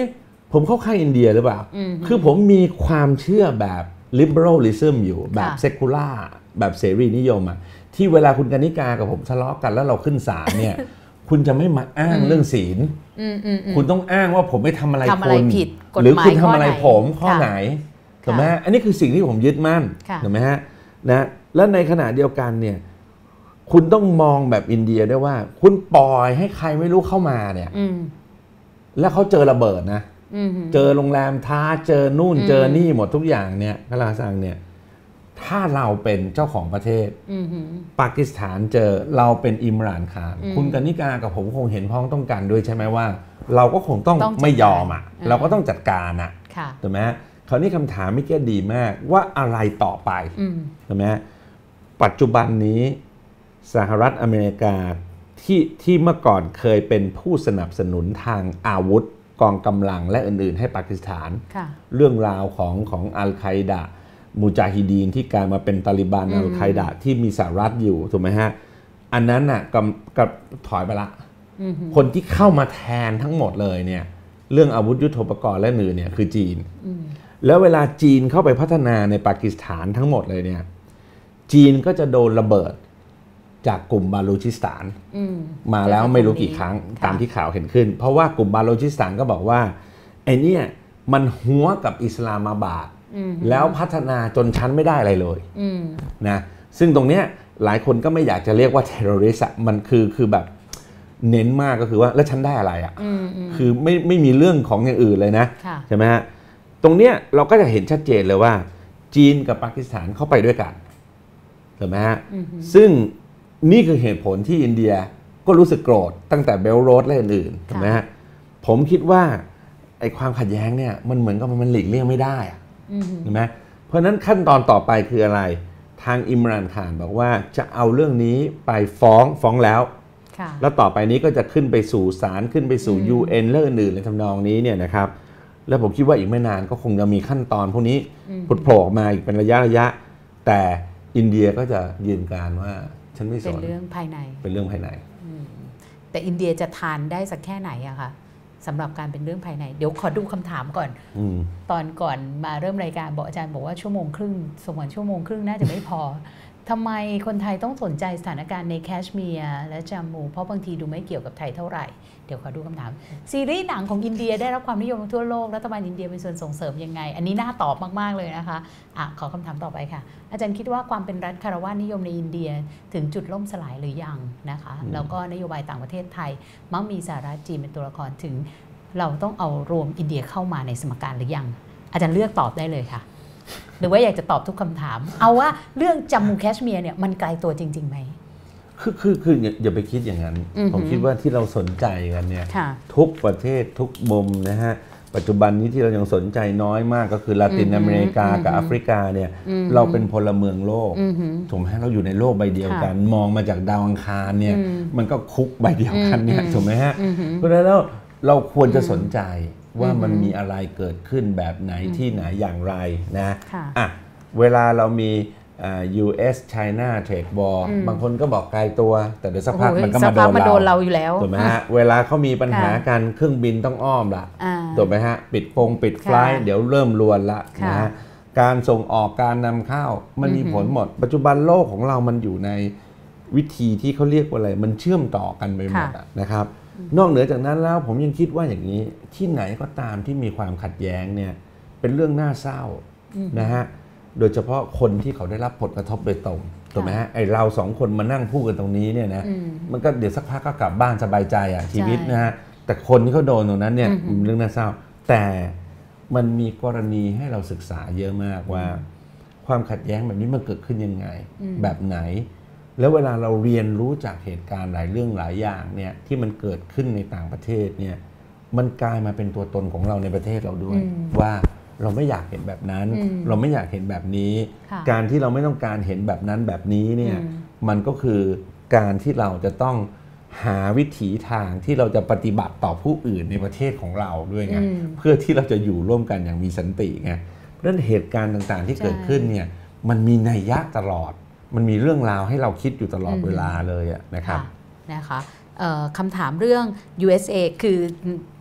ผมเข้าข้างอินเดียหรือเปล่าคือผมมีความเชื่อแบบ liberalism อยู่แบบ secular แบบเสรีนิยมอ่ะที่เวลาคุณกนิกากับผมทะเลาะกันแล้วเราขึ้นศาลเนี่ย คุณจะไม่มาอ้างเรื่องศีลคุณต้องอ้างว่าผมไม่ทำอะไรคุณหรือคุณทำอะไรผมข้อไหนถูกไหมอันนี้คือสิ่งที่ผมยึดมั่นถูกไหมฮะนะและในขณะเดียวกันเนี่ยคุณต้องมองแบบอินเดียด้วยว่าคุณปล่อยให้ใครไม่รู้เข้ามาเนี่ยแล้วเขาเจอระเบิดนะเจอโรงแรมท้าเจอนู่นเจอนี่หมดทุกอย่างเนี่ยกลาซังเนี่ยถ้าเราเป็นเจ้าของประเทศปากีสถานเจอเราเป็นอิมรานคารคุณกนิกากับผมคงเห็นพ้องต้องกันด้วยใช่ไหมว่าเราก็คงต้องไม่ยอมอ่ะเราก็ต้องจัดการอ่ะถูกไหมคราวนี้คำถามไม่แก้ดีมากว่าอะไรต่อไปถูกไหมปัจจุบันนี้สหรัฐอเมริกาที่ที่เมื่อก่อนเคยเป็นผู้สนับสนุนทางอาวุธกองกำลังและอื่นๆให้ปากีสถานเรื่องราวของของอัลไคดะมูจาฮิดีนที่กลายมาเป็นตาลิบันอัลไคดะที่มีสหรัฐอยู่ถูกไหมฮะอันนั้นน่ะกับกับถอยไปละคนที่เข้ามาแทนทั้งหมดเลยเนี่ยเรื่องอาวุธยุทโธปกรณ์และอื่นเนี่ยคือจีนแล้วเวลาจีนเข้าไปพัฒนาในปากีสถานทั้งหมดเลยเนี่ยจีนก็จะโดนระเบิดจากกลุ่มบาลูชิสถานมาแล้วไม่รู้กี่ครั้งตามที่ข่าวเห็นขึ้นเพราะว่ากลุ่มบาลูชิสถานก็บอกว่าไอ้นี่มันหัวกับอิสลามาบาดแล้วพัฒนาจนชั้นไม่ได้อะไรเลยนะซึ่งตรงเนี้ยหลายคนก็ไม่อยากจะเรียกว่าเทอร์โรริสต์มันคือคือแบบเน้นมากก็คือว่าแล้วฉันได้อะไรอ่ะคือไม่ไม่มีเรื่องของอย่างอื่นเลยนะใช่ไหมฮะตรงเนี้ยเราก็จะเห็นชัดเจนเลยว่าจีนกับปากีสถานเข้าไปด้วยกันถูกไหมฮะซึ่งนี่คือเหตุผลที่อินเดียก็รู้สึกโกรธตั้งแต่เบลโรดและอื่นๆถูกไหมฮะผมคิดว่าไอ้ความขัดแย้งเนี่ยมันเหมือนกับมันหลีกเลี่ยงไม่ได้ถูกไหมเพราะฉะนั้นขั้นตอนต่อไปคืออะไรทางอิมรานข่านบอกว่าจะเอาเรื่องนี้ไปฟ้องฟ้องแล้วแล้วต่อไปนี้ก็จะขึ้นไปสู่ศาลขึ้นไปสู่ ยู เอ็น เรื่องอื่นๆในทำนองนี้เนี่ยนะครับแล้วผมคิดว่าอีกไม่นานก็คงจะมีขั้นตอนพวกนี้ผุดโผล่ออกมาอีกเป็นระยะระยะแต่อินเดียก็จะยืนการว่าฉันไม่สนเป็นเรื่องภายในเป็นเรื่องภายในแต่อินเดียจะทานได้สักแค่ไหนอะคะสำหรับการเป็นเรื่องภายในเดี๋ยวขอดูคำถามก่อนตอนก่อนมาเริ่มรายการบอกอาจารย์บอกว่าชั่วโมงครึ่งสมมติชั่วโมงครึ่งน่าจะไม่พอทำไมคนไทยต้องสนใจสถานการณ์ในแคชเมียร์และจามูเพราะบางทีดูไม่เกี่ยวกับไทยเท่าไหร่เดี๋ยวขอดูคำถามซีรีส์หนังของอินเดียได้รับความนิยมทั่วโลกรัฐบาลอินเดียเป็นส่วนส่งเสริมยังไงอันนี้น่าตอบมากๆเลยนะคะอ่ะขอคำถามต่อไปค่ะอาจารย์คิดว่าความเป็นรัฐคารวะนิยมในอินเดียถึงจุดล่มสลายหรือยังนะคะแล้วก็นโยบายต่างประเทศไทยมักมีสหรัฐจีนเป็นตัวละครถึงเราต้องเอารวมอินเดียเข้ามาในสมการหรือยังอาจารย์เลือกตอบได้เลยค่ะหรือว่าอยากจะตอบทุกคำถามเอาว่าเรื่องจัมมูแคชเมียร์เนี่ยมันไกลตัวจริงๆไหมคือคือคืออย่าไปคิดอย่างนั้นผมคิดว่าที่เราสนใจกันเนี่ยทุกประเทศทุกมุมนะฮะปัจจุบันนี้ที่เรายังสนใจน้อยมากก็คือลาตินอเมริกากับแอฟริกาเนี่ยเราเป็นพลเมืองโลกถูกไหมเราอยู่ในโลกใบเดียวกันมองมาจากดาวอังคารเนี่ยมันก็คุกใบเดียวกันเนี่ยถูกไหมฮะเพราะฉะนั้นแล้วเราควรจะสนใจว่ามันมีอะไรเกิดขึ้นแบบไหนที่ไหนอย่างไรนะอ่ะเวลาเรามี ยู เอส China Trade War บางคนก็บอกไกลตัวแต่เดี๋ยวสักพักมันก็มาโดนเราอยู่แล้วถูกไหมฮะเวลาเขามีปัญหาการเครื่องบินต้องอ้อมละถูกไหมฮะปิดฟงปิดไฟล์เดี๋ยวเริ่มรวนละนะฮะการส่งออกการนำเข้ามันมีผลหมดปัจจุบันโลกของเรามันอยู่ในวิธีที่เขาเรียกว่าอะไรมันเชื่อมต่อกันไปหมดนะครับนอกเหนือจากนั้นแล้วผมยังคิดว่าอย่างนี้ที่ไหนก็ตามที่มีความขัดแย้งเนี่ยเป็นเรื่องน่าเศร้านะฮะโดยเฉพาะคนที่เขาได้รับผลกระทบโดยตรงถูกไหมฮะไอเราสองคนมานั่งพูดกันตรงนี้เนี่ยนะมันก็เดี๋ยวสักพักก็กลับบ้านสบายใจอ่ะชีวิตนะฮะแต่คนที่เขาโดนตรงนั้นเนี่ยเรื่องน่าเศร้าแต่มันมีกรณีให้เราศึกษาเยอะมากว่าความขัดแย้งแบบนี้มันเกิดขึ้นยังไงแบบไหนแล้วเวลาเราเรียนรู้จากเหตุการณ์หลายเรื่องหลายอย่างเนี่ยที่มันเกิดขึ้นในต่างประเทศเนี่ยมันกลายมาเป็นตัวตนของเราในประเทศเราด้วยว่าเราไม่อยากเห็นแบบนั้นเราไม่อยากเห็นแบบนี้การที่เราไม่ต้องการเห็นแบบนั้นแบบนี้เนี่ยมันก็คือการที่เราจะต้องหาวิถีทางที่เราจะปฏิบัติต่อผู้อื่นในประเทศของเราด้วยไงเพื่อที่เราจะอยู่ร่วมกันอย่างมีสันติไงเพราะฉะนั้นเหตุการณ์ต่างๆที่เกิดขึ้นเนี่ยมันมีนัยยะตลอดมันมีเรื่องราวให้เราคิดอยู่ตลอดเวลาเลยนะครับนะคะคำถามเรื่อง ยู เอส เอ คือ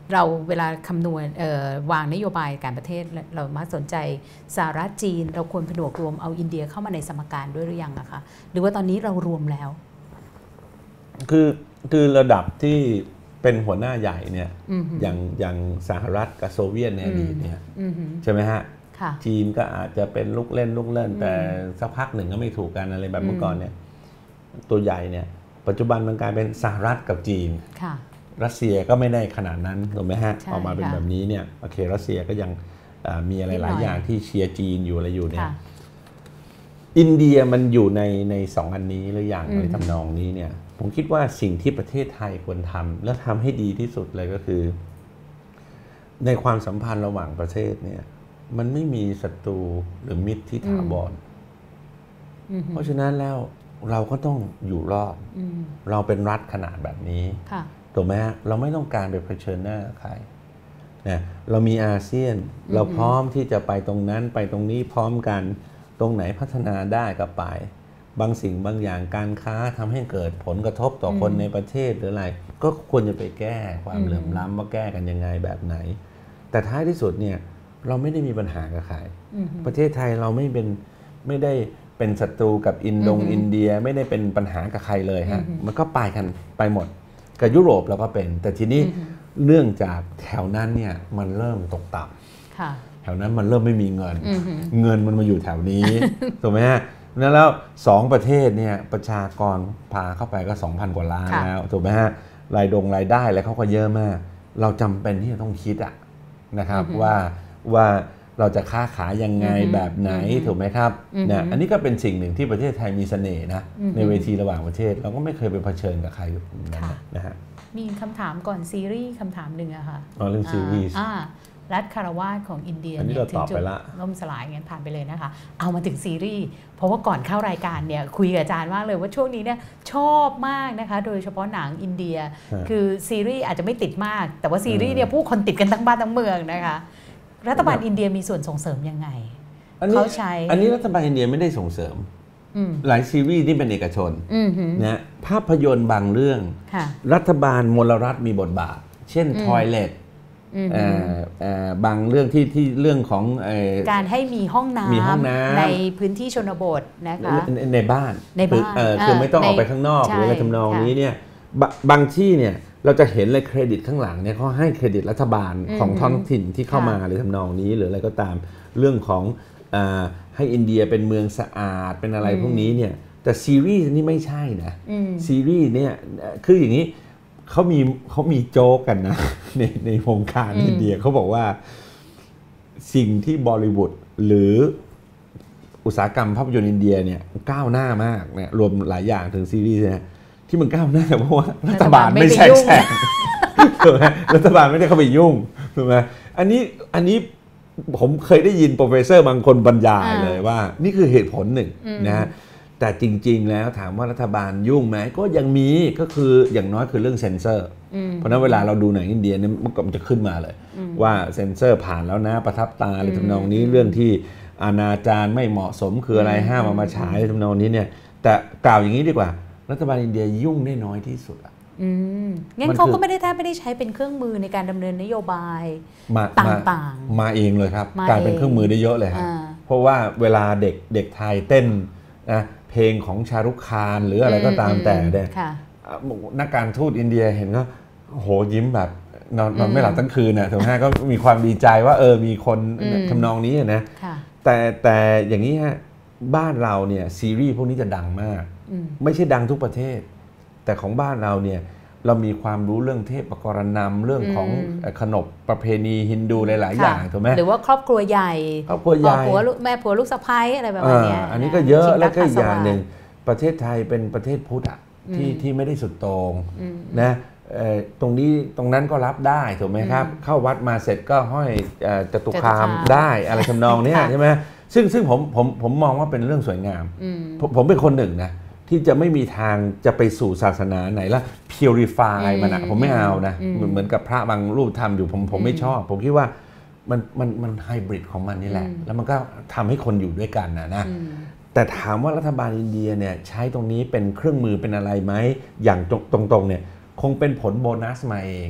เราเวลาคำนวณวางนโยบายการประเทศเรามักสนใจสหรัฐจีนเราควรผนวกรวมเอาอินเดียเข้ามาในสมการด้วยหรือยังอะคะหรือว่าตอนนี้เรารวมแล้วคือคือระดับที่เป็นหัวหน้าใหญ่เนี่ยอย่างอย่างสหรัฐกับโซเวียตในอดีตเนี่ยใช่ไหมฮะจีนก็อาจจะเป็นลูกเล่นลูกเล่นแต่สักพักหนึ่งก็ไม่ถูกกันอะไรแบบเมื่อก่อนเนี่ยตัวใหญ่เนี่ยปัจจุบันมันกลายเป็นสหรัฐกับจีนรัสเซียก็ไม่ได้ขนาดนั้นถูกไหมฮะออกมาเป็นแบบนี้เนี่ยโอเครัสเซียก็ยังมีอะไรหลายอย่างที่เชียร์จีนอยู่อะไรอยู่เนี่ยอินเดียมันอยู่ในในสองอันนี้หรืออย่างในทำนองนี้เนี่ยผมคิดว่าสิ่งที่ประเทศไทยควรทำและทำให้ดีที่สุดเลยก็คือในความสัมพันธ์ระหว่างประเทศเนี่ยมันไม่มีศัตรูหรือมิตรที่ถาวรเพราะฉะนั้นแล้วเราก็ต้องอยู่รอดเราเป็นรัฐขนาดแบบนี้ถูกไหมฮะเราไม่ต้องการไปเผชิญหน้ากับใครนะเรามีอาเซียนเราพร้อมที่จะไปตรงนั้นไปตรงนี้พร้อมกันตรงไหนพัฒนาได้ก็ไปบางสิ่งบางอย่างการค้าทำให้เกิดผลกระทบต่อคนในประเทศหรืออะไรก็ควรจะไปแก้ความเหลื่อมล้ำว่าแก้กันยังไงแบบไหนแต่ท้ายที่สุดเนี่ยเราไม่ได้มีปัญหากับใครประเทศไทยเราไม่เป็นไม่ได้เป็นศัตรูกับอินโดอินเดียไม่ได้เป็นปัญหากับใครเลยฮะมันก็ไปกันไปหมดกับยุโรปเราก็เป็นแต่ทีนี้เนื่องจากแถวนั้นเนี่ยมันเริ่มตกต่ำแถวนั้นมันเริ่มไม่มีเงินเงินมันมาอยู่แถวนี้ถูกไหมฮะนั้นแล้วสองประเทศเนี่ยประชากรพาเข้าไปก็ สองพัน กว่าล้านแล้วถูกไหมฮะรายดงรายได้อะไรเขาก็เยอะมากเราจำเป็นที่จะต้องคิดอะนะครับว่าว่าเราจะค้าขายยังไงแบบไหนถูกไหมครับเนี่ยอันนี้ก็เป็นสิ่งหนึ่งที่ประเทศไทยมีเสน่ห์นะในเวทีระหว่างประเทศเราก็ไม่เคยไปเผชิญกับใครนะฮะมีคำถามก่อนซีรีส์คำถามหนึ่งอะค่ะอ๋อเรื่องซีรีส์รัฐคารวาสของอินเดียเนี่ยถึงจุดล่มสลายงั้นผ่านไปเลยนะคะเอามาถึงซีรีส์เพราะว่าก่อนเข้ารายการเนี่ยคุยกับอาจารย์มากเลยว่าช่วงนี้เนี่ยชอบมากนะคะโดยเฉพาะหนังอินเดียคือซีรีส์อาจจะไม่ติดมากแต่ว่าซีรีส์เนี่ยผู้คนติดกันทั้งบ้านทั้งเมืองนะคะรัฐบาลอินเดียมีส่วนส่งเสริมยังไงเขาใช้อันนี้รัฐบาลอินเดียไม่ได้ส่งเสริมหลายซีรีส์ที่เป็นเอกชนนะภาพยนตร์บางเรื่องรัฐบาลมลรัฐมีบทบาทเช่นทอยเลทบางเรื่องที่ที่เรื่องของการให้มีห้องน้ำในพื้นที่ชนบทนะคะในบ้านในบ้านคือไม่ต้องออกไปข้างนอกหรืออะไรทำนองนี้เนี่ยบางที่เนี่ยเราจะเห็นเลยเครดิตข้างหลังเนี่ยเขาให้เครดิตรัฐบาลของท้องถิ่นที่เข้ามาหรือทำนองนี้หรืออะไรก็ตามเรื่องของให้อินเดียเป็นเมืองสะอาดเป็นอะไรพวกนี้เนี่ยแต่ซีรีส์นี่ไม่ใช่นะซีรีส์เนี่ยคืออย่างนี้เขามีเขามีโจ๊กกันนะในในวงการอินเดียเขาบอกว่าสิ่งที่บอลิวูดหรืออุตสาหกรรมภาพยนตร์อินเดียเนี่ยก้าวหน้ามากเนี่ยรวมหลายอย่างถึงซีรีส์นะที่มันก้าวหน้าเพราะว่ารัฐบาลไม่แทรกแซงถูกไหมรัฐบาลไม่ได้เข้าไปยุ่งถูกไหมอันนี้อันนี้ผมเคยได้ยินโปรเฟสเซอร์บางคนบรรยายเลยว่านี่คือเหตุผลหนึ่งนะแต่จริงๆแล้วถามว่ารัฐบาลยุ่งไหมก็ยังมีก็คืออย่างน้อยคือเรื่องเซ็นเซอร์เพราะนั้นเวลาเราดูหนังอินเดียเนี่ยมันจะขึ้นมาเลยว่าเซ็นเซอร์ผ่านแล้วนะประทับตาอะไรทำนองนี้เรื่องที่อนาจารไม่เหมาะสมคืออะไรห้ามเอามาฉายทำนองนี้เนี่ยแต่กล่าวอย่างนี้ดีกว่ารัฐบาลอินเดียยุ่งได้น้อยที่สุดอ่ะงั้นเขาก็ไม่ได้แทบไม่ได้ใช้เป็นเครื่องมือในการดำเนินนโยบายต่างๆมาเองเลยครับกลายเป็นเครื่องมือได้เยอะเลยครับเพราะว่าเวลาเด็กเด็กไทยเต้นนะเพลงของชารุกคานหรืออะไรก็ตามแต่เนี่ยนักการทูตอินเดียเห็นก็โหยิ้มแบบนอนนอนไม่หลับทั้งคืนน่ะถูกไหมก็มีความดีใจว่าเออมีคนทำนองนี้นะแต่แต่อย่างนี้ฮะบ้านเราเนี่ยซีรีส์พวกนี้จะดังมากไม่ใช่ดังทุกประเทศแต่ของบ้านเราเนี่ยเรามีความรู้เรื่องเทพกรณำเรื่องของขนบประเพณีฮินดูหลายๆอย่างถูกไหมหรือว่าครอบครัวใหญ่ครอบครัวใหญ่ผัวแม่ผัวลูกสะใภ้อะไรแบบนี้อันนี้ก็เยอะแล้วก็อย่างหนึ่งประเทศไทยเป็นประเทศพุทธอ่ะที่ที่ไม่ได้สุดโต่งนะตรงนี้ตรงนั้นก็รับได้ถูกไหมครับเข้าวัดมาเสร็จก็ห้อยจตุคามได้อะไรทำนองนี้ใช่ไหมซึ่งซึ่งผมผมผมมองว่าเป็นเรื่องสวยงามผมเป็นคนหนึ่งนะที่จะไม่มีทางจะไปสู่ศาสนาไหนแล้ว purify มันอะผมไม่เอานะเหมือนกับพระบางรูปทำอยู่ผมผมไม่ชอบผมคิดว่ามันมันมันไฮบริดของมันนี่แหละแล้วมันก็ทำให้คนอยู่ด้วยกันนะนะแต่ถามว่ารัฐบาลอินเดียเนี่ยใช้ตรงนี้เป็นเครื่องมือเป็นอะไรไหมอย่างตรงๆเนี่ยคงเป็นผลโบนัสมาเองแ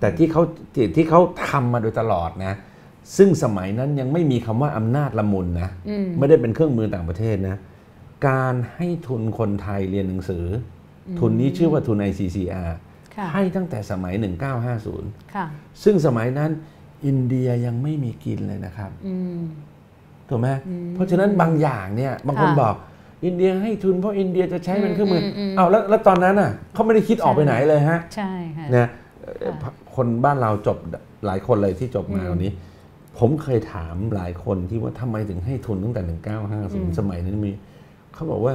แต่ที่เขาที่เขาทำมาโดยตลอดนะซึ่งสมัยนั้นยังไม่มีคำว่าอำนาจละมุนนะไม่ได้เป็นเครื่องมือต่างประเทศนะการให้ทุนคนไทยเรียนหนังสือทุนนี้ชื่อว่าทุน ไอ ซี ซี อาร์ ให้ตั้งแต่สมัยหนึ่งเก้าห้าศูนย์ซึ่งสมัยนั้นอินเดียยังไม่มีกินเลยนะครับถูกไหมเพราะฉะนั้นบางอย่างเนี่ยบางคนบอกอินเดียให้ทุนเพราะอินเดียจะใช้เป็นเครื่องมือเอาแล้วแล้วตอนนั้นอ่ะเขาไม่ได้คิดออกไปไหนเลยฮะใช่ค่ะนะคนบ้านเราจบหลายคนเลยที่จบมาวันนี้ผมเคยถามหลายคนที่ว่าทำไมถึงให้ทุนตั้งแต่หนึ่งเก้าห้าศูนย์สมัยนั้นมีเขาบอกว่า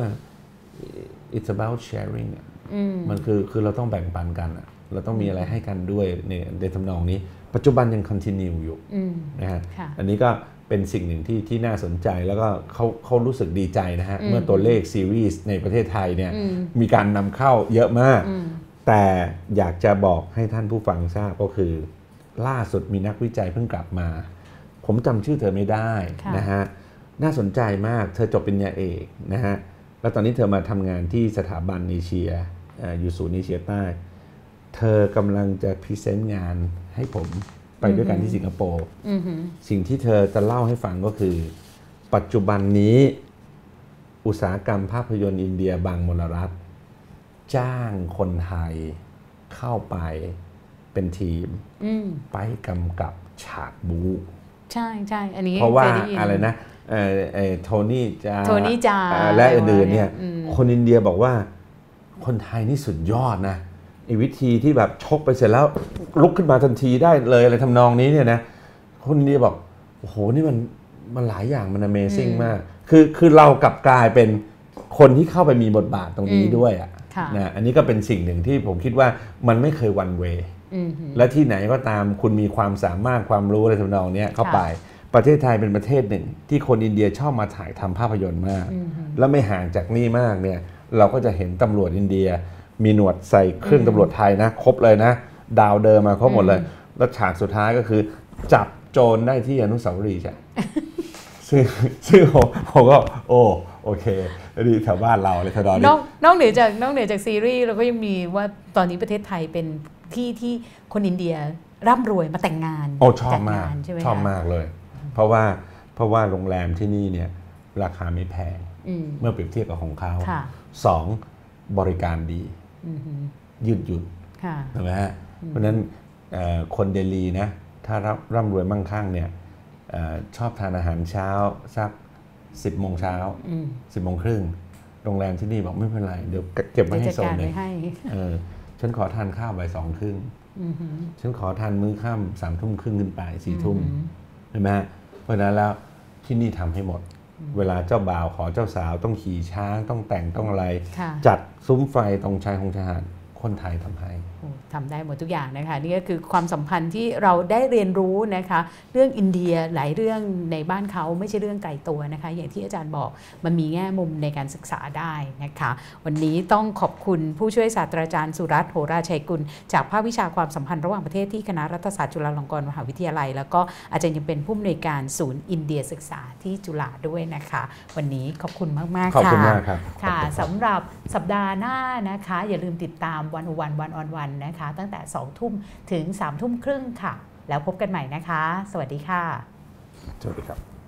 it's about sharing มันคือคือเราต้องแบ่งปันกันเราต้องมีอะไรให้กันด้วยเนี่ยในทำนองนี้ปัจจุบันยัง continue อยู่นะฮะอันนี้ก็เป็นสิ่งหนึ่งที่ที่น่าสนใจแล้วก็เขาเขารู้สึกดีใจนะฮะเมื่อตัวเลขซีรีส์ในประเทศไทยเนี่ยมีการนำเข้าเยอะมากแต่อยากจะบอกให้ท่านผู้ฟังทราบก็คือล่าสุดมีนักวิจัยเพิ่งกลับมาผมจำชื่อเธอไม่ได้นะฮะน่าสนใจมากเธอจบปริญญาเอกนะฮะแล้วตอนนี้เธอมาทำงานที่สถาบันเอเชียอยู่ศูนย์เอเชียใต้เธอกำลังจะพรีเซนต์งานให้ผมไปด้วยกันที่สิงคโปร์สิ่งที่เธอจะเล่าให้ฟังก็คือปัจจุบันนี้อุตสาหกรรมภาพยนตร์อินเดียบางมลรัฐจ้างคนไทยเข้าไปเป็นทีมไปกำกับฉากบู๊ใช่ใช่อันนี้เพราะว่าอะไรนะโทนี่จาโทนี่จาและอื่นๆเนี่ยคนอินเดียบอกว่าคนไทยนี่สุดยอดนะไอ้วิธีที่แบบชกไปเสร็จแล้วลุกขึ้นมาทันทีได้เลยอะไรทำนองนี้เนี่ยนะคนอินเดียบอกโอ้โหนี่มันมันหลายอย่างมัน Amazing มากคือคือเรากลับกลายเป็นคนที่เข้าไปมีบทบาทตรงนี้ด้วยอ่ะนะอันนี้ก็เป็นสิ่งหนึ่งที่ผมคิดว่ามันไม่เคยวันเวและที่ไหนก็ตามคุณมีความสามารถความรู้อะไรทำนองนี้เข้าไปประเทศไทยเป็นประเทศหนึ่งที่คนอินเดียชอบมาถ่ายทำภาพยนตร์มากแล้วไม่ห่างจากนี่มากเนี่ยเราก็จะเห็นตำรวจอินเดียมีหนวดใส่เครื่องตำรวจไทยนะครบเลยนะดาวเดิมมาครบหมดเลยแล้วฉากสุดท้ายก็คือจับโจรได้ที่อนุสาวรีย์ใช่ซึ่งซึ่งผมก็โอ้โอเคดีแถวบ้านเราเลยทดอนนอกนอกเหนือจากนอกเหนือจากซีรีส์เราก็ยังมีว่าตอนนี้ประเทศไทยเป็นที่ที่คนอินเดียร่ำรวยมาแต่งงานโอ้ชอบมากชอบมากเลยเพราะว่าเพราะว่าโรงแรมที่นี่เนี่ยราคาไม่แพงเมื่อเปรียบเทียบกับของเขาสองบริการดียืดหยุ่นใช่ไหมฮะเพราะฉะนั้นคนเดลีนะถ้าร่ำรวยมั่งคั่งเนี่ยชอบทานอาหารเช้าสักสิบโมงเช้าสิบโมงครึ่งโรงแรมที่นี่บอกไม่เป็นไรเดี๋ยวเก็บไว้ให้โซนหนึ่งฉันขอทานข้าวบ่ายสองครึ่งฉันขอทานมื้อค่ำสามทุ่มครึ่งขึ้นไปสี่ทุ่มใช่ไหมเพราะนั้นแล้วที่นี่ทำให้หมดเวลาเจ้าบ่าวขอเจ้าสาวต้องขี่ช้างต้องแต่งต้องอะไรจัดซุ้มไฟตรงชายคงชายหาดคนไทยทำให้ทำได้หมดทุกอย่างนะคะนี่ก็คือความสัมพันธ์ที่เราได้เรียนรู้นะคะเรื่องอินเดียหลายเรื่องในบ้านเขาไม่ใช่เรื่องไกลตัวนะคะอย่างที่อาจารย์บอกมันมีแง่มุมในการศึกษาได้นะคะวันนี้ต้องขอบคุณผู้ช่วยศาสตราจารย์สุรัตน์โหราชัยกุลจากภาควิชาความสัมพันธ์ระหว่างประเทศที่คณะรัฐศาสตร์จุฬาลงกรณ์มหาวิทยาลัยแล้วก็อาจารย์ยังเป็นผู้อำนวยการศูนย์อินเดียศึกษาที่จุฬาด้วยนะคะวันนี้ขอบคุณมากๆค่ะขอบคุณมากครับค่ะสำหรับสัปดาห์หน้านะคะอย่าลืมติดตามวันวันวันออนวันนะคะตั้งแต่สองทุ่มถึงสามทุ่มครึ่งค่ะแล้วพบกันใหม่นะคะสวัสดีค่ะสวัสดีครับ